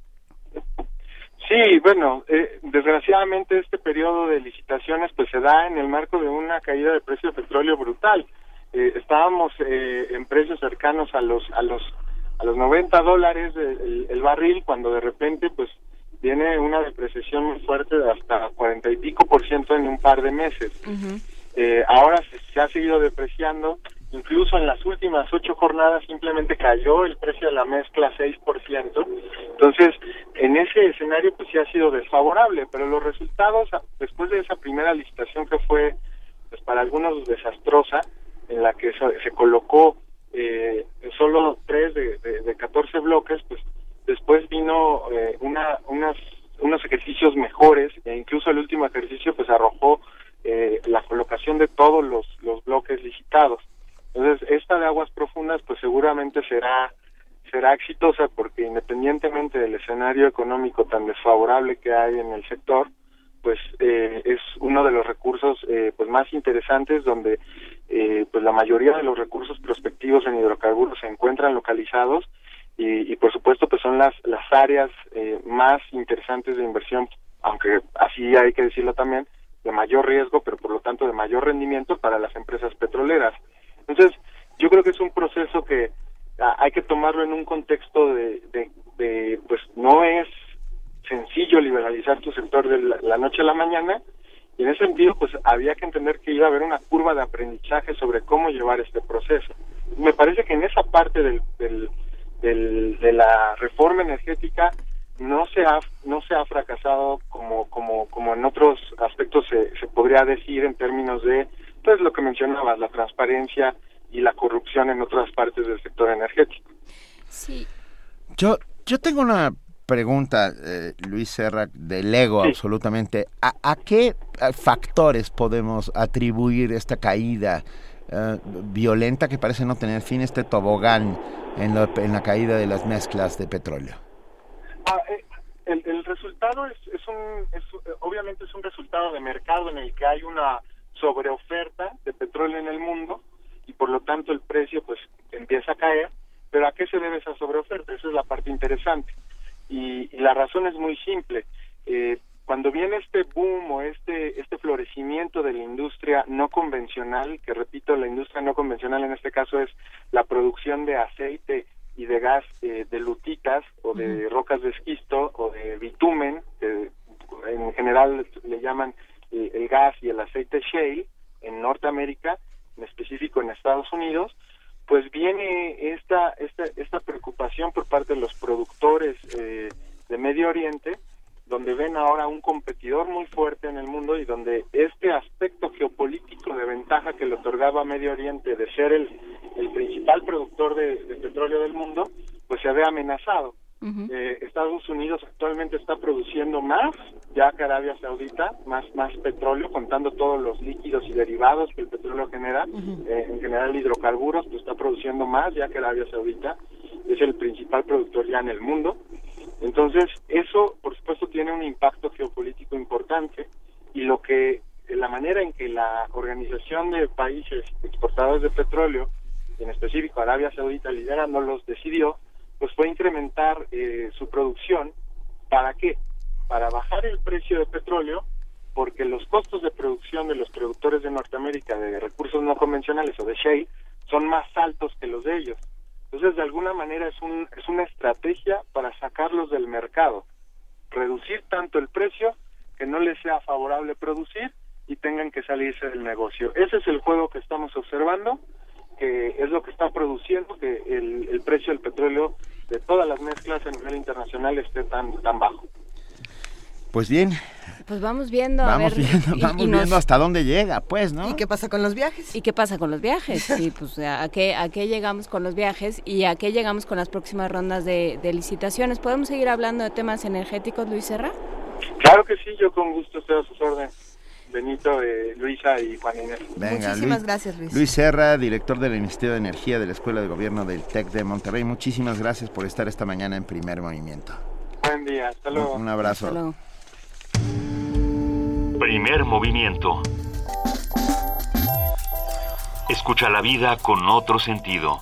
Sí, bueno, eh, desgraciadamente este periodo de licitaciones pues se da en el marco de una caída de precio de petróleo brutal. Eh, estábamos eh, en precios cercanos a los a los a los noventa dólares el, el barril, cuando de repente pues viene una depreciación muy fuerte de hasta cuarenta y pico por ciento en un par de meses. Uh-huh. Eh, ahora se, se ha seguido depreciando, incluso en las últimas ocho jornadas simplemente cayó el precio de la mezcla seis por ciento. Entonces, en ese escenario pues sí ha sido desfavorable, pero los resultados después de esa primera licitación que fue pues para algunos desastrosa, en la que se, se colocó eh, solo tres de, de, de catorce bloques, pues después vino eh, una unas unos ejercicios mejores, e incluso el último ejercicio pues arrojó eh, la colocación de todos los, los bloques licitados. Entonces, esta de aguas profundas pues seguramente será será exitosa, porque independientemente del escenario económico tan desfavorable que hay en el sector, pues eh, es uno de los recursos eh, pues más interesantes, donde eh, pues la mayoría de los recursos prospectivos en hidrocarburos se encuentran localizados, y, y por supuesto pues son las las áreas eh, más interesantes de inversión, aunque así hay que decirlo también, de mayor riesgo, pero por lo tanto de mayor rendimiento para las empresas petroleras. Entonces, yo creo que es un proceso que a, hay que tomarlo en un contexto de, de, de, pues no es sencillo liberalizar tu sector de la, la noche a la mañana, y en ese sentido, pues había que entender que iba a haber una curva de aprendizaje sobre cómo llevar este proceso. Me parece que en esa parte del, del, del de la reforma energética no se ha no se ha fracasado como como como en otros aspectos se, se podría decir, en términos de pues lo que mencionabas, la transparencia y la corrupción en otras partes del sector energético. Sí. Yo yo tengo una pregunta, eh, Luis Serra, del ego, sí. Absolutamente. ¿A, a qué factores podemos atribuir esta caída uh, violenta que parece no tener fin, este tobogán en, lo, en la caída de las mezclas de petróleo? Ah, eh, el, el resultado es, es un, es, obviamente es un resultado de mercado en el que hay una sobreoferta de petróleo en el mundo, y por lo tanto el precio pues empieza a caer. Pero ¿a qué se debe esa sobreoferta? Esa es la parte interesante. Y, y la razón es muy simple. Eh, cuando viene este boom o este este florecimiento de la industria no convencional, que repito, la industria no convencional en este caso es la producción de aceite y de gas eh, de lutitas o de rocas de esquisto o de bitumen, que en general le llaman eh, el gas y el aceite shale en Norteamérica, en específico en Estados Unidos, pues viene esta esta esta preocupación por parte de los productores eh, de Medio Oriente, donde ven ahora un competidor muy fuerte en el mundo, y donde este aspecto geopolítico de ventaja que le otorgaba a Medio Oriente de ser el, el principal productor de, de petróleo del mundo, pues se ve amenazado. Uh-huh. Eh, Estados Unidos actualmente está produciendo más, ya que Arabia Saudita, más más petróleo, contando todos los líquidos y derivados que el petróleo genera, uh-huh. eh, en general hidrocarburos, pues está produciendo más, ya que Arabia Saudita es el principal productor ya en el mundo. Entonces, eso, por supuesto, tiene un impacto geopolítico importante, y lo que la manera en que la Organización de Países Exportadores de Petróleo, en específico Arabia Saudita liderándolos, decidió pues fue incrementar eh, su producción. ¿Para qué? Para bajar el precio de petróleo, porque los costos de producción de los productores de Norteamérica de recursos no convencionales o de shale son más altos que los de ellos. Entonces, de alguna manera es un es una estrategia para sacarlos del mercado, reducir tanto el precio que no les sea favorable producir y tengan que salirse del negocio. Ese es el juego que estamos observando, que es lo que está produciendo que el, el precio del petróleo de todas las mezclas a nivel internacional esté tan tan bajo. Pues bien, pues Pues vamos viendo, vamos a ver. Viendo, y, vamos y viendo nos... hasta dónde llega, pues, ¿no? ¿Y qué pasa con los viajes? ¿Y qué pasa con los viajes? Sí, pues a qué, a qué llegamos con los viajes y a qué llegamos con las próximas rondas de, de licitaciones. ¿Podemos seguir hablando de temas energéticos, Luis Serra? Claro que sí, yo con gusto estoy a sus órdenes. Benito, eh, Luisa y Juan Inés. Venga, muchísimas Luis, gracias, Luis. Luis Serra, director del Ministerio de Energía de la Escuela de Gobierno del TEC de Monterrey. Muchísimas gracias por estar esta mañana en Primer Movimiento. Buen día, hasta luego. Un, un abrazo. Hasta luego. Primer Movimiento. Escucha la vida con otro sentido.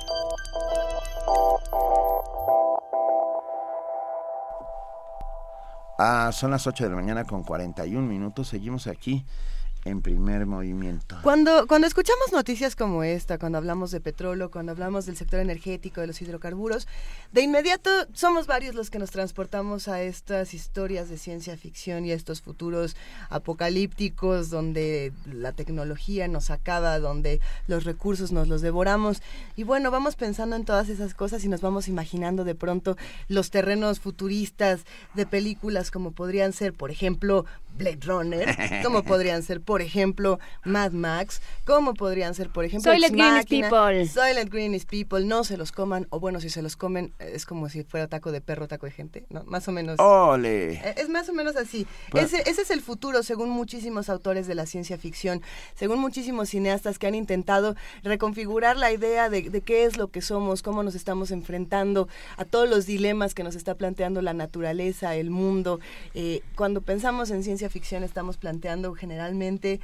Ah, son las ocho de la mañana con cuarenta y un minutos. Seguimos aquí en Primer Movimiento. Cuando, cuando escuchamos noticias como esta, cuando hablamos de petróleo, cuando hablamos del sector energético, de los hidrocarburos, de inmediato somos varios los que nos transportamos a estas historias de ciencia ficción y a estos futuros apocalípticos donde la tecnología nos acaba, donde los recursos nos los devoramos. Y bueno, vamos pensando en todas esas cosas y nos vamos imaginando de pronto los terrenos futuristas de películas como podrían ser, por ejemplo, Blade Runner, como podrían ser, por ejemplo, Mad Max, como podrían ser, por ejemplo, Silent Green is People. Silent Green is People, no se los coman, o bueno, si se los comen, es como si fuera taco de perro, taco de gente, ¿no? Más o menos. ¡Ole! Es más o menos así. Pues, ese, ese es el futuro, según muchísimos autores de la ciencia ficción, según muchísimos cineastas que han intentado reconfigurar la idea de, de qué es lo que somos, cómo nos estamos enfrentando a todos los dilemas que nos está planteando la naturaleza, el mundo. Eh, cuando pensamos en ciencia ficción estamos planteando generalmente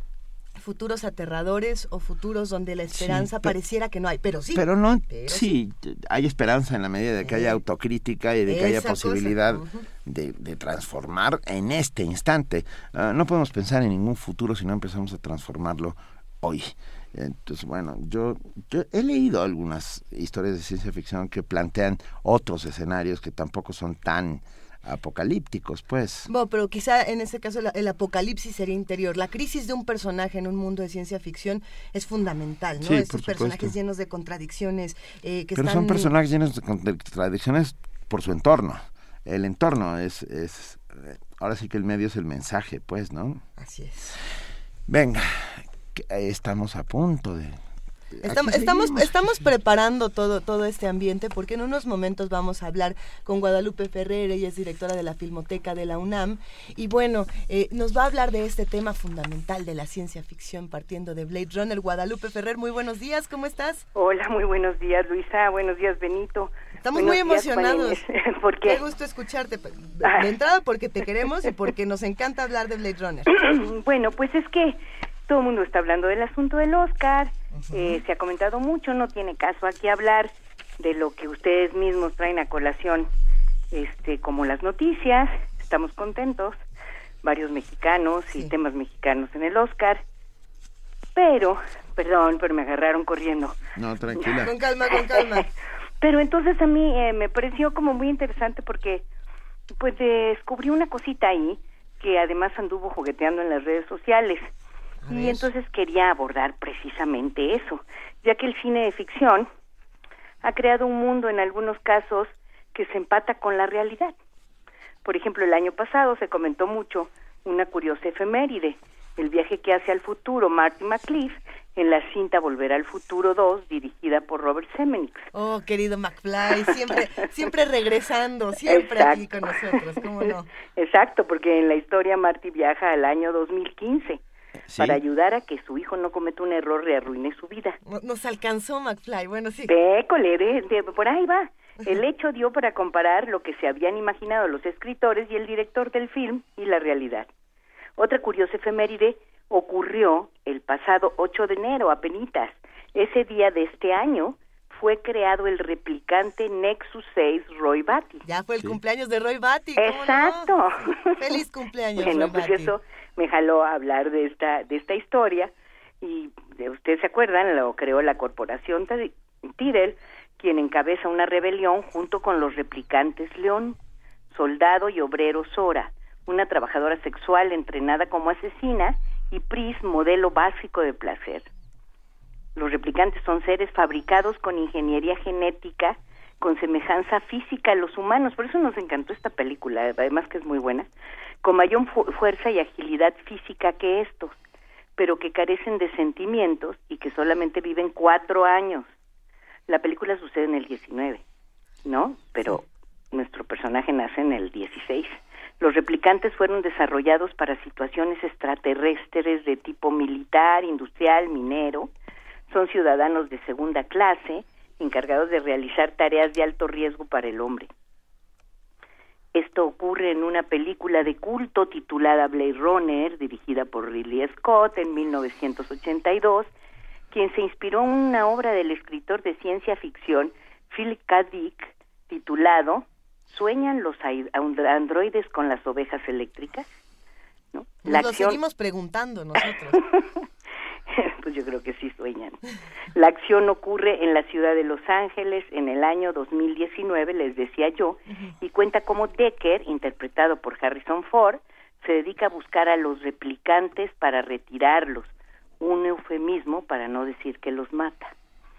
futuros aterradores o futuros donde la esperanza sí, pero, pareciera que no hay, pero sí. Pero no, pero sí, sí, hay esperanza en la medida de que eh, haya autocrítica y de que haya posibilidad uh-huh. de, de transformar en este instante. Uh, no podemos pensar en ningún futuro si no empezamos a transformarlo hoy. Entonces, bueno, yo, yo he leído algunas historias de ciencia ficción que plantean otros escenarios que tampoco son tan apocalípticos, pues. Bueno, pero quizá en ese caso la, el apocalipsis sería interior. La crisis de un personaje en un mundo de ciencia ficción es fundamental, ¿no? Sí, Estos personajes llenos de contradicciones. Eh, que pero están... son personajes llenos de contradicciones por su entorno. El entorno es, es... Ahora sí que el medio es el mensaje, pues, ¿no? Así es. Venga, estamos a punto de... Estamos, estamos, estamos preparando todo, todo este ambiente porque en unos momentos vamos a hablar con Guadalupe Ferrer, ella es directora de la Filmoteca de la UNAM y bueno, eh, nos va a hablar de este tema fundamental de la ciencia ficción partiendo de Blade Runner. Guadalupe Ferrer, muy buenos días, ¿cómo estás? Hola, muy buenos días Luisa, buenos días Benito. Estamos buenos muy emocionados. ¿Por qué? Qué gusto escucharte. De entrada porque te queremos y porque nos encanta hablar de Blade Runner. Bueno, pues es que todo el mundo está hablando del asunto del Oscar. Uh-huh. Eh, se ha comentado mucho, no tiene caso aquí hablar de lo que ustedes mismos traen a colación, este, como las noticias. Estamos contentos, varios mexicanos y sí. temas mexicanos en el Oscar, pero, perdón, pero me agarraron corriendo. No, tranquila. Con calma, con calma. Pero entonces a mí eh, me pareció como muy interesante porque pues descubrí una cosita ahí que además anduvo jugueteando en las redes sociales. Y entonces quería abordar precisamente eso, ya que el cine de ficción ha creado un mundo en algunos casos que se empata con la realidad. Por ejemplo, el año pasado se comentó mucho una curiosa efeméride, el viaje que hace al futuro Marty McFly en la cinta Volver al Futuro dos, dirigida por Robert Zemeckis. Oh, querido McFly, siempre siempre regresando, siempre Exacto. aquí con nosotros, ¿cómo no? Exacto, porque en la historia Marty viaja al año dos mil quince. ¿Sí? Para ayudar a que su hijo no cometa un error y arruine su vida. Nos alcanzó McFly, bueno, sí. Pécole, de, de, por ahí va. El hecho dio para comparar lo que se habían imaginado los escritores y el director del film y la realidad. Otra curiosa efeméride ocurrió el pasado ocho de enero, apenitas. Ese día de este año fue creado el replicante Nexus seis Roy Batty. Ya fue el sí. cumpleaños de Roy Batty. Exacto. No? Feliz cumpleaños, bueno, Roy pues Batty. Eso me jaló a hablar de esta de esta historia y de, ustedes se acuerdan, lo creó la corporación Tyrell, quien encabeza una rebelión junto con los replicantes León, Soldado y Obrero Sora, una trabajadora sexual entrenada como asesina, y Pris, modelo básico de placer. Los replicantes son seres fabricados con ingeniería genética, con semejanza física a los humanos, por eso nos encantó esta película, además que es muy buena, con mayor fu- fuerza y agilidad física que estos, pero que carecen de sentimientos y que solamente viven cuatro años. La película sucede en el diecinueve, ¿no? Pero nuestro personaje nace en el dieciséis. Los replicantes fueron desarrollados para situaciones extraterrestres de tipo militar, industrial, minero. Son ciudadanos de segunda clase, encargados de realizar tareas de alto riesgo para el hombre. Esto ocurre en una película de culto titulada Blade Runner, dirigida por Ridley Scott en mil novecientos ochenta y dos, quien se inspiró en una obra del escritor de ciencia ficción Philip K. Dick, titulado ¿Sueñan los androides con las ovejas eléctricas? ¿No? La Nos acción... lo seguimos preguntando nosotros. Pues yo creo que sí sueñan. La acción ocurre en la ciudad de Los Ángeles en el año dos mil diecinueve, les decía yo, uh-huh. y cuenta cómo Deckard, interpretado por Harrison Ford, se dedica a buscar a los replicantes para retirarlos, un eufemismo para no decir que los mata.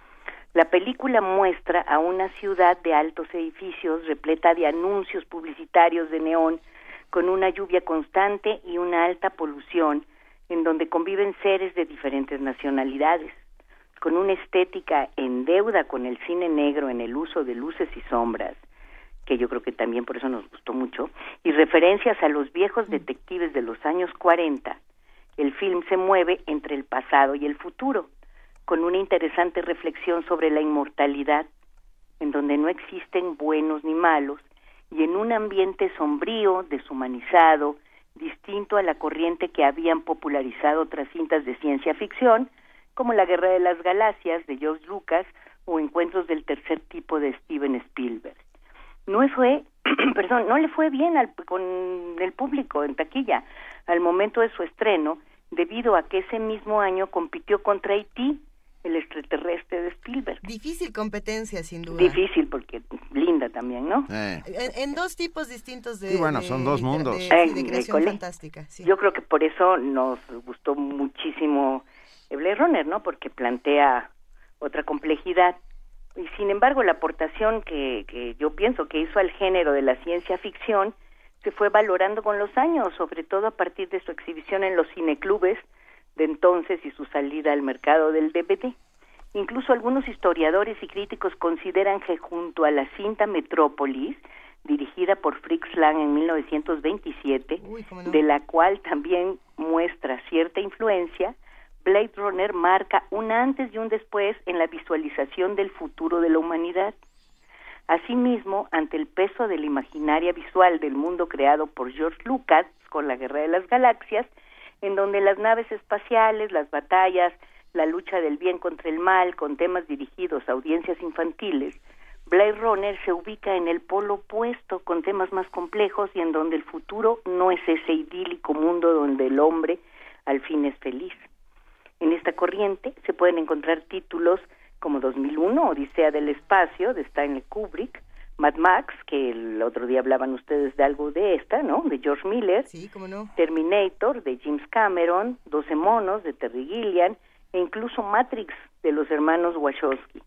La película muestra a una ciudad de altos edificios repleta de anuncios publicitarios de neón, con una lluvia constante y una alta polución, en donde conviven seres de diferentes nacionalidades, con una estética en deuda con el cine negro en el uso de luces y sombras, que yo creo que también por eso nos gustó mucho, y referencias a los viejos detectives de los años cuarenta. El film se mueve entre el pasado y el futuro, con una interesante reflexión sobre la inmortalidad, en donde no existen buenos ni malos, y en un ambiente sombrío, deshumanizado, distinto a la corriente que habían popularizado otras cintas de ciencia ficción, como La Guerra de las Galaxias de George Lucas o Encuentros del Tercer Tipo de Steven Spielberg. No fue, perdón, no le fue bien al, con el público en taquilla al momento de su estreno, debido a que ese mismo año compitió contra E T, el extraterrestre de Spielberg. Difícil competencia, sin duda. Difícil, porque linda también, ¿no? Eh. En, en dos tipos distintos de... Y bueno, de, son dos mundos. De, de, eh, de creación Nicole. fantástica. Sí. Yo creo que por eso nos gustó muchísimo Blade Runner, ¿no? Porque plantea otra complejidad. Y sin embargo, la aportación que, que yo pienso que hizo al género de la ciencia ficción se fue valorando con los años, sobre todo a partir de su exhibición en los cineclubes de entonces y su salida al mercado del D V D. Incluso algunos historiadores y críticos consideran que junto a la cinta Metrópolis, dirigida por Fritz Lang en mil novecientos veintisiete, Uy, no. de la cual también muestra cierta influencia, Blade Runner marca un antes y un después en la visualización del futuro de la humanidad. Asimismo, ante el peso de la imaginaria visual del mundo creado por George Lucas con La Guerra de las Galaxias, en donde las naves espaciales, las batallas, la lucha del bien contra el mal, con temas dirigidos a audiencias infantiles, Blade Runner se ubica en el polo opuesto, con temas más complejos y en donde el futuro no es ese idílico mundo donde el hombre al fin es feliz. En esta corriente se pueden encontrar títulos como dos mil uno, Odisea del Espacio, de Stanley Kubrick, Mad Max, que el otro día hablaban ustedes de algo de esta, ¿no?, de George Miller, sí, cómo no. Terminator, de James Cameron, Doce monos, de Terry Gilliam, e incluso Matrix, de los hermanos Wachowski.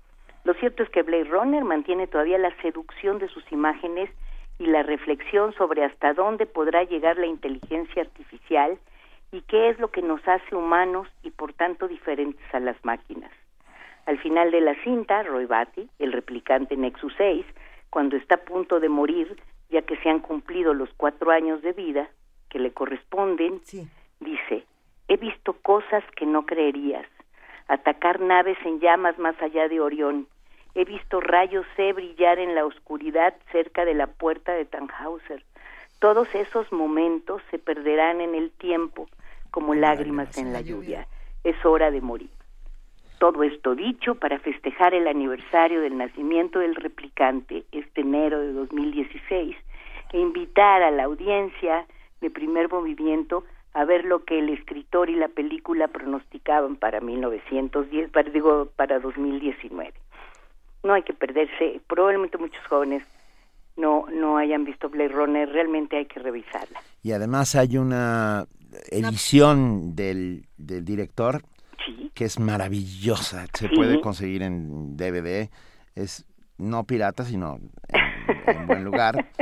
Lo cierto es que Blade Runner mantiene todavía la seducción de sus imágenes y la reflexión sobre hasta dónde podrá llegar la inteligencia artificial y qué es lo que nos hace humanos y por tanto diferentes a las máquinas. Al final de la cinta, Roy Batty, el replicante Nexus seis, cuando está a punto de morir, ya que se han cumplido los cuatro años de vida que le corresponden, sí. dice: he visto cosas que no creerías, atacar naves en llamas más allá de Orión, he visto rayos C brillar en la oscuridad cerca de la puerta de Tannhauser. Todos esos momentos se perderán en el tiempo, como lágrimas en la lluvia. Es hora de morir. Todo esto dicho para festejar el aniversario del nacimiento del replicante este enero de dos mil dieciséis e invitar a la audiencia de Primer Movimiento a ver lo que el escritor y la película pronosticaban para mil novecientos diez, para, digo, para dos mil diecinueve. No hay que perderse, probablemente muchos jóvenes no no hayan visto Blade Runner, realmente hay que revisarla. Y además hay una edición del, del director ¿Sí? que es maravillosa, se ¿Sí? puede conseguir en D V D, es no pirata, sino en, en buen lugar.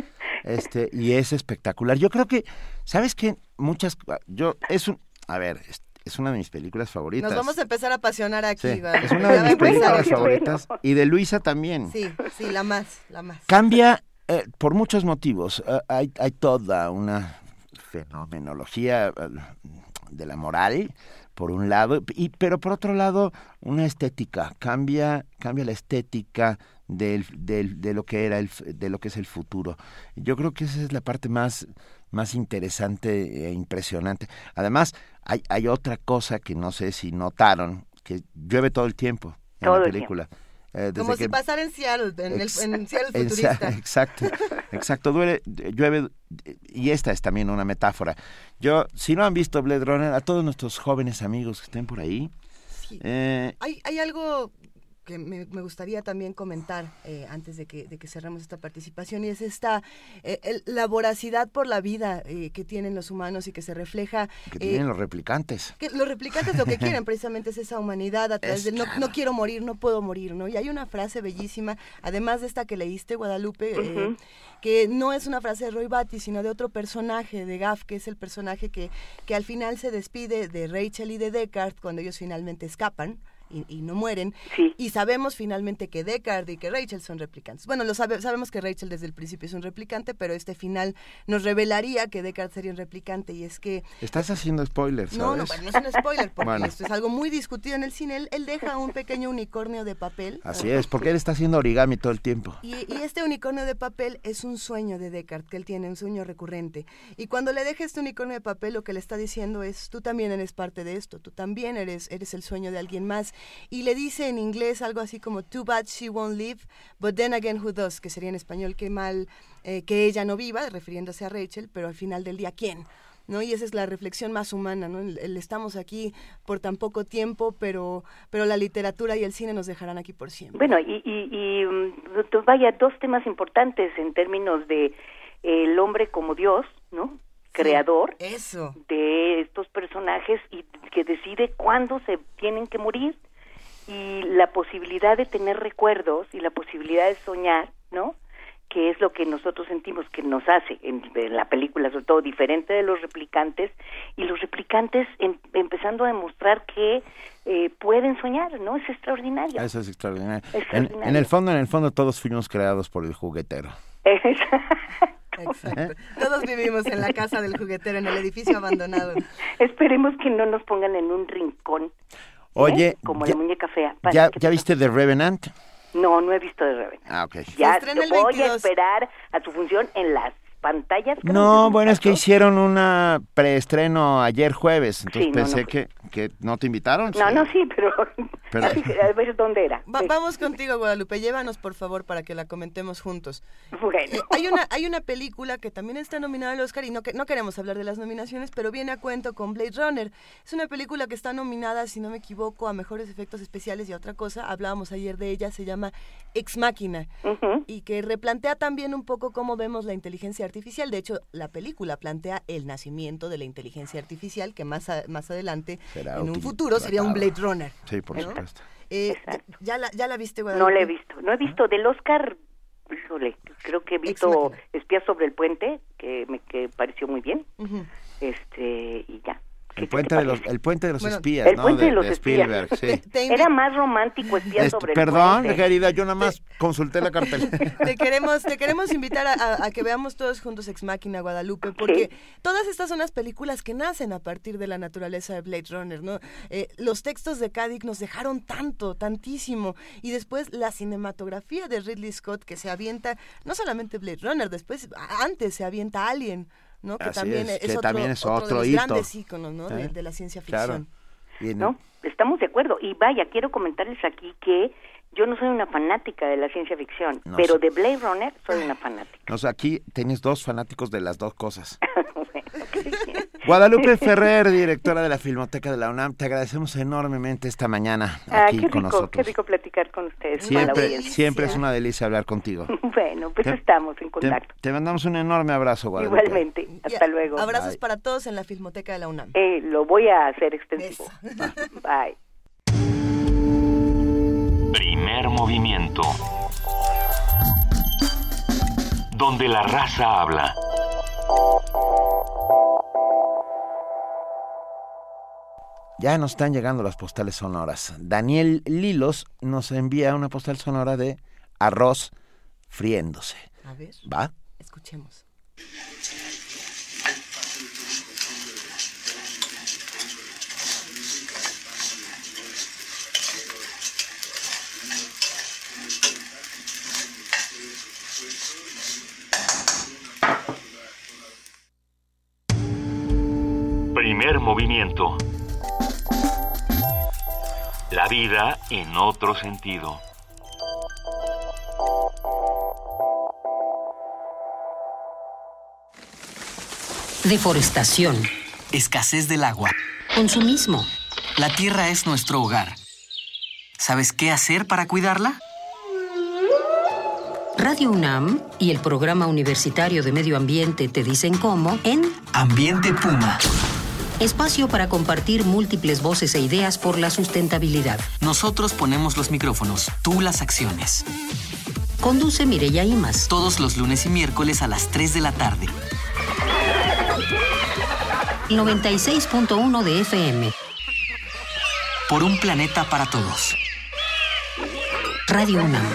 Este, y es espectacular. Yo creo que, ¿sabes qué? Muchas, yo, es un, a ver, es, es una de mis películas favoritas. Nos vamos a empezar a apasionar aquí. Sí, es una de mis películas favoritas. Bueno. Y de Luisa también. Sí, sí, la más, la más. Cambia eh, por muchos motivos. Uh, hay, hay toda una fenomenología uh, de la moral, por un lado, y pero por otro lado, una estética. Cambia, cambia la estética del, del, de lo que era el, de lo que es el futuro. Yo creo que esa es la parte más más interesante e impresionante. Además, hay hay otra cosa que no sé si notaron, que llueve todo el tiempo en todo la película. Eh, Como que... si pasara en Seattle, en, ex... el, en Seattle futurista. Exacto, exacto. Duele, llueve, y esta es también una metáfora. Yo, si no han visto Blade Runner, a todos nuestros jóvenes amigos que estén por ahí. Sí. Eh... Hay, hay algo que me, me gustaría también comentar eh, antes de que, de que cerremos esta participación, y es esta eh, el, la voracidad por la vida eh, que tienen los humanos y que se refleja... Que tienen eh, los replicantes. Que los replicantes lo que quieren precisamente es esa humanidad a través del no, no quiero morir, no puedo morir, ¿no? Y hay una frase bellísima, además de esta que leíste, Guadalupe, uh-huh. eh, que no es una frase de Roy Batty, sino de otro personaje, de Gaff, que es el personaje que, que al final se despide de Rachel y de Deckard cuando ellos finalmente escapan. Y, y no mueren, sí. Y sabemos finalmente que Deckard y que Rachel son replicantes. Bueno, lo sabe, sabemos que Rachel desde el principio es un replicante, pero este final nos revelaría que Deckard sería un replicante, y es que... Estás haciendo spoilers, ¿sabes? No, no, bueno, no es un spoiler, porque bueno. Esto es algo muy discutido en el cine. Él, él deja un pequeño unicornio de papel. Así es, porque él está haciendo origami todo el tiempo. Y, y este unicornio de papel es un sueño de Deckard, que él tiene, un sueño recurrente. Y cuando le deja este unicornio de papel, lo que le está diciendo es, tú también eres parte de esto, tú también eres, eres el sueño de alguien más. Y le dice en inglés algo así como too bad she won't live, but then again who does, que sería en español qué mal eh, que ella no viva, refiriéndose a Rachel, pero al final del día, ¿quién? ¿No? Y esa es la reflexión más humana, ¿no? El, el estamos aquí por tan poco tiempo, pero pero la literatura y el cine nos dejarán aquí por siempre. Bueno, y, y, y vaya, dos temas importantes en términos de eh, el hombre como Dios, ¿no? Creador sí, eso. De estos personajes, y que decide cuándo se tienen que morir, y la posibilidad de tener recuerdos y la posibilidad de soñar, ¿no? Que es lo que nosotros sentimos que nos hace en, en la película, sobre todo diferente de los replicantes, y los replicantes em, empezando a demostrar que eh, pueden soñar, ¿no? Es extraordinario. Eso es extraordinario. extraordinario. En, en el fondo, en el fondo todos fuimos creados por el juguetero. Exacto. ¿Eh? Todos vivimos en la casa del juguetero, en el edificio abandonado. Esperemos que no nos pongan en un rincón. Oye, ¿eh? Como ya, la muñeca fea. ¿Ya, ¿ya viste The Revenant? No, no he visto The Revenant. Ah, ok. Ya voy a esperar a tu función en las pantallas. No, bueno, es que hicieron una preestreno ayer jueves, entonces sí, no, pensé no, que, que no te invitaron. No, sí. no, sí, pero, pero... a ver dónde era. Va, vamos contigo, Guadalupe, llévanos por favor para que la comentemos juntos. Bueno. Eh, hay una hay una película que también está nominada al Oscar, y no, que, no queremos hablar de las nominaciones, pero viene a cuento con Blade Runner. Es una película que está nominada, si no me equivoco, a mejores efectos especiales y a otra cosa. Hablábamos ayer de ella, se llama Ex Machina, uh-huh. y que replantea también un poco cómo vemos la inteligencia artificial. De hecho, la película plantea el nacimiento de la inteligencia artificial, que más a, más adelante, será en un futuro, tratado. Sería un Blade Runner. Sí, por ¿no? supuesto. Eh, ¿ya, la, ¿Ya la viste, Guadalupe? No la he visto. No he visto del Oscar, híjole, creo que he visto Espías sobre el puente, que me que pareció muy bien. Uh-huh. Este, y ya. El puente, de los, el puente de los bueno, espías, el ¿no? Puente de, de los de espías. Spielberg, sí. Te, te Era más romántico Espías este, sobre perdón, el puente. Perdón, querida, yo nada más consulté la cartelera. Te queremos, te queremos invitar a, a, a que veamos todos juntos Ex Machina, Guadalupe, porque ¿sí? Todas estas son las películas que nacen a partir de la naturaleza de Blade Runner, ¿no? Eh, los textos de K. Dick nos dejaron tanto, tantísimo, y después la cinematografía de Ridley Scott, que se avienta, no solamente Blade Runner, después, antes se avienta Alien, ¿no? Que Así también es, es, que otro, también es otro, otro de los hito. grandes íconos, ¿no? ¿Eh? de, de la ciencia ficción. Claro. ¿No? Estamos de acuerdo. Y vaya, quiero comentarles aquí que yo no soy una fanática de la ciencia ficción, no pero sé. de Blade Runner soy una fanática. O sea, aquí tienes dos fanáticos de las dos cosas. Bueno, okay. Guadalupe Ferrer, directora de la Filmoteca de la UNAM, te agradecemos enormemente esta mañana aquí ah, qué rico, con nosotros. Qué rico platicar con ustedes. Siempre, siempre es una delicia hablar contigo. Bueno, pues te, estamos en contacto. Te, te mandamos un enorme abrazo, Guadalupe. Igualmente, hasta y luego. Abrazos Bye. para todos en la Filmoteca de la UNAM. Eh, lo voy a hacer extensivo. Bye. Primer movimiento. donde la raza habla. Ya nos están llegando las postales sonoras. Daniel Lilos nos envía una postal sonora de arroz friéndose. A ver. ¿Va? Escuchemos. Primer movimiento. La vida en otro sentido. Deforestación. Escasez del agua. Consumismo. La tierra es nuestro hogar. ¿Sabes qué hacer para cuidarla? Radio UNAM y el Programa Universitario de Medio Ambiente te dicen cómo en Ambiente Puma. Espacio para compartir múltiples voces e ideas por la sustentabilidad. Nosotros ponemos los micrófonos, tú las acciones. Conduce Mireya Imas. Todos los lunes y miércoles a las tres de la tarde. noventa y seis punto uno de F M. Por un planeta para todos. Radio UNAM.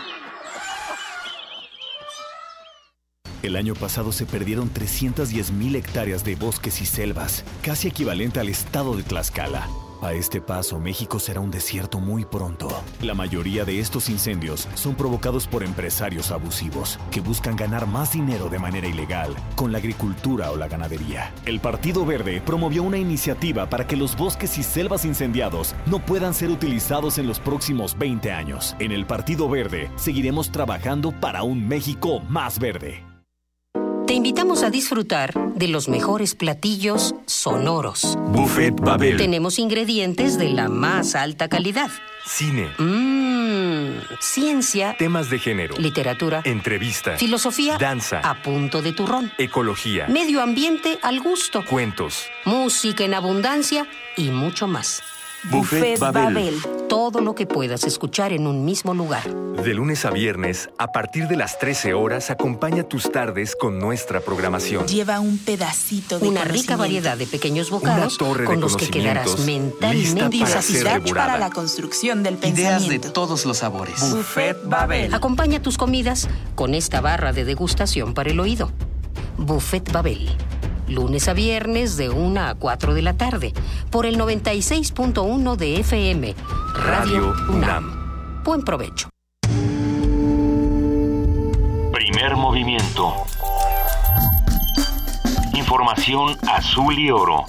El año pasado se perdieron trescientas diez mil hectáreas de bosques y selvas, casi equivalente al estado de Tlaxcala. A este paso, México será un desierto muy pronto. La mayoría de estos incendios son provocados por empresarios abusivos que buscan ganar más dinero de manera ilegal con la agricultura o la ganadería. El Partido Verde promovió una iniciativa para que los bosques y selvas incendiados no puedan ser utilizados en los próximos veinte años. En el Partido Verde seguiremos trabajando para un México más verde. Te invitamos a disfrutar de los mejores platillos sonoros. Buffet Babel. Tenemos ingredientes de la más alta calidad. Cine. Mmm. Ciencia. Temas de género. Literatura. Entrevista. Filosofía. Danza. A punto de turrón. Ecología. Medio ambiente al gusto. Cuentos. Música en abundancia y mucho más. Buffet Babel. Babel. Todo lo que puedas escuchar en un mismo lugar. De lunes a viernes, a partir de las trece horas, acompaña tus tardes con nuestra programación. Lleva un pedacito de Una rica variedad de pequeños bocados con los que quedarás mentalmente satisfecho para la construcción del pensamiento. Ideas de todos los sabores. Buffet Babel. Acompaña tus comidas con esta barra de degustación para el oído. Buffet Babel. Lunes a viernes de una a cuatro de la tarde, por el noventa y seis punto uno de F M. Radio UNAM. Buen provecho. Primer movimiento. Información azul y oro.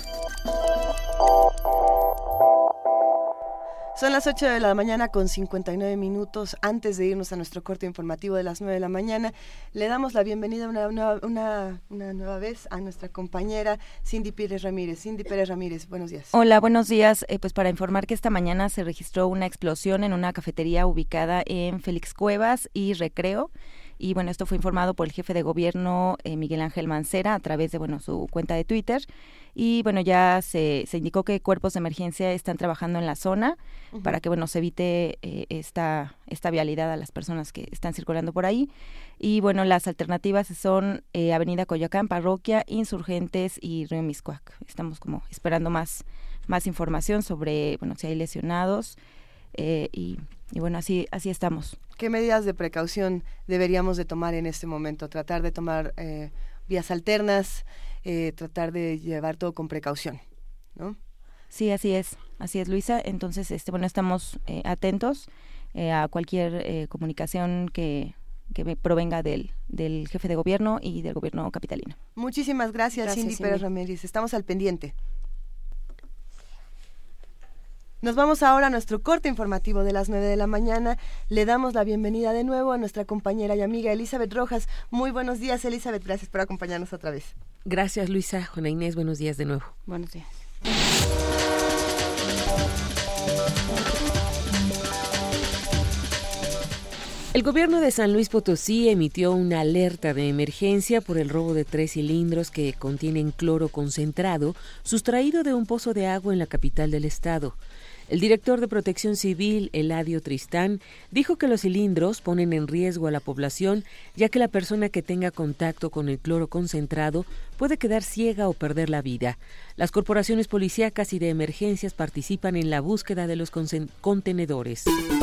Son las ocho de la mañana con cincuenta y nueve minutos. Antes de irnos a nuestro corte informativo de las nueve de la mañana, le damos la bienvenida una, una, una, una nueva vez a nuestra compañera Cindy Pérez Ramírez. Cindy Pérez Ramírez, buenos días. Hola, buenos días. Eh, pues para informar que esta mañana se registró una explosión en una cafetería ubicada en Félix Cuevas y Recreo. Y bueno, esto fue informado por el jefe de gobierno eh, Miguel Ángel Mancera a través de bueno su cuenta de Twitter. Y bueno, ya se, se indicó que cuerpos de emergencia están trabajando en la zona uh-huh. para que bueno se evite eh, esta, esta vialidad a las personas que están circulando por ahí. Y bueno, las alternativas son eh, Avenida Coyoacán, Parroquia, Insurgentes y Río Mixcoac. Estamos como esperando más, más información sobre bueno si hay lesionados eh, y, y bueno, así, así estamos. ¿Qué medidas de precaución deberíamos de tomar en este momento? Tratar de tomar eh, vías alternas, eh, tratar de llevar todo con precaución, ¿no? Sí, así es, así es, Luisa. Entonces, este, bueno, estamos eh, atentos eh, a cualquier eh, comunicación que, que provenga del, del jefe de gobierno y del gobierno capitalino. Muchísimas gracias, gracias Cindy, Cindy Pérez Ramírez. Estamos al pendiente. Nos vamos ahora a nuestro corte informativo de las nueve de la mañana. Le damos la bienvenida de nuevo a nuestra compañera y amiga Elizabeth Rojas. Muy buenos días, Elizabeth. Gracias por acompañarnos otra vez. Gracias, Luisa. Juana Inés, buenos días de nuevo. Buenos días. El gobierno de San Luis Potosí emitió una alerta de emergencia por el robo de tres cilindros que contienen cloro concentrado sustraído de un pozo de agua en la capital del estado. El director de Protección Civil, Eladio Tristán, dijo que los cilindros ponen en riesgo a la población, ya que la persona que tenga contacto con el cloro concentrado puede quedar ciega o perder la vida. Las corporaciones policíacas y de emergencias participan en la búsqueda de los contenedores.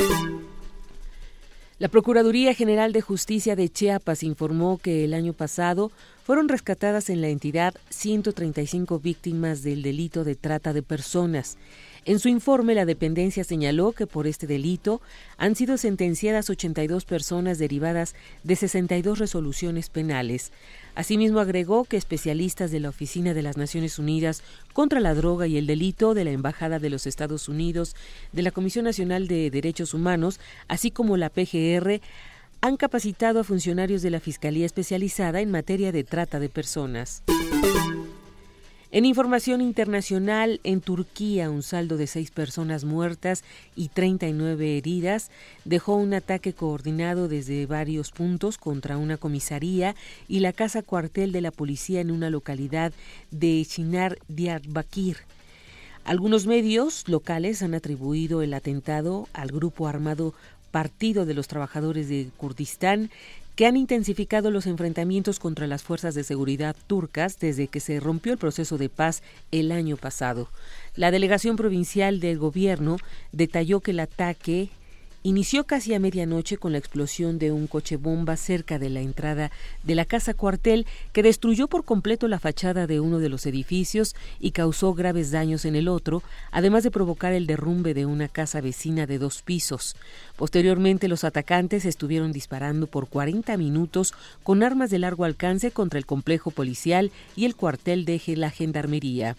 La Procuraduría General de Justicia de Chiapas informó que el año pasado fueron rescatadas en la entidad ciento treinta y cinco víctimas del delito de trata de personas. En su informe, la dependencia señaló que por este delito han sido sentenciadas ochenta y dos personas derivadas de sesenta y dos resoluciones penales. Asimismo, agregó que especialistas de la Oficina de las Naciones Unidas contra la Droga y el Delito, de la Embajada de los Estados Unidos, de la Comisión Nacional de Derechos Humanos, así como la P G R, han capacitado a funcionarios de la Fiscalía Especializada en materia de trata de personas. En información internacional, en Turquía, un saldo de seis personas muertas y treinta y nueve heridas dejó un ataque coordinado desde varios puntos contra una comisaría y la casa cuartel de la policía en una localidad de Çınar Diyarbakır. Algunos medios locales han atribuido el atentado al grupo armado Partido de los Trabajadores de Kurdistán, que han intensificado los enfrentamientos contra las fuerzas de seguridad turcas desde que se rompió el proceso de paz el año pasado. La delegación provincial del gobierno detalló que el ataque inició casi a medianoche con la explosión de un coche bomba cerca de la entrada de la casa cuartel, que destruyó por completo la fachada de uno de los edificios y causó graves daños en el otro, además de provocar el derrumbe de una casa vecina de dos pisos. Posteriormente, los atacantes estuvieron disparando por cuarenta minutos con armas de largo alcance contra el complejo policial y el cuartel de la Gendarmería.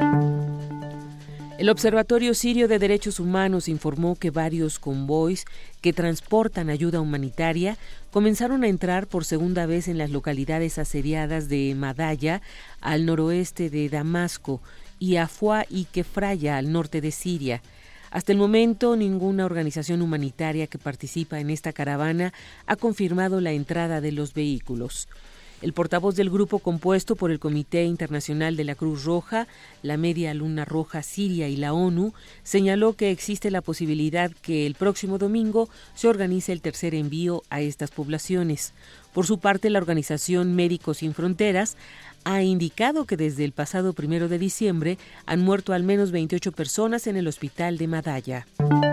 El Observatorio Sirio de Derechos Humanos informó que varios convoys que transportan ayuda humanitaria comenzaron a entrar por segunda vez en las localidades asediadas de Madaya, al noroeste de Damasco, y Afua y Kefraya, al norte de Siria. Hasta el momento, ninguna organización humanitaria que participa en esta caravana ha confirmado la entrada de los vehículos. El portavoz del grupo compuesto por el Comité Internacional de la Cruz Roja, la Media Luna Roja Siria y la ONU, señaló que existe la posibilidad que el próximo domingo se organice el tercer envío a estas poblaciones. Por su parte, la organización Médicos Sin Fronteras ha indicado que desde el pasado primero de diciembre han muerto al menos veintiocho personas en el hospital de Madaya.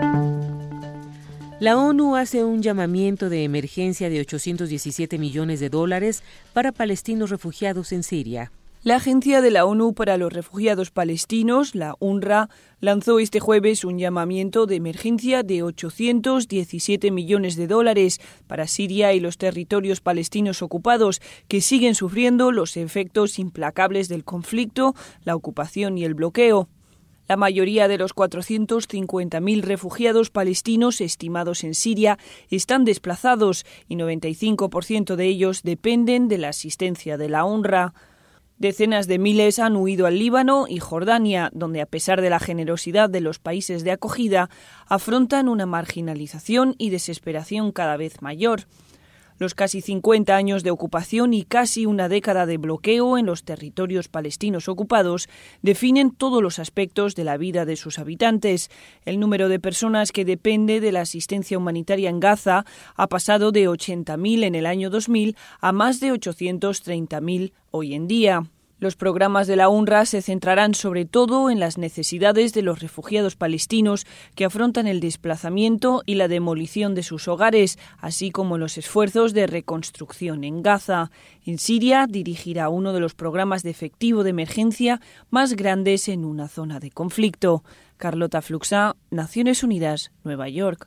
La ONU hace un llamamiento de emergencia de ochocientos diecisiete millones de dólares para palestinos refugiados en Siria. La Agencia de la ONU para los Refugiados Palestinos, la UNRWA, lanzó este jueves un llamamiento de emergencia de ochocientos diecisiete millones de dólares para Siria y los territorios palestinos ocupados, que siguen sufriendo los efectos implacables del conflicto, la ocupación y el bloqueo. La mayoría de los cuatrocientos cincuenta mil refugiados palestinos estimados en Siria están desplazados y noventa y cinco por ciento de ellos dependen de la asistencia de la UNRWA. Decenas de miles han huido al Líbano y Jordania, donde, a pesar de la generosidad de los países de acogida, afrontan una marginalización y desesperación cada vez mayor. Los casi cincuenta años de ocupación y casi una década de bloqueo en los territorios palestinos ocupados definen todos los aspectos de la vida de sus habitantes. El número de personas que depende de la asistencia humanitaria en Gaza ha pasado de ochenta mil en el año dos mil a más de ochocientos treinta mil hoy en día. Los programas de la UNRWA se centrarán sobre todo en las necesidades de los refugiados palestinos que afrontan el desplazamiento y la demolición de sus hogares, así como en los esfuerzos de reconstrucción en Gaza. En Siria dirigirá uno de los programas de efectivo de emergencia más grandes en una zona de conflicto. Carlota Fluxá, Naciones Unidas, Nueva York.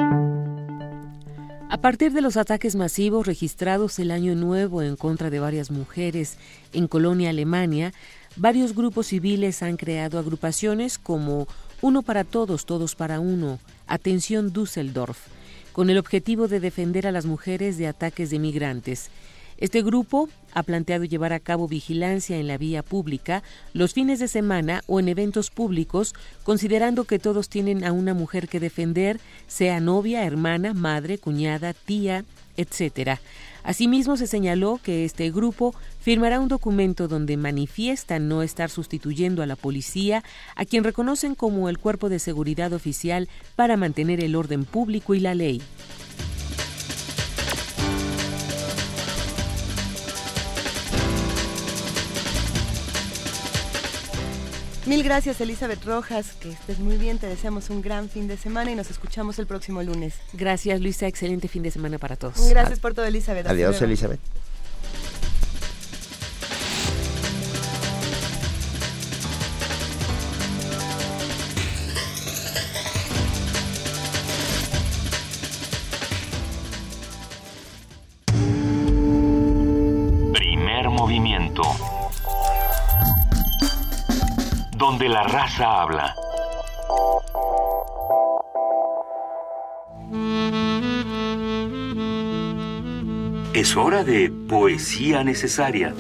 A partir de los ataques masivos registrados el año nuevo en contra de varias mujeres en Colonia, Alemania, varios grupos civiles han creado agrupaciones como Uno para Todos, Todos para Uno, Atención Düsseldorf, con el objetivo de defender a las mujeres de ataques de migrantes. Este grupo ha planteado llevar a cabo vigilancia en la vía pública los fines de semana o en eventos públicos, considerando que todos tienen a una mujer que defender, sea novia, hermana, madre, cuñada, tía, etcétera. Asimismo, se señaló que este grupo firmará un documento donde manifiesta no estar sustituyendo a la policía, a quien reconocen como el cuerpo de seguridad oficial para mantener el orden público y la ley. Mil gracias, Elizabeth Rojas, que estés muy bien, te deseamos un gran fin de semana y nos escuchamos el próximo lunes. Gracias, Luisa, excelente fin de semana para todos. Gracias por todo, Elizabeth. Adiós, Elizabeth. Primer movimiento. Donde la raza habla. Es hora de poesía necesaria.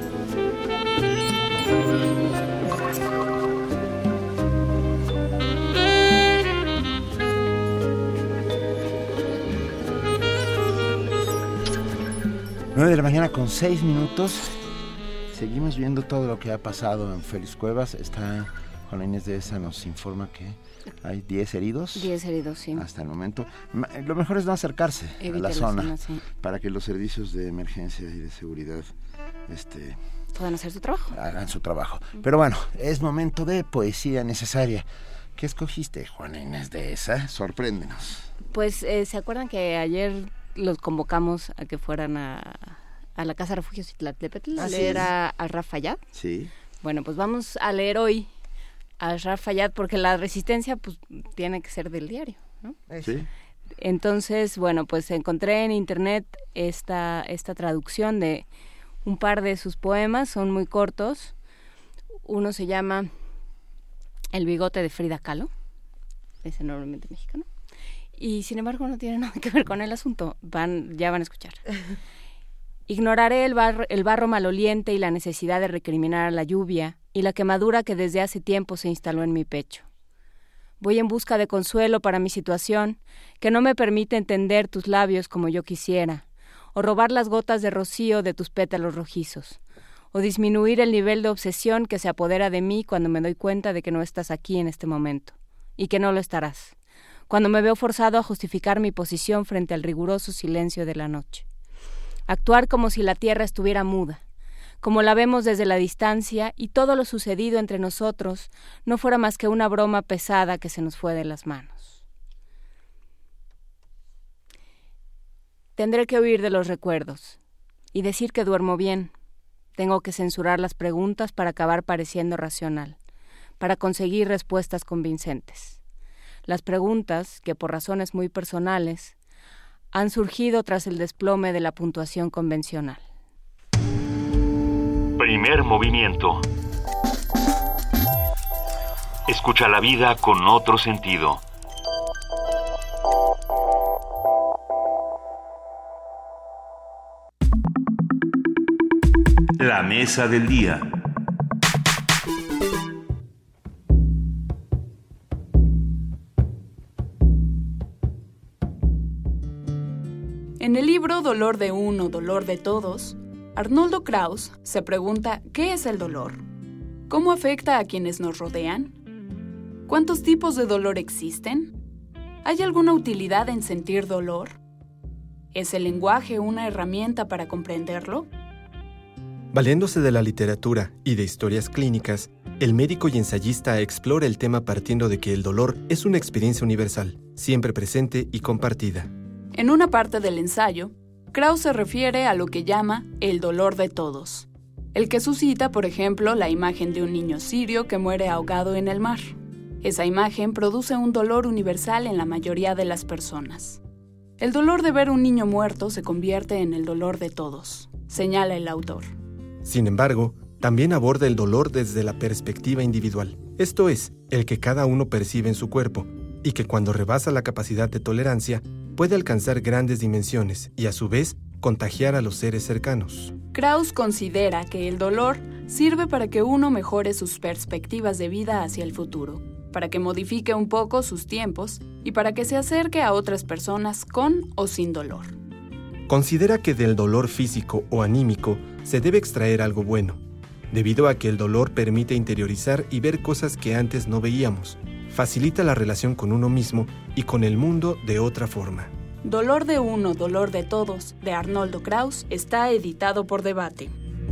nueve de la mañana con seis minutos. Seguimos viendo todo lo que ha pasado en Félix Cuevas. Está Juana Inés de esa nos informa que hay diez heridos. diez heridos, sí. Hasta el momento. Lo mejor es no acercarse Evite a la zona, zona sí. para que los servicios de emergencia y de seguridad este, puedan hacer su trabajo. Hagan su trabajo. Pero bueno, es momento de poesía necesaria. ¿Qué escogiste, Juana Inés de esa? Sorpréndenos. Pues, eh, ¿se acuerdan que ayer los convocamos a que fueran a, a la Casa Refugio Citlaltépetl a leer a, a Ashraf Fayad? Sí. Bueno, pues vamos a leer hoy a Ashraf Fayad porque la resistencia pues tiene que ser del diario, ¿no? Sí. Entonces, bueno, pues encontré en internet esta, esta traducción de un par de sus poemas, son muy cortos. Uno se llama El bigote de Frida Kahlo, es enormemente mexicano, y sin embargo no tiene nada que ver con el asunto, van, ya van a escuchar. Ignoraré el barro, el barro maloliente y la necesidad de recriminar a la lluvia y la quemadura que desde hace tiempo se instaló en mi pecho. Voy en busca de consuelo para mi situación, que no me permite entender tus labios como yo quisiera, o robar las gotas de rocío de tus pétalos rojizos, o disminuir el nivel de obsesión que se apodera de mí cuando me doy cuenta de que no estás aquí en este momento, y que no lo estarás, cuando me veo forzado a justificar mi posición frente al riguroso silencio de la noche. Actuar como si la tierra estuviera muda, como la vemos desde la distancia y todo lo sucedido entre nosotros no fuera más que una broma pesada que se nos fue de las manos. Tendré que huir de los recuerdos y decir que duermo bien. Tengo que censurar las preguntas para acabar pareciendo racional, para conseguir respuestas convincentes. Las preguntas, que por razones muy personales, han surgido tras el desplome de la puntuación convencional. Primer movimiento. Escucha la vida con otro sentido. La mesa del día. En el libro Dolor de uno, dolor de todos, Arnoldo Krauss se pregunta ¿qué es el dolor? ¿Cómo afecta a quienes nos rodean? ¿Cuántos tipos de dolor existen? ¿Hay alguna utilidad en sentir dolor? ¿Es el lenguaje una herramienta para comprenderlo? Valiéndose de la literatura y de historias clínicas, el médico y ensayista explora el tema partiendo de que el dolor es una experiencia universal, siempre presente y compartida. En una parte del ensayo, Krauss se refiere a lo que llama el dolor de todos, el que suscita, por ejemplo, la imagen de un niño sirio que muere ahogado en el mar. Esa imagen produce un dolor universal en la mayoría de las personas. El dolor de ver un niño muerto se convierte en el dolor de todos, señala el autor. Sin embargo, también aborda el dolor desde la perspectiva individual, esto es, el que cada uno percibe en su cuerpo, y que cuando rebasa la capacidad de tolerancia, puede alcanzar grandes dimensiones y a su vez contagiar a los seres cercanos. Krauss considera que el dolor sirve para que uno mejore sus perspectivas de vida hacia el futuro, para que modifique un poco sus tiempos y para que se acerque a otras personas con o sin dolor. considera que del dolor físico o anímico se debe extraer algo bueno, debido a que el dolor permite interiorizar y ver cosas que antes no veíamos, facilita la relación con uno mismo y con el mundo de otra forma. Dolor de uno, dolor de todos, de Arnoldo Kraus, está editado por Debate.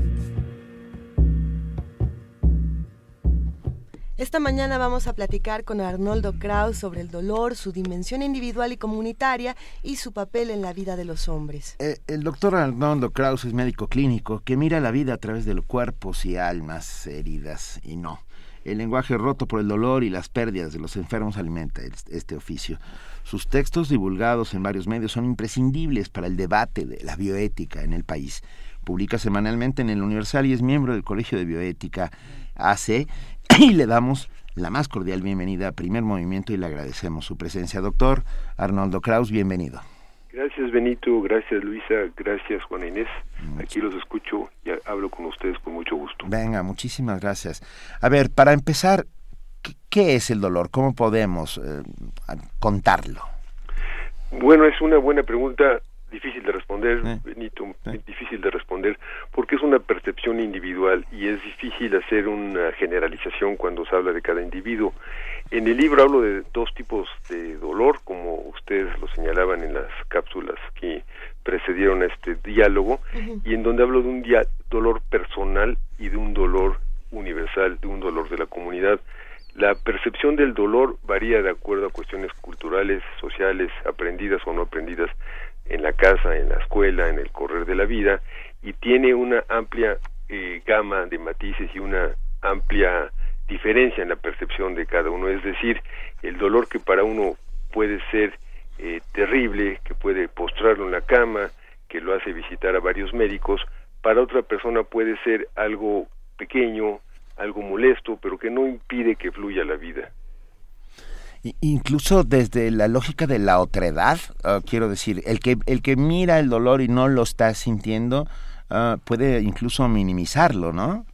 Esta mañana vamos a platicar con Arnoldo Kraus sobre el dolor, su dimensión individual y comunitaria y su papel en la vida de los hombres. Eh, el doctor Arnoldo Kraus es médico clínico que mira la vida a través de los cuerpos y almas heridas y no. El lenguaje roto por el dolor y las pérdidas de los enfermos alimenta este oficio. Sus textos divulgados en varios medios son imprescindibles para el debate de la bioética en el país. Publica semanalmente en El Universal y es miembro del Colegio de Bioética A C, y le damos la más cordial bienvenida a Primer Movimiento y le agradecemos su presencia. Doctor Arnoldo Kraus, bienvenido. Gracias, Benito, gracias, Luisa, gracias, Juana Inés. Aquí los escucho y hablo con ustedes con mucho gusto. Venga, muchísimas gracias. A ver, para empezar, ¿qué es el dolor? ¿Cómo podemos eh, contarlo? Bueno, es una buena pregunta, difícil de responder, ¿Eh? Benito, ¿Eh? difícil de responder, porque es una percepción individual y es difícil hacer una generalización cuando se habla de cada individuo. En el libro hablo de dos tipos de dolor, como ustedes lo señalaban en las cápsulas que precedieron a este diálogo, uh-huh. y en donde hablo de un dia- dolor personal y de un dolor universal, de un dolor de la comunidad. La percepción del dolor varía de acuerdo a cuestiones culturales, sociales, aprendidas o no aprendidas en la casa, en la escuela, en el correr de la vida, y tiene una amplia eh, gama de matices y una amplia diferencia en la percepción de cada uno. Es decir, el dolor que para uno puede ser eh, terrible, que puede postrarlo en la cama, que lo hace visitar a varios médicos, para otra persona puede ser algo pequeño, algo molesto, pero que no impide que fluya la vida. Incluso desde la lógica de la otredad, uh, quiero decir, el que el que mira el dolor y no lo está sintiendo uh, puede incluso minimizarlo, ¿no?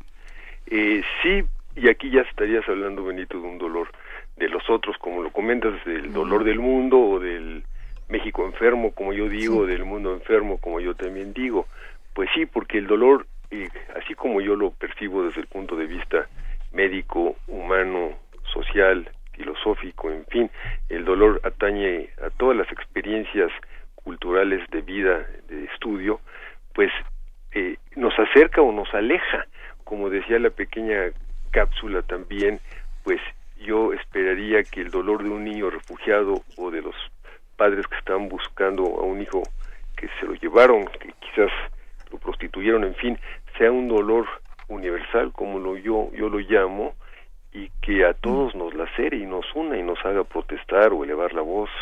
Eh, sí, y aquí ya estarías hablando, Benito, de un dolor de los otros, como lo comentas, del dolor del mundo o del México enfermo, como yo digo, sí. o del mundo enfermo, como yo también digo. Pues sí, porque el dolor, eh, así como yo lo percibo desde el punto de vista médico, humano, social, filosófico, en fin, el dolor atañe a todas las experiencias culturales de vida, de estudio, pues eh, nos acerca o nos aleja, como decía la pequeña cápsula también, pues yo esperaría que el dolor de un niño refugiado o de los padres que están buscando a un hijo que se lo llevaron, que quizás lo prostituyeron, en fin, sea un dolor universal, como lo yo yo lo llamo, y que a todos nos lacere y nos una y nos haga protestar o elevar la voz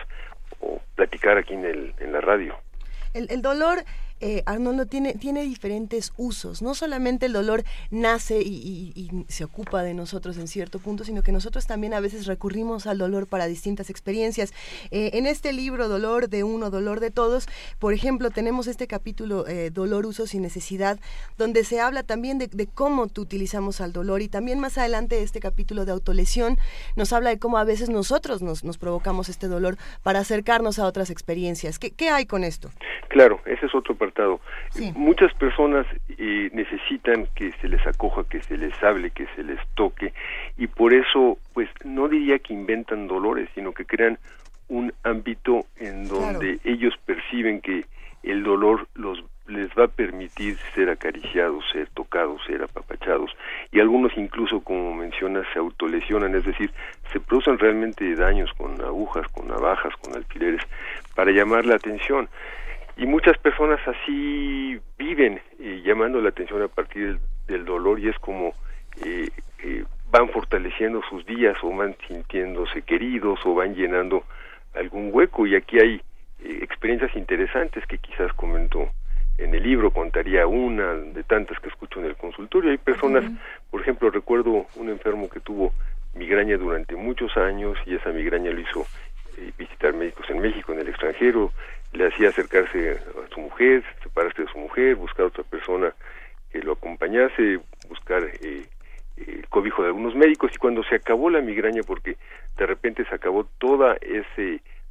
o platicar aquí en el en la radio. El, el dolor, eh, Arnoldo, tiene, tiene diferentes usos. No solamente el dolor nace y, y, y se ocupa de nosotros en cierto punto, sino que nosotros también a veces recurrimos al dolor para distintas experiencias. Eh, en este libro, Dolor de uno, Dolor de todos, por ejemplo, tenemos este capítulo, eh, Dolor, Usos y Necesidad, donde se habla también de, de cómo utilizamos al dolor, y también más adelante este capítulo de autolesión nos habla de cómo a veces nosotros nos, nos provocamos este dolor para acercarnos a otras experiencias. ¿Qué, qué hay con esto? Claro, ese es otro apartado. Sí. Muchas personas eh, necesitan que se les acoja, que se les hable, que se les toque, y por eso, pues, no diría que inventan dolores, sino que crean un ámbito en donde claro. ellos perciben que el dolor los les va a permitir ser acariciados, ser tocados, ser apapachados, y algunos incluso, como mencionas, se autolesionan, es decir, se producen realmente daños con agujas, con navajas, con alfileres, para llamar la atención. Y muchas personas así viven, eh, llamando la atención a partir del, del dolor, y es como eh, eh, van fortaleciendo sus días, o van sintiéndose queridos, o van llenando algún hueco. Y aquí hay eh, experiencias interesantes que quizás comento en el libro, contaría una de tantas que escucho en el consultorio. Hay personas, uh-huh. por ejemplo, recuerdo un enfermo que tuvo migraña durante muchos años, y esa migraña lo hizo eh, visitar médicos en México, en el extranjero, le hacía acercarse a su mujer, separarse de su mujer, buscar otra persona que lo acompañase, buscar eh, el cobijo de algunos médicos, y cuando se acabó la migraña, porque de repente se acabó todo ese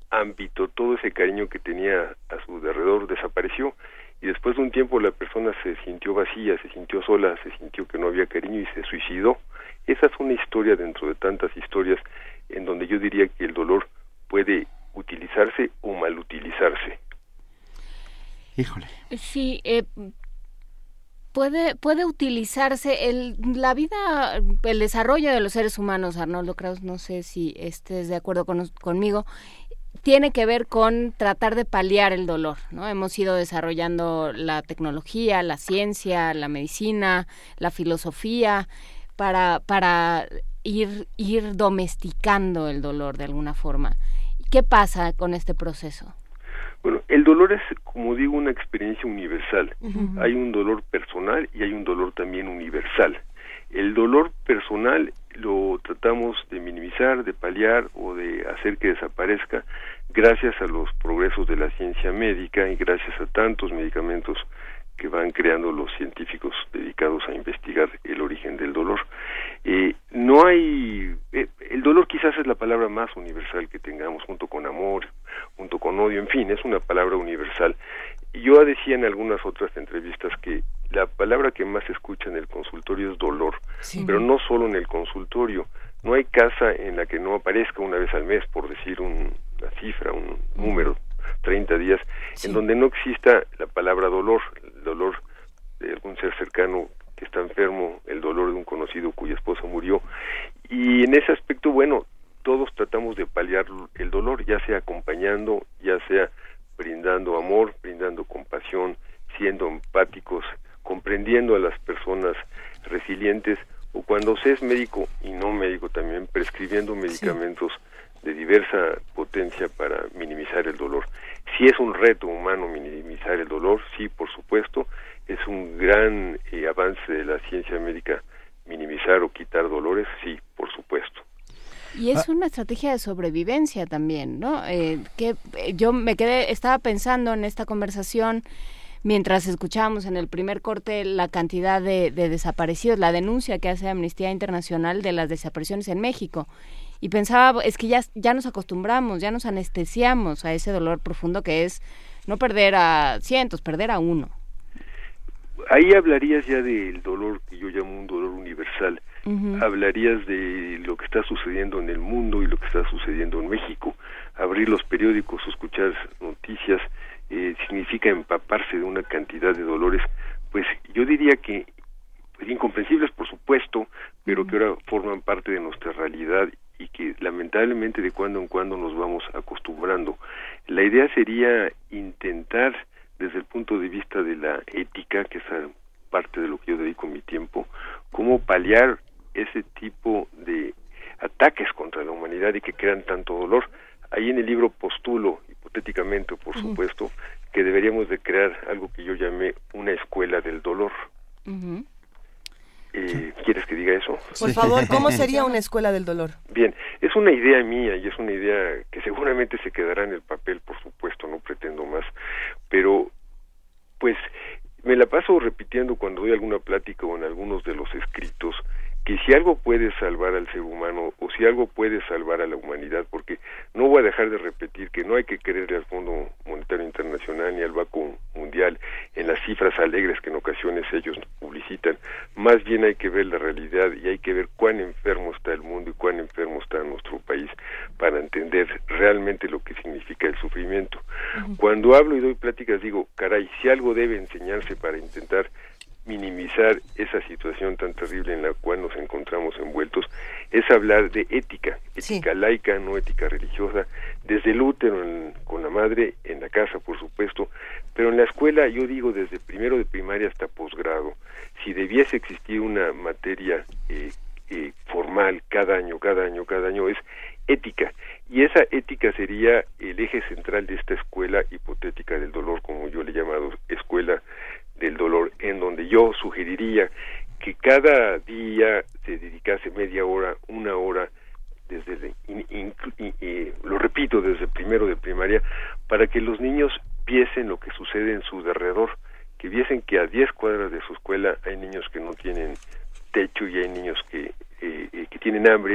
ámbito, todo ese cariño que tenía a su alrededor desapareció, y después de un tiempo la persona se sintió vacía, se sintió sola, se sintió que no había cariño y se suicidó. Esa es una historia dentro de tantas historias en donde yo diría que el dolor puede utilizarse o mal utilizarse. Híjole. Sí, eh, puede puede utilizarse el la vida, el desarrollo de los seres humanos, Arnoldo Kraus, no sé si estés de acuerdo con, conmigo, tiene que ver con tratar de paliar el dolor, ¿no? Hemos ido desarrollando la tecnología, la ciencia, la medicina, la filosofía para para ir ir domesticando el dolor de alguna forma. ¿Qué pasa con este proceso? Bueno, el dolor es, como digo, una experiencia universal. Uh-huh. Hay un dolor personal y hay un dolor también universal. El dolor personal lo tratamos de minimizar, de paliar o de hacer que desaparezca gracias a los progresos de la ciencia médica y gracias a tantos medicamentos que van creando los científicos dedicados a investigar el origen del dolor. Eh, no hay... Eh, el dolor quizás es la palabra más universal que tengamos, junto con amor, junto con odio, en fin, es una palabra universal. Yo decía en algunas otras entrevistas que la palabra que más se escucha en el consultorio es dolor, sí. Pero no solo en el consultorio. No hay casa en la que no aparezca una vez al mes, por decir un, una cifra, un uh-huh. número, treinta días, sí. En donde no exista la palabra dolor, el dolor de algún ser cercano que está enfermo, el dolor de un conocido cuya esposa murió. Y en ese aspecto, bueno, todos tratamos de paliar el dolor, ya sea acompañando, ya sea brindando amor, brindando compasión, siendo empáticos, comprendiendo a las personas resilientes, o cuando se es médico y no médico también, prescribiendo medicamentos sí. de diversa potencia para minimizar el dolor. Si es un reto humano minimizar el dolor, sí, por supuesto, es un gran eh, avance de la ciencia médica minimizar o quitar dolores, sí, por supuesto. Y es una estrategia de sobrevivencia también, ¿no? Eh, que eh, yo me quedé, estaba pensando en esta conversación mientras escuchábamos en el primer corte la cantidad de, de desaparecidos, la denuncia que hace Amnistía Internacional de las desapariciones en México. Y pensaba, es que ya, ya nos acostumbramos, ya nos anestesiamos a ese dolor profundo que es no perder a cientos, perder a uno. Ahí hablarías ya del dolor que yo llamo un dolor universal. Uh-huh. Hablarías de lo que está sucediendo en el mundo y lo que está sucediendo en México. Abrir los periódicos, escuchar noticias, eh, significa empaparse de una cantidad de dolores, pues yo diría que pues, incomprensibles, por supuesto, pero uh-huh. que ahora forman parte de nuestra realidad y que lamentablemente de cuando en cuando nos vamos acostumbrando. La idea sería intentar, desde el punto de vista de la ética, que es parte de lo que yo dedico mi tiempo, cómo paliar ese tipo de ataques contra la humanidad y que crean tanto dolor. Ahí en el libro postulo, hipotéticamente, por uh-huh. supuesto, que deberíamos de crear algo que yo llamé una escuela del dolor. Uh-huh. Eh, ¿Quieres que diga eso? Por favor, ¿cómo sería una escuela del dolor? Bien, es una idea mía y es una idea que seguramente se quedará en el papel, por supuesto, no pretendo más, pero pues me la paso repitiendo cuando doy alguna plática o en algunos de los escritos que si algo puede salvar al ser humano o si algo puede salvar a la humanidad, porque no voy a dejar de repetir que no hay que creerle al Fondo Monetario Internacional ni al Banco Mundial en las cifras alegres que en ocasiones ellos publicitan, más bien hay que ver la realidad y hay que ver cuán enfermo está el mundo y cuán enfermo está nuestro país para entender realmente lo que significa el sufrimiento. Uh-huh. Cuando hablo y doy pláticas digo, caray, si algo debe enseñarse para intentar minimizar esa situación tan terrible en la cual nos encontramos envueltos, es hablar de ética, ética sí. laica, no ética religiosa, desde el útero en, con la madre, en la casa, por supuesto, pero en la escuela, yo digo, desde primero de primaria hasta posgrado, si debiese existir una materia eh, eh, formal cada año, cada año, cada año, es ética, y esa ética sería el eje central de esta escuela hipotética del dolor, como yo le he llamado, escuela del dolor, en donde yo sugeriría que cada día se dedicase media hora, una hora, desde el, in, in, in, in, lo repito, desde primero de primaria, para que los niños viesen lo que sucede en su derredor, que viesen que a diez cuadras de su escuela hay niños que no tienen techo y hay niños que, eh, que tienen hambre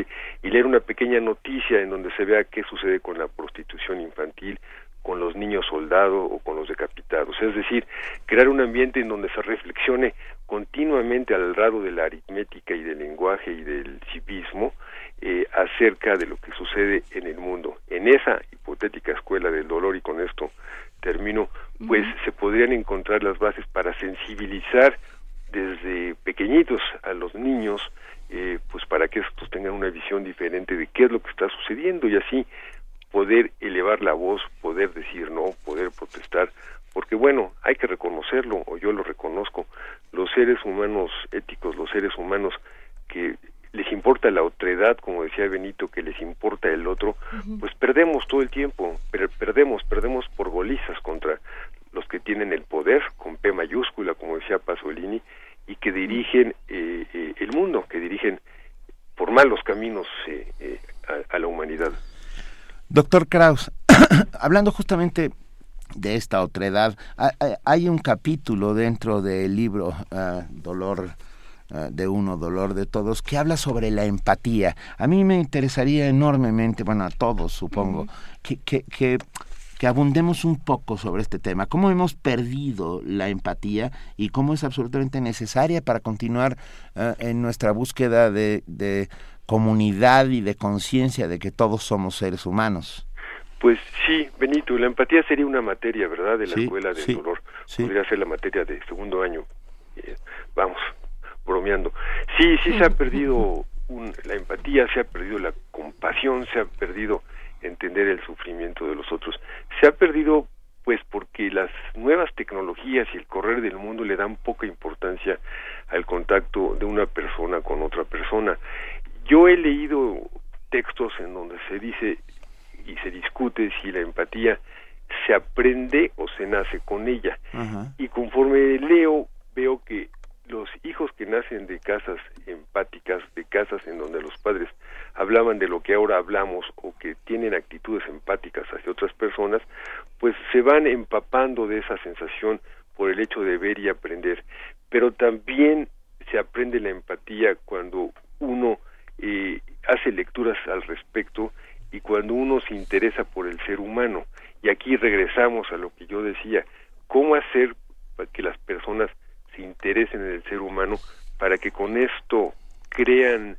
y leer una pequeña noticia en donde se vea qué sucede con la prostitución infantil, con los niños soldado o con los decapitados. Es decir, crear un ambiente en donde se reflexione continuamente al lado de la aritmética y del lenguaje y del civismo eh, acerca de lo que sucede en el mundo. En esa hipotética escuela del dolor, y con esto termino, pues uh-huh. se podrían encontrar las bases para sensibilizar desde pequeñitos a los niños, eh, pues para que estos tengan una visión diferente de qué es lo que está sucediendo y así poder elevar la voz, poder decir no, poder protestar, porque bueno, hay que reconocerlo, o yo lo reconozco, los seres humanos éticos, los seres humanos que les importa la otredad, como decía Benito, que les importa el otro, uh-huh. pues perdemos todo el tiempo, per- perdemos, perdemos por golizas contra los que tienen el poder, con P mayúscula, como decía Pasolini, y que dirigen eh, eh, el mundo, que dirigen por malos caminos eh, eh, a, a la humanidad. Doctor Krauss, hablando justamente de esta otredad, hay un capítulo dentro del libro uh, Dolor uh, de uno, Dolor de todos, que habla sobre la empatía. A mí me interesaría enormemente, bueno, a todos supongo, uh-huh. que, que, que, que abundemos un poco sobre este tema. ¿Cómo hemos perdido la empatía y cómo es absolutamente necesaria para continuar uh, en nuestra búsqueda de... de comunidad y de conciencia de que todos somos seres humanos? Pues sí, Benito, la empatía sería una materia, ¿verdad?, de la sí, escuela del sí, dolor. Sí. Podría ser la materia de segundo año. Eh, vamos, bromeando. Sí, sí se ha perdido un, la empatía, se ha perdido la compasión, se ha perdido entender el sufrimiento de los otros. Se ha perdido, pues, porque las nuevas tecnologías y el correr del mundo le dan poca importancia al contacto de una persona con otra persona. Yo he leído textos en donde se dice y se discute si la empatía se aprende o se nace con ella. Uh-huh. Y conforme leo, veo que los hijos que nacen de casas empáticas, de casas en donde los padres hablaban de lo que ahora hablamos o que tienen actitudes empáticas hacia otras personas, pues se van empapando de esa sensación por el hecho de ver y aprender. Pero también se aprende la empatía cuando uno Eh, hace lecturas al respecto y cuando uno se interesa por el ser humano. Y aquí regresamos a lo que yo decía, cómo hacer para que las personas se interesen en el ser humano para que con esto crean,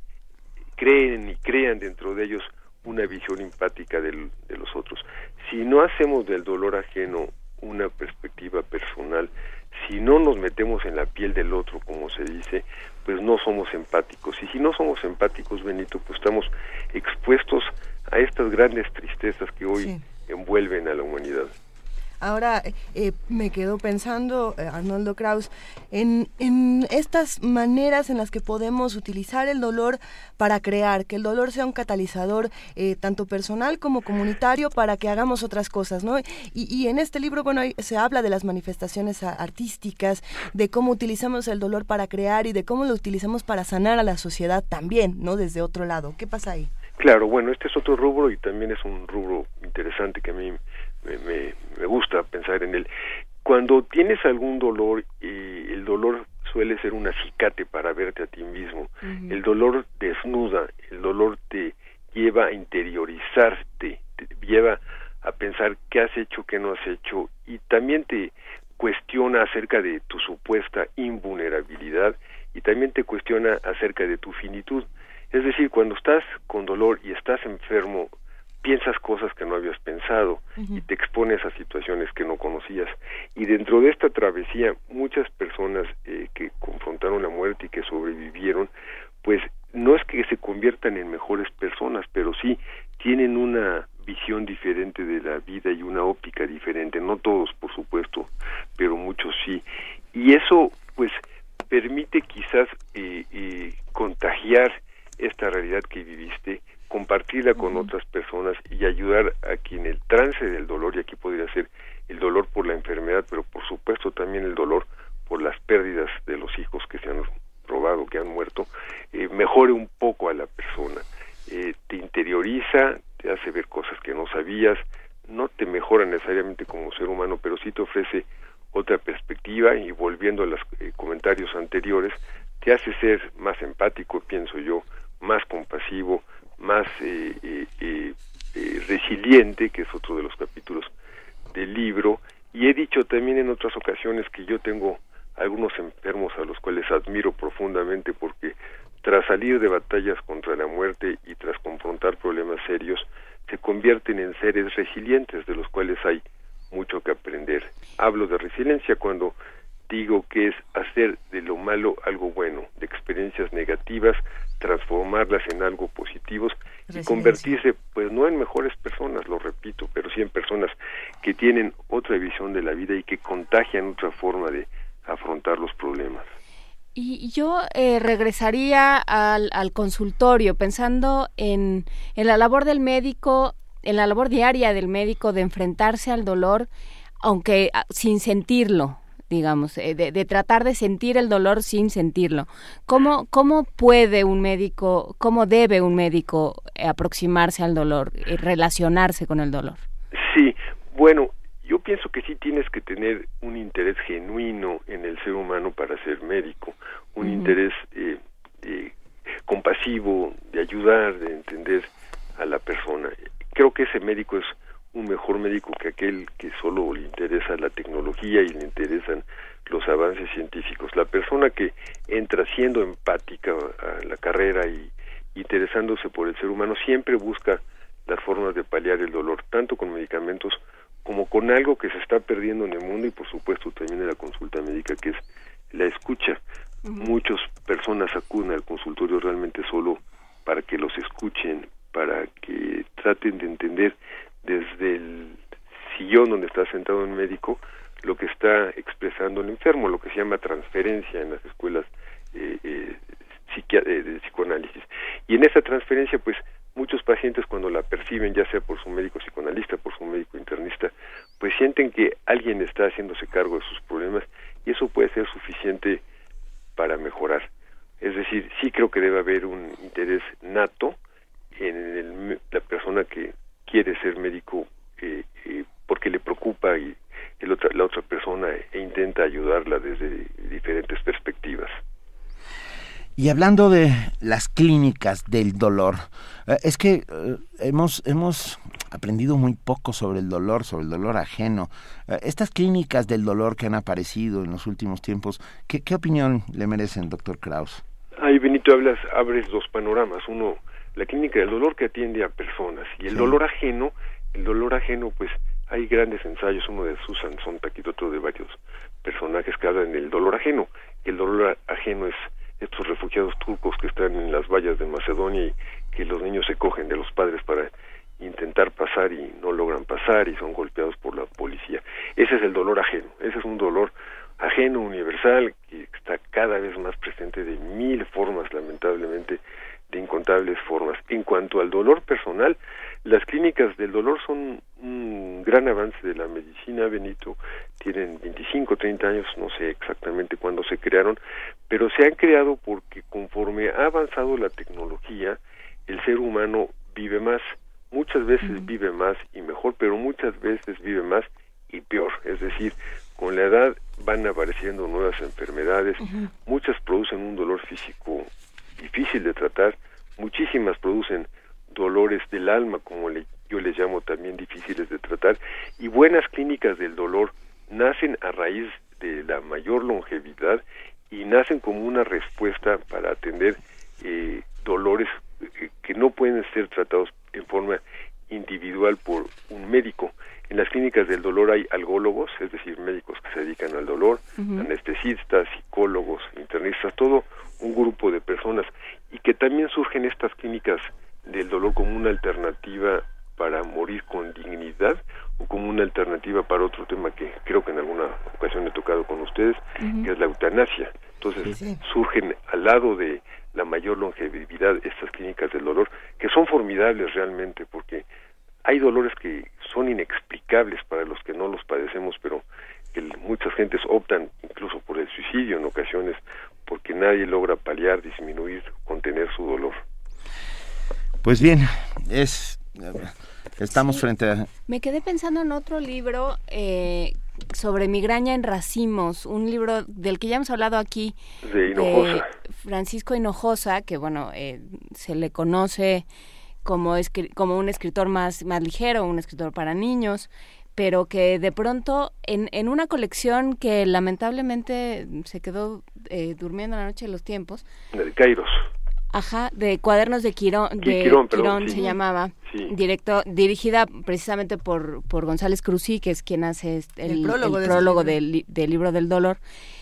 creen y crean dentro de ellos una visión empática del, de los otros. Si no hacemos del dolor ajeno una perspectiva personal, si no nos metemos en la piel del otro, como se dice, pues no somos empáticos. Y si no somos empáticos, Benito, pues estamos expuestos a estas grandes tristezas que hoy sí. envuelven a la humanidad. Ahora eh, me quedo pensando, eh, Arnoldo Krauss, en, en estas maneras en las que podemos utilizar el dolor para crear, que el dolor sea un catalizador eh, tanto personal como comunitario para que hagamos otras cosas, ¿no? Y, y en este libro, bueno, se habla de las manifestaciones artísticas, de cómo utilizamos el dolor para crear y de cómo lo utilizamos para sanar a la sociedad también, ¿no? Desde otro lado. ¿Qué pasa ahí? Claro, bueno, este es otro rubro y también es un rubro interesante que a mí me, me, me gusta pensar en él. Cuando tienes algún dolor, y el dolor suele ser un acicate para verte a ti mismo, uh-huh. el dolor desnuda, el dolor te lleva a interiorizarte, te lleva a pensar qué has hecho, qué no has hecho, y también te cuestiona acerca de tu supuesta invulnerabilidad y también te cuestiona acerca de tu finitud. Es decir, cuando estás con dolor y estás enfermo, piensas cosas que no habías pensado uh-huh. y te expones a situaciones que no conocías. Y dentro de esta travesía, muchas personas eh, que confrontaron la muerte y que sobrevivieron, pues no es que se conviertan en mejores personas, pero sí tienen una visión diferente de la vida y una óptica diferente. No todos, por supuesto, pero muchos sí. Y eso, pues, permite quizás eh, eh, contagiar esta realidad que viviste, compartirla con uh-huh. otras personas y ayudar a quien el trance del dolor, y aquí podría ser el dolor por la enfermedad, pero por supuesto también el dolor por las pérdidas de los hijos que se han robado, que han muerto, eh, mejore un poco a la persona. Eh, te interioriza, te hace ver cosas que no sabías, no te mejora necesariamente como ser humano, pero sí te ofrece otra perspectiva, y volviendo a los eh, comentarios anteriores, te hace ser más empático, pienso yo, más compasivo, más eh, eh, eh, eh, resiliente, que es otro de los capítulos del libro. Y he dicho también en otras ocasiones que yo tengo algunos enfermos a los cuales admiro profundamente, porque tras salir de batallas contra la muerte y tras confrontar problemas serios, se convierten en seres resilientes, de los cuales hay mucho que aprender. Hablo de resiliencia cuando digo que es hacer de lo malo algo bueno, de experiencias negativas, transformarlas en algo positivos y convertirse, pues no en mejores personas, lo repito, pero sí en personas que tienen otra visión de la vida y que contagian otra forma de afrontar los problemas. Y yo eh, regresaría al, al consultorio pensando en, en la labor del médico, en la labor diaria del médico de enfrentarse al dolor, aunque sin sentirlo, digamos, de, de tratar de sentir el dolor sin sentirlo. ¿Cómo, cómo puede un médico, cómo debe un médico aproximarse al dolor, relacionarse con el dolor? Sí, bueno, yo pienso que sí tienes que tener un interés genuino en el ser humano para ser médico, un uh-huh. interés eh, eh, compasivo, de ayudar, de entender a la persona. Creo que ese médico es un mejor médico que aquel que solo le interesa la tecnología y le interesan los avances científicos. La persona que entra siendo empática a la carrera y interesándose por el ser humano siempre busca las formas de paliar el dolor, tanto con medicamentos como con algo que se está perdiendo en el mundo y por supuesto también en la consulta médica, que es la escucha. Uh-huh. Muchas personas acuden al consultorio realmente solo para que los escuchen, para que traten de entender desde el sillón donde está sentado el médico lo que está expresando el enfermo, lo que se llama transferencia en las escuelas eh, eh, psiqui- eh, de psicoanálisis. Y en esa transferencia, pues, muchos pacientes cuando la perciben, ya sea por su médico psicoanalista, por su médico internista, pues sienten que alguien está haciéndose cargo de sus problemas y eso puede ser suficiente para mejorar. Es decir, sí creo que debe haber un interés nato en el, la persona que quiere ser médico eh, eh, porque le preocupa y el otra, la otra persona e intenta ayudarla desde diferentes perspectivas. Y hablando de las clínicas del dolor, eh, es que eh, hemos hemos aprendido muy poco sobre el dolor, sobre el dolor ajeno. Eh, estas clínicas del dolor que han aparecido en los últimos tiempos, ¿qué, qué opinión le merecen, doctor Krauss? Ay, Benito, hablas, abres dos panoramas. Uno, la clínica del dolor que atiende a personas, y el sí. dolor ajeno, el dolor ajeno, pues hay grandes ensayos, uno de Susan Sontag y otro de varios personajes que hablan del dolor ajeno. El dolor ajeno es estos refugiados turcos que están en las vallas de Macedonia y que los niños se cogen de los padres para intentar pasar y no logran pasar y son golpeados por la policía. Ese es el dolor ajeno, ese es un dolor ajeno universal que está cada vez más presente de mil formas, lamentablemente, de incontables formas. En cuanto al dolor personal, las clínicas del dolor son un gran avance de la medicina, Benito. Tienen veinticinco, treinta años, no sé exactamente cuándo se crearon, pero se han creado porque conforme ha avanzado la tecnología, el ser humano vive más. Muchas veces uh-huh. vive más y mejor, pero muchas veces vive más y peor. Es decir, con la edad van apareciendo nuevas enfermedades, uh-huh. muchas producen un dolor físico difícil de tratar, muchísimas producen dolores del alma, como le, yo les llamo también difíciles de tratar, y buenas clínicas del dolor nacen a raíz de la mayor longevidad y nacen como una respuesta para atender eh, dolores eh, que no pueden ser tratados en forma individual por un médico. En las clínicas del dolor hay algólogos, es decir, médicos que se dedican al dolor, uh-huh. anestesistas, psicólogos, internistas, todo un grupo de personas, y que también surgen estas clínicas del dolor como una alternativa para morir con dignidad o como una alternativa para otro tema que creo que en alguna ocasión he tocado con ustedes, uh-huh. que es la eutanasia. Entonces sí, sí. surgen al lado de la mayor longevidad estas clínicas del dolor, que son formidables realmente, porque hay dolores que son inexplicables para los que no los padecemos, pero que muchas gentes optan incluso por el suicidio en ocasiones, porque nadie logra paliar, disminuir, contener su dolor. Pues bien, es estamos sí. frente a... Me quedé pensando en otro libro eh, sobre migraña en racimos, un libro del que ya hemos hablado aquí, de Hinojosa. de Francisco Hinojosa, que bueno, eh, se le conoce como, escri- como un escritor más, más ligero, un escritor para niños, pero que de pronto en, en una colección que lamentablemente se quedó eh, durmiendo en la noche de los tiempos. De Kairos. Ajá, de Cuadernos de Quirón, de sí, Quirón, perdón, Quirón sí. se llamaba, sí. directo, dirigida precisamente por, por González Cruzí, que es quien hace el, el prólogo, el de prólogo del, del libro del dolor.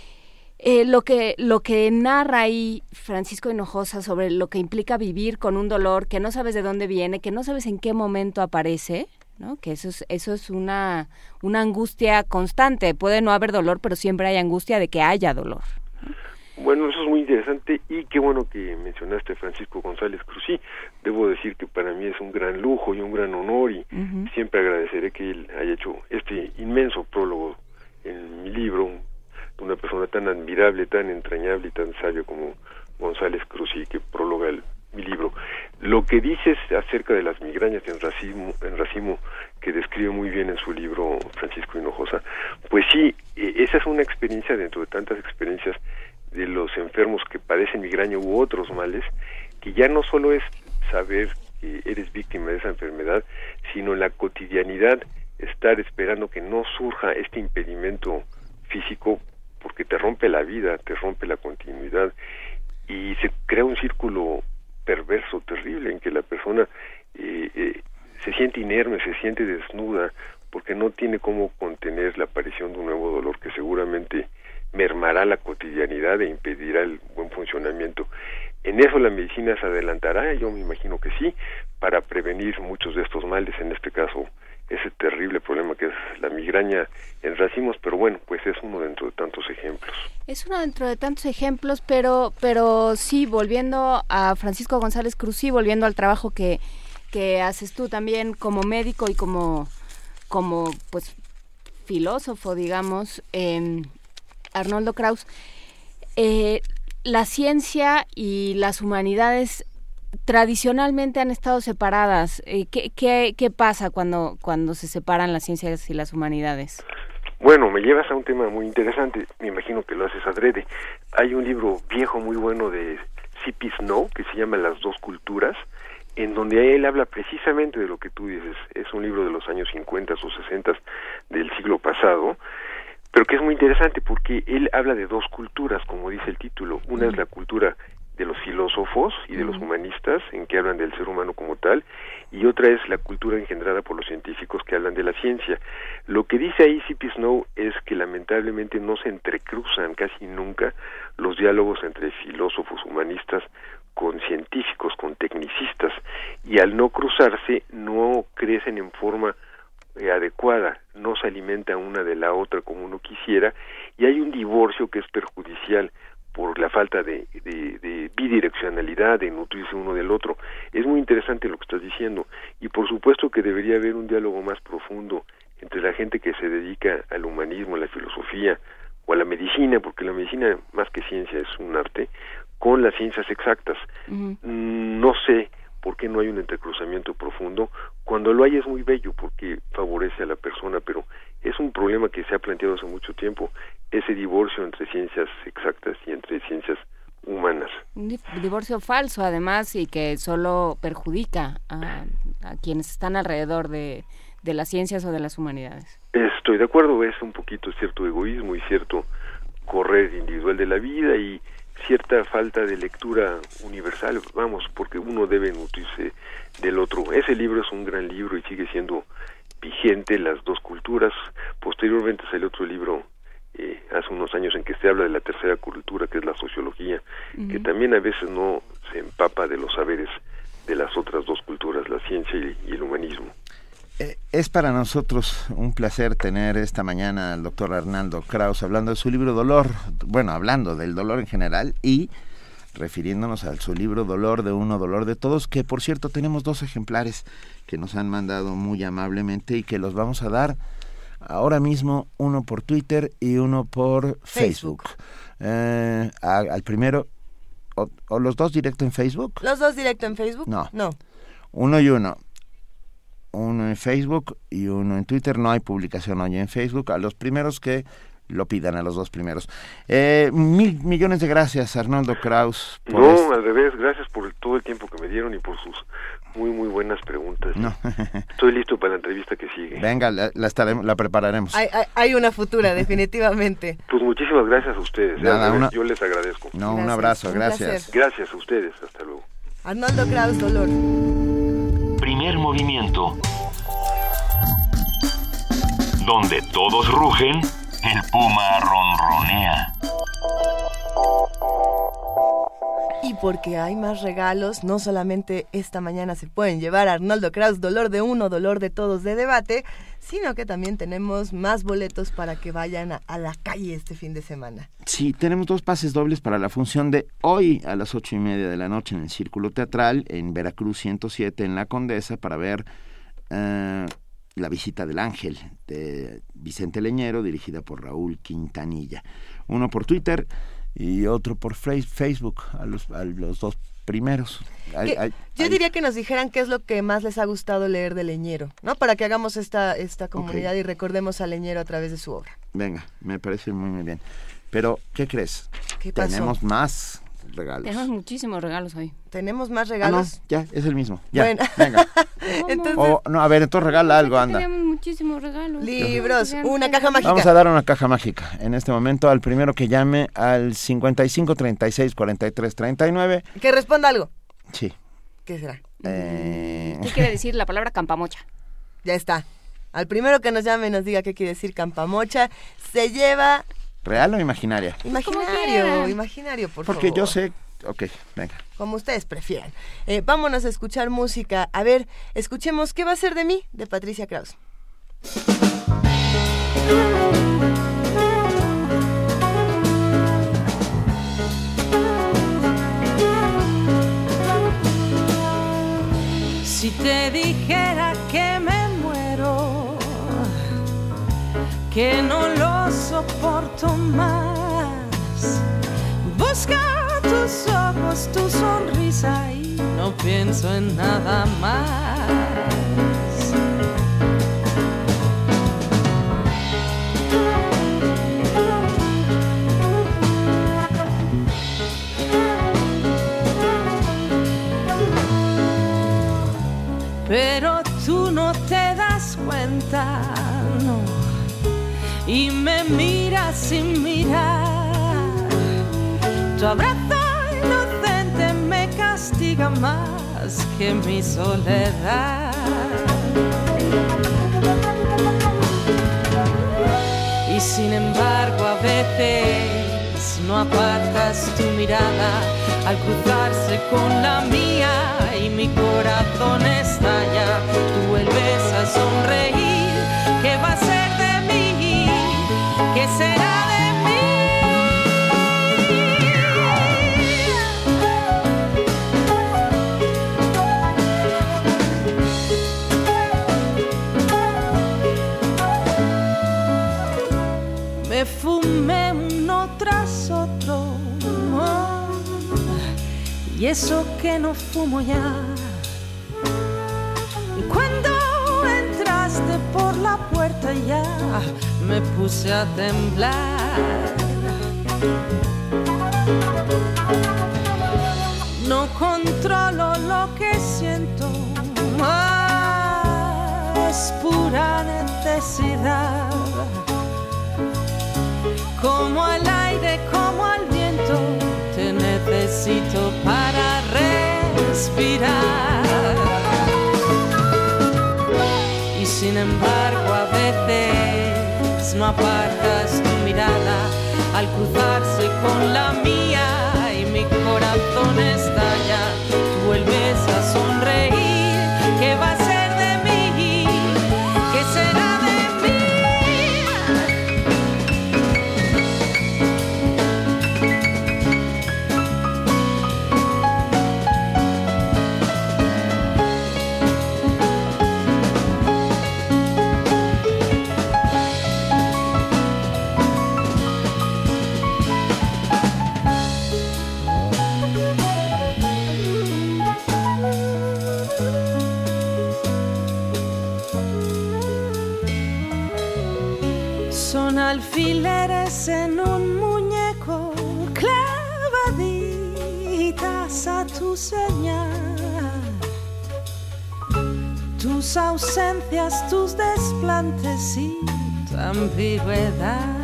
Eh, lo que lo que narra ahí Francisco Hinojosa sobre lo que implica vivir con un dolor que no sabes de dónde viene, que no sabes en qué momento aparece, ¿no? Que eso es eso es una una angustia constante. Puede no haber dolor, pero siempre hay angustia de que haya dolor. Bueno, eso es muy interesante y qué bueno que mencionaste a Francisco González Cruzí. Debo decir que para mí es un gran lujo y un gran honor y uh-huh. siempre agradeceré que él haya hecho este inmenso prólogo en mi libro, de una persona tan admirable, tan entrañable y tan sabia como González Cruzí, que prologa el, mi libro. Lo que dices acerca de las migrañas en racimo, en racimo, que describe muy bien en su libro Francisco Hinojosa, pues sí, esa es una experiencia dentro de tantas experiencias de los enfermos que padecen migraña u otros males, que ya no solo es saber que eres víctima de esa enfermedad, sino en la cotidianidad estar esperando que no surja este impedimento físico, porque te rompe la vida, te rompe la continuidad y se crea un círculo perverso, terrible, en que la persona eh, eh, se siente inerme, se siente desnuda, porque no tiene cómo contener la aparición de un nuevo dolor que seguramente mermará la cotidianidad e impedirá el buen funcionamiento. En eso la medicina se adelantará, yo me imagino que sí, para prevenir muchos de estos males, en este caso ese terrible problema que es la migraña en racimos, pero bueno, pues es uno dentro de tantos ejemplos. Es uno dentro de tantos ejemplos, pero pero sí, volviendo a Francisco González Cruzí, volviendo al trabajo que, que haces tú también como médico y como, como pues filósofo, digamos, eh, Arnoldo Kraus, eh, la ciencia y las humanidades tradicionalmente han estado separadas. Eh, ¿qué, qué, ¿Qué pasa cuando, cuando se separan las ciencias y las humanidades? Bueno, me llevas a un tema muy interesante, me imagino que lo haces adrede. Hay un libro viejo muy bueno de C P Snow que se llama Las dos culturas, en donde él habla precisamente de lo que tú dices. Es un libro de los años cincuenta o sesenta del siglo pasado, pero que es muy interesante porque él habla de dos culturas, como dice el título. Una es la cultura de los filósofos y de los humanistas, en que hablan del ser humano como tal, y otra es la cultura engendrada por los científicos que hablan de la ciencia. Lo que dice ahí C P Snow es que lamentablemente no se entrecruzan casi nunca los diálogos entre filósofos humanistas con científicos, con tecnicistas, y al no cruzarse no crecen en forma eh, adecuada, no se alimenta una de la otra como uno quisiera, y hay un divorcio que es perjudicial por la falta de, de, de bidireccionalidad, de nutrirse uno del otro. Es muy interesante lo que estás diciendo, y por supuesto que debería haber un diálogo más profundo entre la gente que se dedica al humanismo, a la filosofía o a la medicina, porque la medicina más que ciencia es un arte, con las ciencias exactas. Uh-huh. No sé por qué no hay un entrecruzamiento profundo. Cuando lo hay es muy bello porque favorece a la persona, pero es un problema que se ha planteado hace mucho tiempo, ese divorcio entre ciencias exactas y entre ciencias humanas. Un divorcio falso, además, y que solo perjudica a, a quienes están alrededor de, de las ciencias o de las humanidades. Estoy de acuerdo, es un poquito cierto egoísmo y cierto correr individual de la vida y cierta falta de lectura universal, vamos, porque uno debe nutrirse del otro. Ese libro es un gran libro y sigue siendo vigente, Las dos culturas. Posteriormente salió otro libro eh, hace unos años en que se habla de la tercera cultura, que es la sociología, uh-huh. que también a veces no se empapa de los saberes de las otras dos culturas, la ciencia y, y el humanismo. Eh, es para nosotros un placer tener esta mañana al doctor Arnoldo Kraus hablando de su libro Dolor, bueno, hablando del dolor en general y refiriéndonos a su libro Dolor de uno, Dolor de todos, que por cierto tenemos dos ejemplares que nos han mandado muy amablemente y que los vamos a dar ahora mismo, uno por Twitter y uno por Facebook. Facebook. Eh, a, al primero, o, o los dos directo en Facebook. ¿Los dos directo en Facebook? No. No. Uno y uno. Uno en Facebook y uno en Twitter. No hay publicación hoy en Facebook. A los primeros que lo pidan, a los dos primeros. Eh, mil millones de gracias, Arnoldo Kraus. Por no, este... al revés, gracias por todo el tiempo que me dieron y por sus muy, muy buenas preguntas. No. Estoy listo para la entrevista que sigue. Venga, la, la, estaremos, la prepararemos. Hay, hay, hay una futura, definitivamente. Pues muchísimas gracias a ustedes. Nada, ¿eh? una... Yo les agradezco. No, gracias, un abrazo, un gracias. Placer. Gracias a ustedes, hasta luego. Arnoldo Kraus, Dolor. Primer movimiento. Donde todos rugen, el puma ronronea. Y porque hay más regalos, no solamente esta mañana se pueden llevar a Arnoldo Kraus Dolor de Uno, Dolor de Todos de Debate, sino que también tenemos más boletos para que vayan a, a la calle este fin de semana. Sí, tenemos dos pases dobles para la función de hoy a las ocho y media de la noche en el Círculo Teatral, en Veracruz ciento siete, en La Condesa, para ver uh, La Visita del Ángel, de Vicente Leñero, dirigida por Raúl Quintanilla. Uno por Twitter y otro por Facebook, a los, a los dos primeros. Hay, que, hay, yo hay... diría que nos dijeran qué es lo que más les ha gustado leer de Leñero, ¿no? Para que hagamos esta, esta comunidad okay. y recordemos a Leñero a través de su obra. Venga, me parece muy, muy bien. Pero, ¿qué crees? ¿Qué pasó? Tenemos más regalos. Tenemos muchísimos regalos hoy. ¿Tenemos más regalos? Ah, no, ya, es el mismo. Ya, bueno. Venga. Entonces... O, no, a ver, entonces regala algo, anda. Tenemos muchísimos regalos. Libros, una caja mágica. Vamos a dar una caja mágica en este momento al primero que llame al cincuenta y cinco, treinta y seis, cuarenta y tres, treinta y nueve. Que responda algo. Sí. ¿Qué será? Eh... ¿Qué quiere decir la palabra campamocha? Ya está. Al primero que nos llame y nos diga qué quiere decir campamocha, se lleva... ¿Real o imaginaria? Imaginario, imaginario, por Porque favor. yo sé... Ok, venga. Como ustedes prefieran. Eh, vámonos a escuchar música. A ver, escuchemos ¿Qué va a ser de mí? De Patricia Kraus. Si te dijera que me muero, que no lo soporto más, busca tus ojos, tu sonrisa y no pienso en nada más. Pero tú no te das cuenta, no, y me miras sin mirar. Tu abrazo inocente me castiga más que mi soledad. Y sin embargo a veces no apartas tu mirada al cruzarse con la mía y mi corazón estalla. Tú vuelves a sonreír. ¿Qué va a ser de mí? ¿Qué será de mí? Me fumé uno tras otro, oh, y eso que no fumo ya. Cuando entraste por la puerta ya me puse a temblar. No controlo lo que siento, es pura necesidad. Como al aire, como al viento, te necesito para respirar. Y sin embargo a veces no apartas tu mirada al cruzarse con la mía y mi corazón estalla. Tú vuelves a sonreír. ¿Qué va a ser de mí? ¿Qué será de alfileres en un muñeco, clavaditas a tu tu señal, tus ausencias, tus desplantes y tu ambigüedad.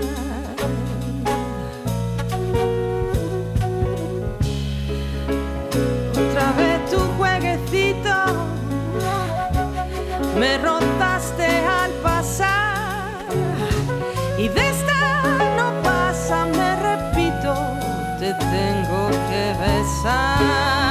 Otra vez tu jueguecito me rozaste al pasar y de esta no pasa, me repito, te tengo que besar.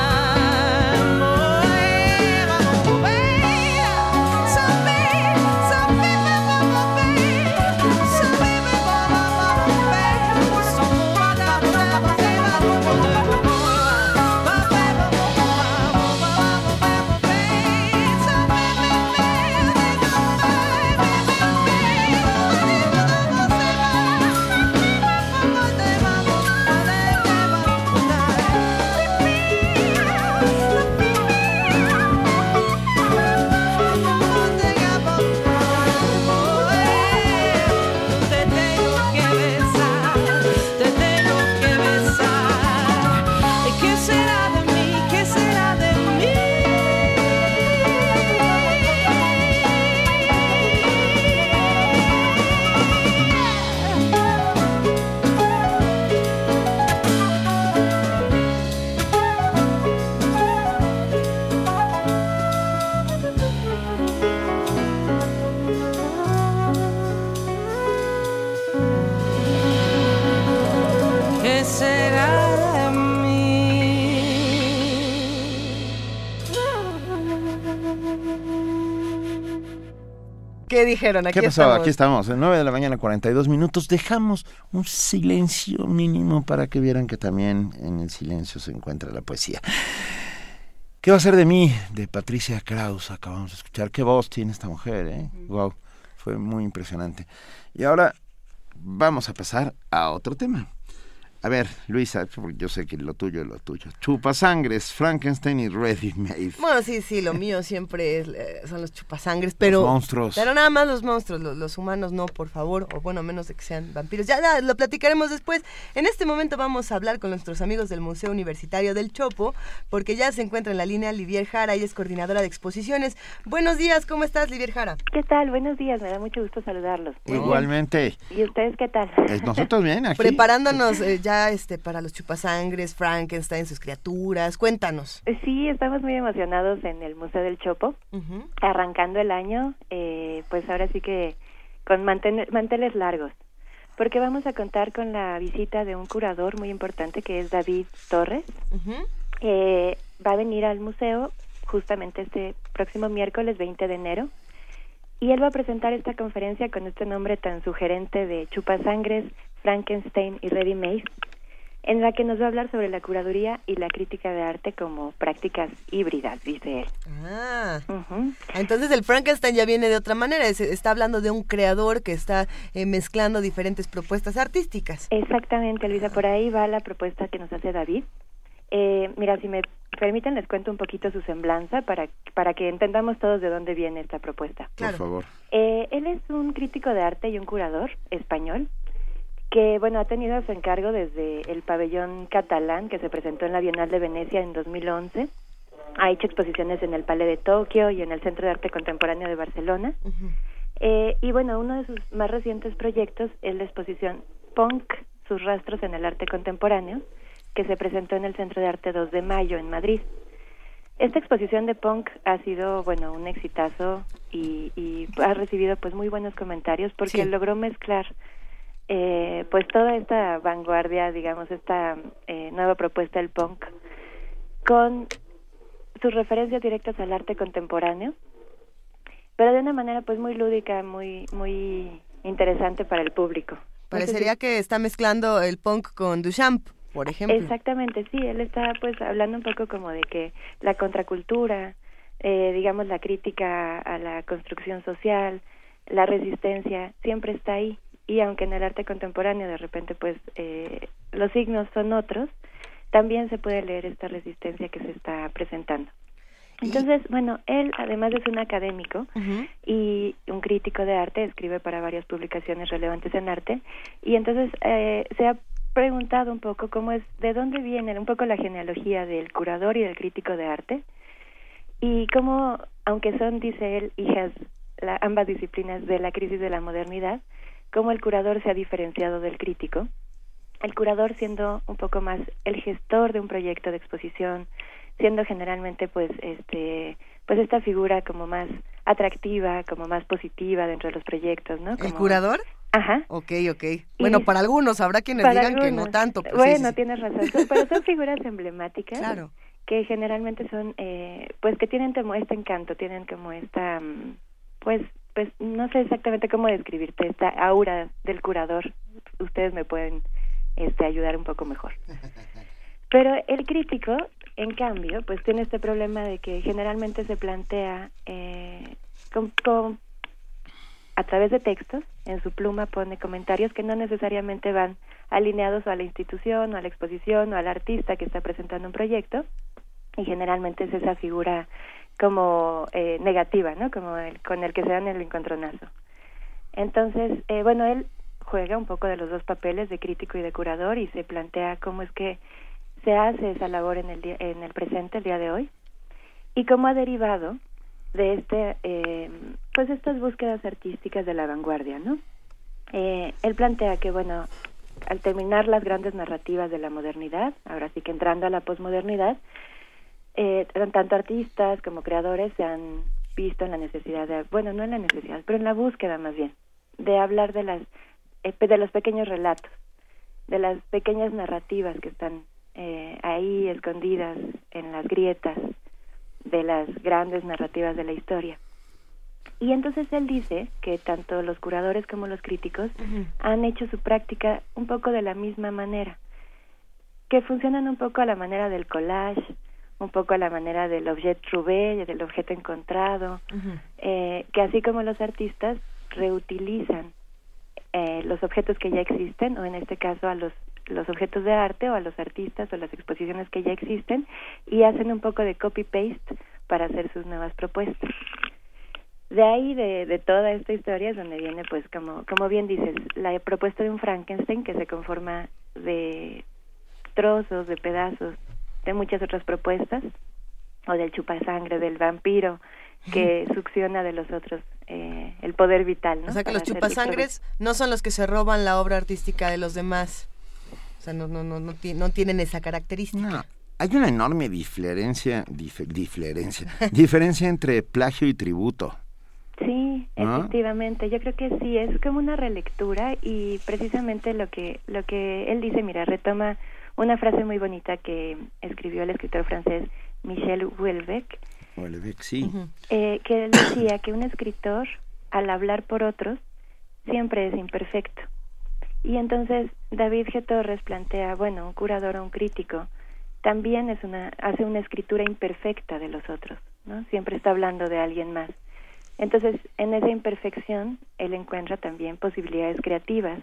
¿Qué dijeron? Aquí ¿Qué pasó? estamos. Aquí estamos, en nueve de la mañana, cuarenta y dos minutos. Dejamos un silencio mínimo para que vieran que también en el silencio se encuentra la poesía. ¿Qué va a ser de mí? De Patricia Kraus, acabamos de escuchar. Qué voz tiene esta mujer, ¿eh? Wow, fue muy impresionante. Y ahora vamos a pasar a otro tema. A ver, Luisa, yo sé que lo tuyo es lo tuyo. Chupasangres, Frankenstein y Ready Made. Bueno, sí, sí, lo mío siempre es, eh, son los chupasangres, pero... Los monstruos. Pero nada más los monstruos, los, los humanos no, por favor, o bueno, a menos de que sean vampiros. Ya, ya, lo platicaremos después. En este momento vamos a hablar con nuestros amigos del Museo Universitario del Chopo, porque ya se encuentra en la línea Livier Jara, ella es coordinadora de exposiciones. Buenos días, ¿cómo estás, Livier Jara? ¿Qué tal? Buenos días, me da mucho gusto saludarlos. Igualmente. ¿Y ustedes qué tal? Eh, nosotros bien, aquí. Preparándonos eh, ya este para los chupasangres, Frankenstein, sus criaturas, cuéntanos. Sí, estamos muy emocionados en el Museo del Chopo, uh-huh. arrancando el año, eh, pues ahora sí que con manten- manteles largos, porque vamos a contar con la visita de un curador muy importante que es David Torres. Uh-huh. Eh, va a venir al museo justamente este próximo miércoles veinte de enero, y él va a presentar esta conferencia con este nombre tan sugerente de Chupasangres, Frankenstein y Ready Made, en la que nos va a hablar sobre la curaduría y la crítica de arte como prácticas híbridas, dice él. Ah, uh-huh. Entonces el Frankenstein ya viene de otra manera, es, está hablando de un creador que está eh, mezclando diferentes propuestas artísticas. Exactamente, Luisa, por ahí va la propuesta que nos hace David. Eh, mira, si me permiten, les cuento un poquito su semblanza para, para que entendamos todos de dónde viene esta propuesta. Claro. Por favor. Eh, él es un crítico de arte y un curador español, que bueno, ha tenido a su encargo desde el pabellón catalán que se presentó en la Bienal de Venecia en dos mil once. Ha hecho exposiciones en el Palais de Tokio y en el Centro de Arte Contemporáneo de Barcelona. Uh-huh. Eh, y bueno, uno de sus más recientes proyectos es la exposición Punk, sus rastros en el arte contemporáneo, que se presentó en el Centro de Arte dos de mayo en Madrid. Esta exposición de Punk ha sido, bueno, un exitazo y, y ha recibido pues muy buenos comentarios porque sí. logró mezclar Eh, pues toda esta vanguardia, digamos, esta eh, nueva propuesta del punk con sus referencias directas al arte contemporáneo, pero de una manera pues muy lúdica, muy muy interesante para el público. Parecería que está mezclando el punk con Duchamp, por ejemplo. Exactamente, sí, él está pues hablando un poco como de que la contracultura, eh, digamos la crítica a la construcción social, la resistencia, siempre está ahí. Y aunque en el arte contemporáneo de repente pues eh, los signos son otros, también se puede leer esta resistencia que se está presentando. Entonces, bueno, él además es un académico uh-huh. y un crítico de arte, escribe para varias publicaciones relevantes en arte, y entonces eh, se ha preguntado un poco cómo es, de dónde viene un poco la genealogía del curador y del crítico de arte, y cómo, aunque son, dice él, hijas, la, ambas disciplinas de la crisis de la modernidad, cómo el curador se ha diferenciado del crítico. El curador siendo un poco más el gestor de un proyecto de exposición, siendo generalmente pues este pues esta figura como más atractiva, como más positiva dentro de los proyectos, ¿no? Como... ¿El curador? Ajá. Ok, ok. Bueno, y para algunos, habrá quienes digan algunos, que no tanto. Pues, bueno, sí, sí, tienes razón, pero son figuras emblemáticas. Claro. Que generalmente son, eh, pues que tienen como este encanto, tienen como esta, pues, pues no sé exactamente cómo describirte, esta aura del curador. Ustedes me pueden este, ayudar un poco mejor. Pero el crítico, en cambio, pues tiene este problema de que generalmente se plantea eh, con, con, a través de textos, en su pluma pone comentarios que no necesariamente van alineados a la institución o a la exposición o al artista que está presentando un proyecto, y generalmente es esa figura como eh, negativa, ¿no? Como el con el que se dan el encontronazo. Entonces, eh, bueno, él juega un poco de los dos papeles de crítico y de curador y se plantea cómo es que se hace esa labor en el día, en el presente, el día de hoy, y cómo ha derivado de este, eh, pues estas búsquedas artísticas de la vanguardia, ¿no? Eh, él plantea que, bueno, al terminar las grandes narrativas de la modernidad, ahora sí que entrando a la posmodernidad, eh, tanto artistas como creadores se han visto en la necesidad de, bueno, no en la necesidad, pero en la búsqueda más bien, de hablar de las, eh, de los pequeños relatos, de las pequeñas narrativas que están eh, ahí escondidas en las grietas de las grandes narrativas de la historia. Y entonces él dice que tanto los curadores como los críticos uh-huh. han hecho su práctica un poco de la misma manera, que funcionan un poco a la manera del collage, un poco a la manera del objet trouvé, del objeto encontrado, uh-huh. eh, que así como los artistas reutilizan eh, los objetos que ya existen, o en este caso a los los objetos de arte o a los artistas o las exposiciones que ya existen, y hacen un poco de copy-paste para hacer sus nuevas propuestas. De ahí, de, de toda esta historia es donde viene, pues, como, como bien dices, la propuesta de un Frankenstein que se conforma de trozos, de pedazos, de muchas otras propuestas, o del chupasangre, del vampiro, que succiona de los otros eh, el poder vital, ¿no? O sea que los chupasangres no son los que se roban la obra artística de los demás. O sea, no, no, no, no, no tienen esa característica. No, hay una enorme diferencia, dif, diferencia, diferencia entre plagio y tributo. Sí, ¿no? Efectivamente. Yo creo que sí, es como una relectura, y precisamente lo que lo que él dice, mira, retoma una frase muy bonita que escribió el escritor francés Michel Houellebecq. Houellebecq, sí. Uh-huh. eh, que él decía que un escritor, al hablar por otros, siempre es imperfecto. Y entonces David G. Torres plantea, bueno, un curador o un crítico también es una hace una escritura imperfecta de los otros, ¿no? Siempre está hablando de alguien más. Entonces, en esa imperfección, él encuentra también posibilidades creativas.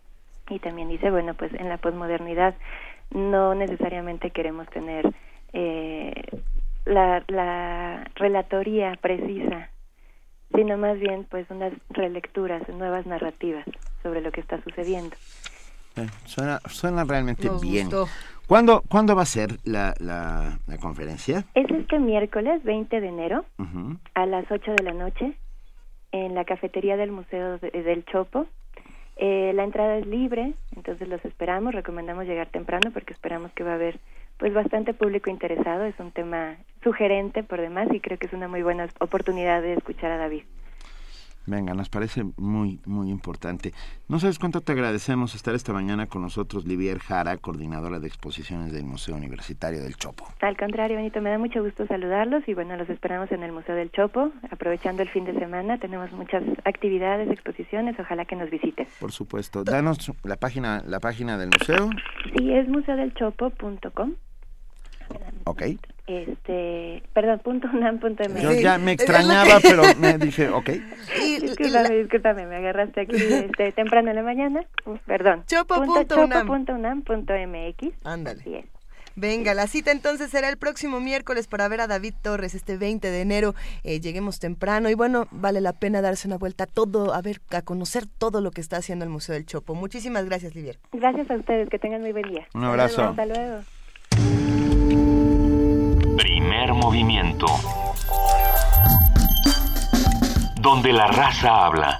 Y también dice, bueno, pues en la posmodernidad no necesariamente queremos tener eh, la, la relatoría precisa, sino más bien pues unas relecturas, nuevas narrativas sobre lo que está sucediendo. Eh, suena, suena realmente Nos bien. gustó. ¿Cuándo, ¿Cuándo va a ser la, la, la conferencia? Es este miércoles veinte de enero Uh-huh. a las ocho de la noche en la cafetería del Museo de, del Chopo. Eh, la entrada es libre, entonces los esperamos, recomendamos llegar temprano porque esperamos que va a haber pues bastante público interesado. Es un tema sugerente por demás y creo que es una muy buena oportunidad de escuchar a David. Venga, nos parece muy, muy importante. No sabes cuánto te agradecemos estar esta mañana con nosotros, Livier Jara, coordinadora de exposiciones del Museo Universitario del Chopo. Al contrario, Benito, me da mucho gusto saludarlos y bueno, los esperamos en el Museo del Chopo, aprovechando el fin de semana. Tenemos muchas actividades, exposiciones, ojalá que nos visiten. Por supuesto. Danos la página, la página del museo. Sí, es museo del chopo punto com. Ok. Este, perdón, punto unam punto m x. Yo ya me extrañaba, pero me dije, ok. Discúlpame, discúlpame, me agarraste aquí este, temprano en la mañana. Uh, perdón. chopo punto unam punto unam punto m x. Ándale. Así es. Venga, la cita entonces será el próximo miércoles para ver a David Torres este veinte de enero. Eh, lleguemos temprano y bueno, vale la pena darse una vuelta a todo, a ver, a conocer todo lo que está haciendo el Museo del Chopo. Muchísimas gracias, Livier. Gracias a ustedes, que tengan muy buen día. Un abrazo. Hasta luego. Primer movimiento. Donde la raza habla.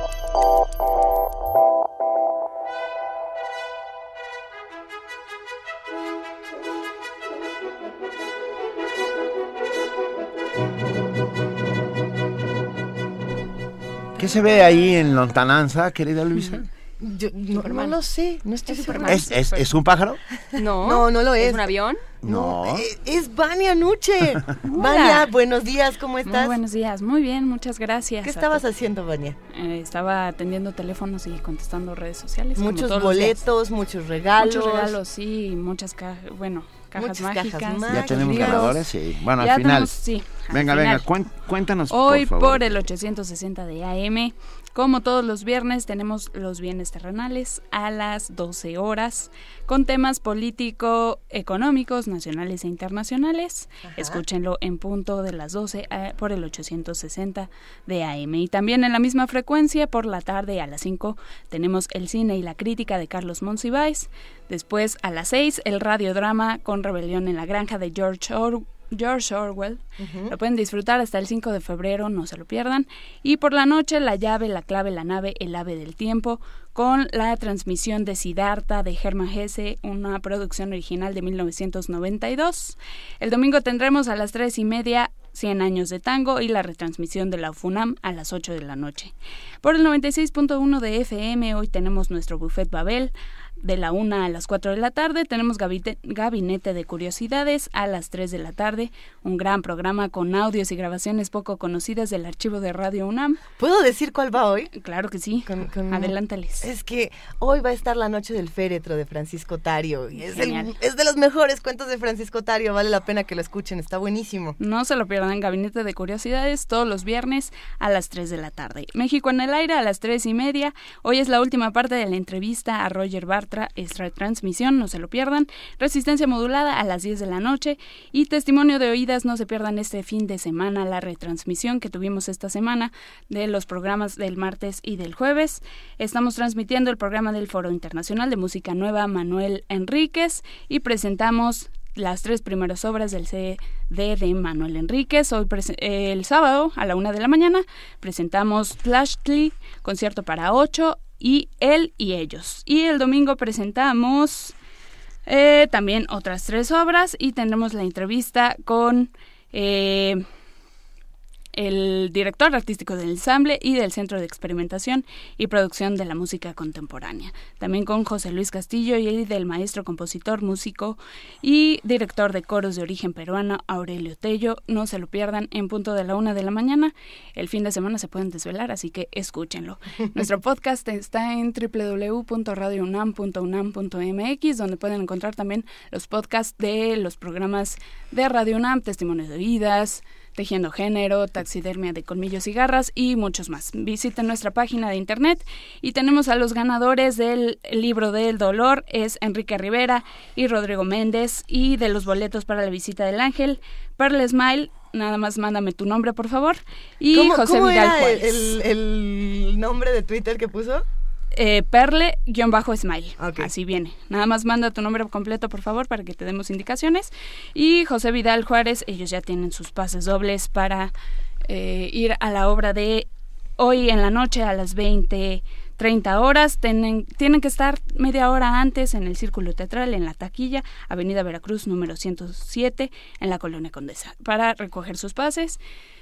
¿Qué se ve ahí en lontananza, querida Luisa? Yo no, no lo sé, no estoy segura. ¿Es, es, ¿Es un pájaro? No, no, no lo es. ¿Es un avión? No. no es, es Vania Nuche. Vania, buenos días, ¿cómo estás? Muy buenos días, muy bien, muchas gracias. ¿Qué estabas haciendo, Vania? Eh, estaba atendiendo teléfonos y contestando redes sociales. Muchos boletos, muchos regalos. Muchos regalos, sí, muchas cajas, bueno, cajas Muchas mágicas. Cajas mágicas. Ya tenemos libros. ganadores, sí. Bueno, Ya al final. tenemos, sí, al venga, final. venga, cuéntanos, Hoy por favor. por el ochocientos sesenta de A M, como todos los viernes, tenemos los bienes terrenales a las doce horas, con temas político-económicos, nacionales e internacionales. Ajá. Escúchenlo en punto de las doce eh, por el ochocientos sesenta de A M. Y también en la misma frecuencia, por la tarde a las cinco, tenemos el cine y la crítica de Carlos Monsiváis. Después, a las seis, el radiodrama con Rebelión en la Granja de George Orwell. George Orwell. Uh-huh. Lo pueden disfrutar hasta el cinco de febrero, no se lo pierdan. Y por la noche, La llave, la clave, la nave, el ave del tiempo, con la transmisión de Siddhartha de Hermann Hesse, una producción original de mil novecientos noventa y dos. El domingo tendremos a las tres y media cien años de tango y la retransmisión de la UFUNAM a las ocho de la noche. Por el noventa y seis punto uno de F M, hoy tenemos nuestro Buffet Babel. De la una a las cuatro de la tarde tenemos Gabinete, Gabinete de Curiosidades a las tres de la tarde, un gran programa con audios y grabaciones poco conocidas del archivo de Radio UNAM. ¿Puedo decir cuál va hoy? Claro que sí, con, con... adelántales. Es que hoy va a estar La Noche del Féretro de Francisco Tario, y es, el, es de los mejores cuentos de Francisco Tario, vale la pena que lo escuchen, está buenísimo. No se lo pierdan, Gabinete de Curiosidades, todos los viernes a las tres de la tarde. México en el aire a las tres y media, hoy es la última parte de la entrevista a Roger Bartra, es retransmisión, no se lo pierdan. Resistencia modulada a las diez de la noche y Testimonio de Oídas, no se pierdan este fin de semana la retransmisión que tuvimos esta semana de los programas del martes y del jueves. Estamos transmitiendo el programa del Foro Internacional de Música Nueva Manuel Enríquez y presentamos las tres primeras obras del C D de Manuel Enríquez. Hoy eh, el sábado a la una de la mañana presentamos Tlachtli, concierto para ocho, y Él y Ellos. Y el domingo presentamos eh, también otras tres obras y tendremos la entrevista con eh, el director artístico del ensamble y del Centro de Experimentación y Producción de la Música Contemporánea. También con José Luis Castillo y del maestro, compositor, músico y director de coros de origen peruano Aurelio Tello. No se lo pierdan en punto de la una de la mañana. El fin de semana se pueden desvelar, así que escúchenlo. Nuestro podcast está en doble u doble u doble u punto radio unam punto unam punto m x, donde pueden encontrar también los podcasts de los programas de Radio UNAM, Testimonios de Oídas, Tejiendo Género, Taxidermia de Colmillos y Garras y muchos más. Visiten nuestra página de internet y tenemos a los ganadores del libro del dolor, es Enrique Rivera y Rodrigo Méndez, y de los boletos para la visita del ángel, Pearl Smile, nada más mándame tu nombre por favor, y ¿Cómo, José ¿cómo Vidal era Juárez. El, el nombre de Twitter que puso? Eh, Perle-Smile, okay. Así viene. Nada más manda tu nombre completo, por favor, para que te demos indicaciones. Y José Vidal Juárez, ellos ya tienen sus pases dobles para eh, ir a la obra de hoy en la noche a las veinte treinta horas. Tienen, tienen que estar media hora antes en el Círculo Teatral, en la taquilla, Avenida Veracruz, número ciento siete, en la Colonia Condesa, para recoger sus pases.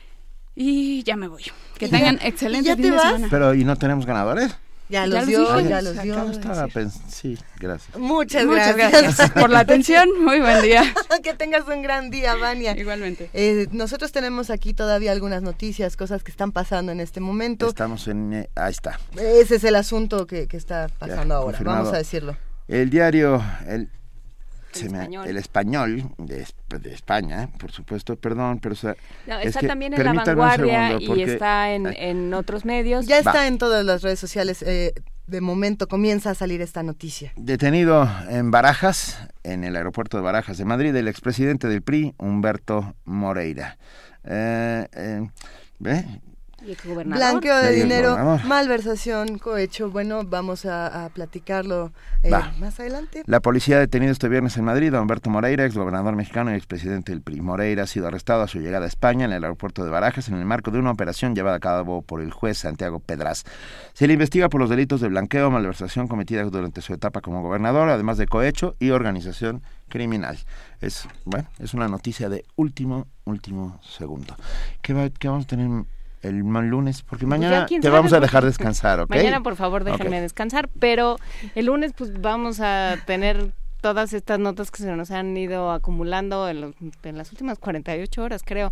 Y ya me voy. Que tengan ya, excelente ¿ya fin de vas? semana. Pero, ¿y no tenemos ganadores? Ya los dio, dije, ya los dio. Estaba pens- sí, gracias. Muchas, Muchas gracias. gracias por la atención. Muy buen día. Que tengas un gran día, Vania. Igualmente. Eh, nosotros tenemos aquí todavía algunas noticias, cosas que están pasando en este momento. Estamos en... Eh, ahí está. Ese es el asunto que, que está pasando Ya, ahora. confirmado. Vamos a decirlo. El diario... El, El se me- Español. el español de, de España, por supuesto, perdón, pero o sea, No, es está que, también en La permítanme un Vanguardia segundo, y porque- está en, en otros medios. Ya está Va. en todas las redes sociales. Eh, de momento comienza a salir esta noticia. Detenido en Barajas, en el aeropuerto de Barajas de Madrid, el expresidente del P R I, Humberto Moreira. Eh, eh, ¿eh? Blanqueo de dinero, malversación, cohecho. Bueno, vamos a, a platicarlo eh, más adelante. La policía ha detenido este viernes en Madrid a Humberto Moreira, exgobernador mexicano y expresidente del P R I. Moreira ha sido arrestado a su llegada a España en el aeropuerto de Barajas en el marco de una operación llevada a cabo por el juez Santiago Pedraz. Se le investiga por los delitos de blanqueo, malversación cometida durante su etapa como gobernador, además de cohecho y organización criminal. Es, bueno, es una noticia de último, último segundo. ¿Qué, va, qué vamos a tener el lunes? Porque mañana pues te vamos a dejar descansar, ¿ok? Mañana, por favor, déjenme okay. descansar, pero el lunes pues vamos a tener todas estas notas que se nos han ido acumulando en, los, en las últimas cuarenta y ocho horas, creo.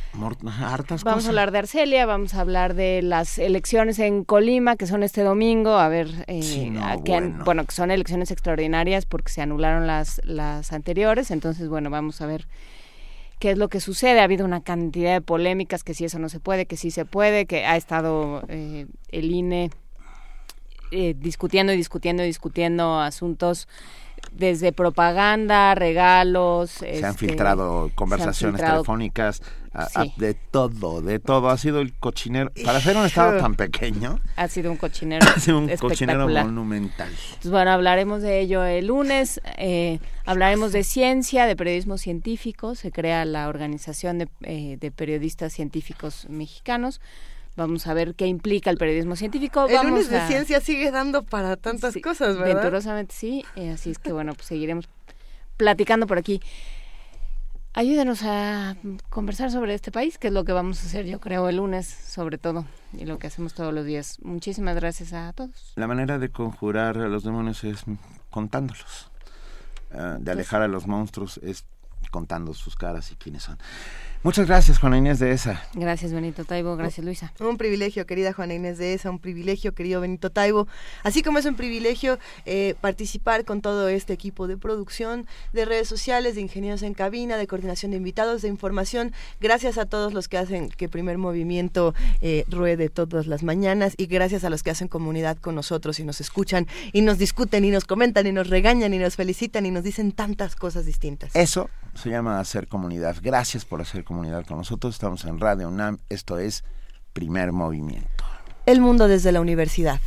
Hartas vamos cosas. a hablar de Arcelia, vamos a hablar de las elecciones en Colima, que son este domingo, a ver, eh, sí, no, que, bueno. han, bueno, que son elecciones extraordinarias porque se anularon las, las anteriores, entonces, bueno, vamos a ver qué es lo que sucede. Ha habido una cantidad de polémicas, que si eso no se puede, que sí se puede, que ha estado eh, el I N E eh, discutiendo y discutiendo y discutiendo asuntos desde propaganda, regalos. Se este, han filtrado conversaciones han filtrado, telefónicas, a, sí. a, de todo, de todo. Ha sido el cochinero, para hacer un estado tan pequeño. Ha sido un cochinero Ha sido un cochinero monumental. Entonces, bueno, hablaremos de ello el lunes. Eh, hablaremos de ciencia, de periodismo científico. Se crea la Organización de, eh, de Periodistas Científicos Mexicanos. Vamos a ver qué implica el periodismo científico. El Vamos lunes de a... ciencia sigue dando para tantas sí, cosas, ¿verdad? Venturosamente sí, eh, así es que bueno, pues seguiremos platicando por aquí. Ayúdenos a conversar sobre este país, que es lo que vamos a hacer, yo creo, el lunes, sobre todo, y lo que hacemos todos los días. Muchísimas gracias a todos. La manera de conjurar a los demonios es contándolos. Uh, de alejar a los monstruos es contando sus caras y quiénes son. Muchas gracias, Juana Inés de Esa. Gracias, Benito Taibo. Gracias, Luisa. Un privilegio, querida Juana Inés de Esa, un privilegio, querido Benito Taibo. Así como es un privilegio eh, participar con todo este equipo de producción, de redes sociales, de ingenieros en cabina, de coordinación de invitados, de información. Gracias a todos los que hacen que Primer Movimiento eh, ruede todas las mañanas, y gracias a los que hacen comunidad con nosotros y nos escuchan y nos discuten y nos comentan y nos regañan y nos felicitan y nos dicen tantas cosas distintas. Eso se llama hacer comunidad. Gracias por hacer comunidad con nosotros. Estamos en Radio UNAM. Esto es Primer Movimiento. El mundo desde la universidad.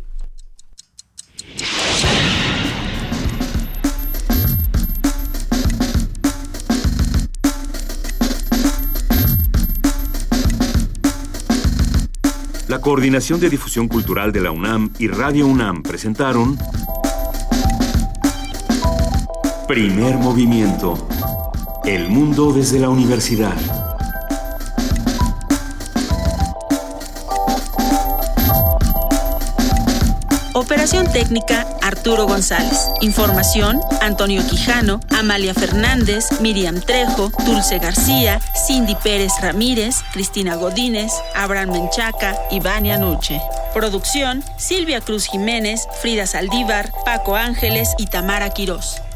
La Coordinación de Difusión Cultural de la UNAM y Radio UNAM presentaron Primer Movimiento. El mundo desde la universidad. Operación técnica, Arturo González. Información, Antonio Quijano, Amalia Fernández, Miriam Trejo, Dulce García, Cindy Pérez Ramírez, Cristina Godínez, Abraham Menchaca y Vania Nuche. Producción, Silvia Cruz Jiménez, Frida Saldívar, Paco Ángeles y Tamara Quirós.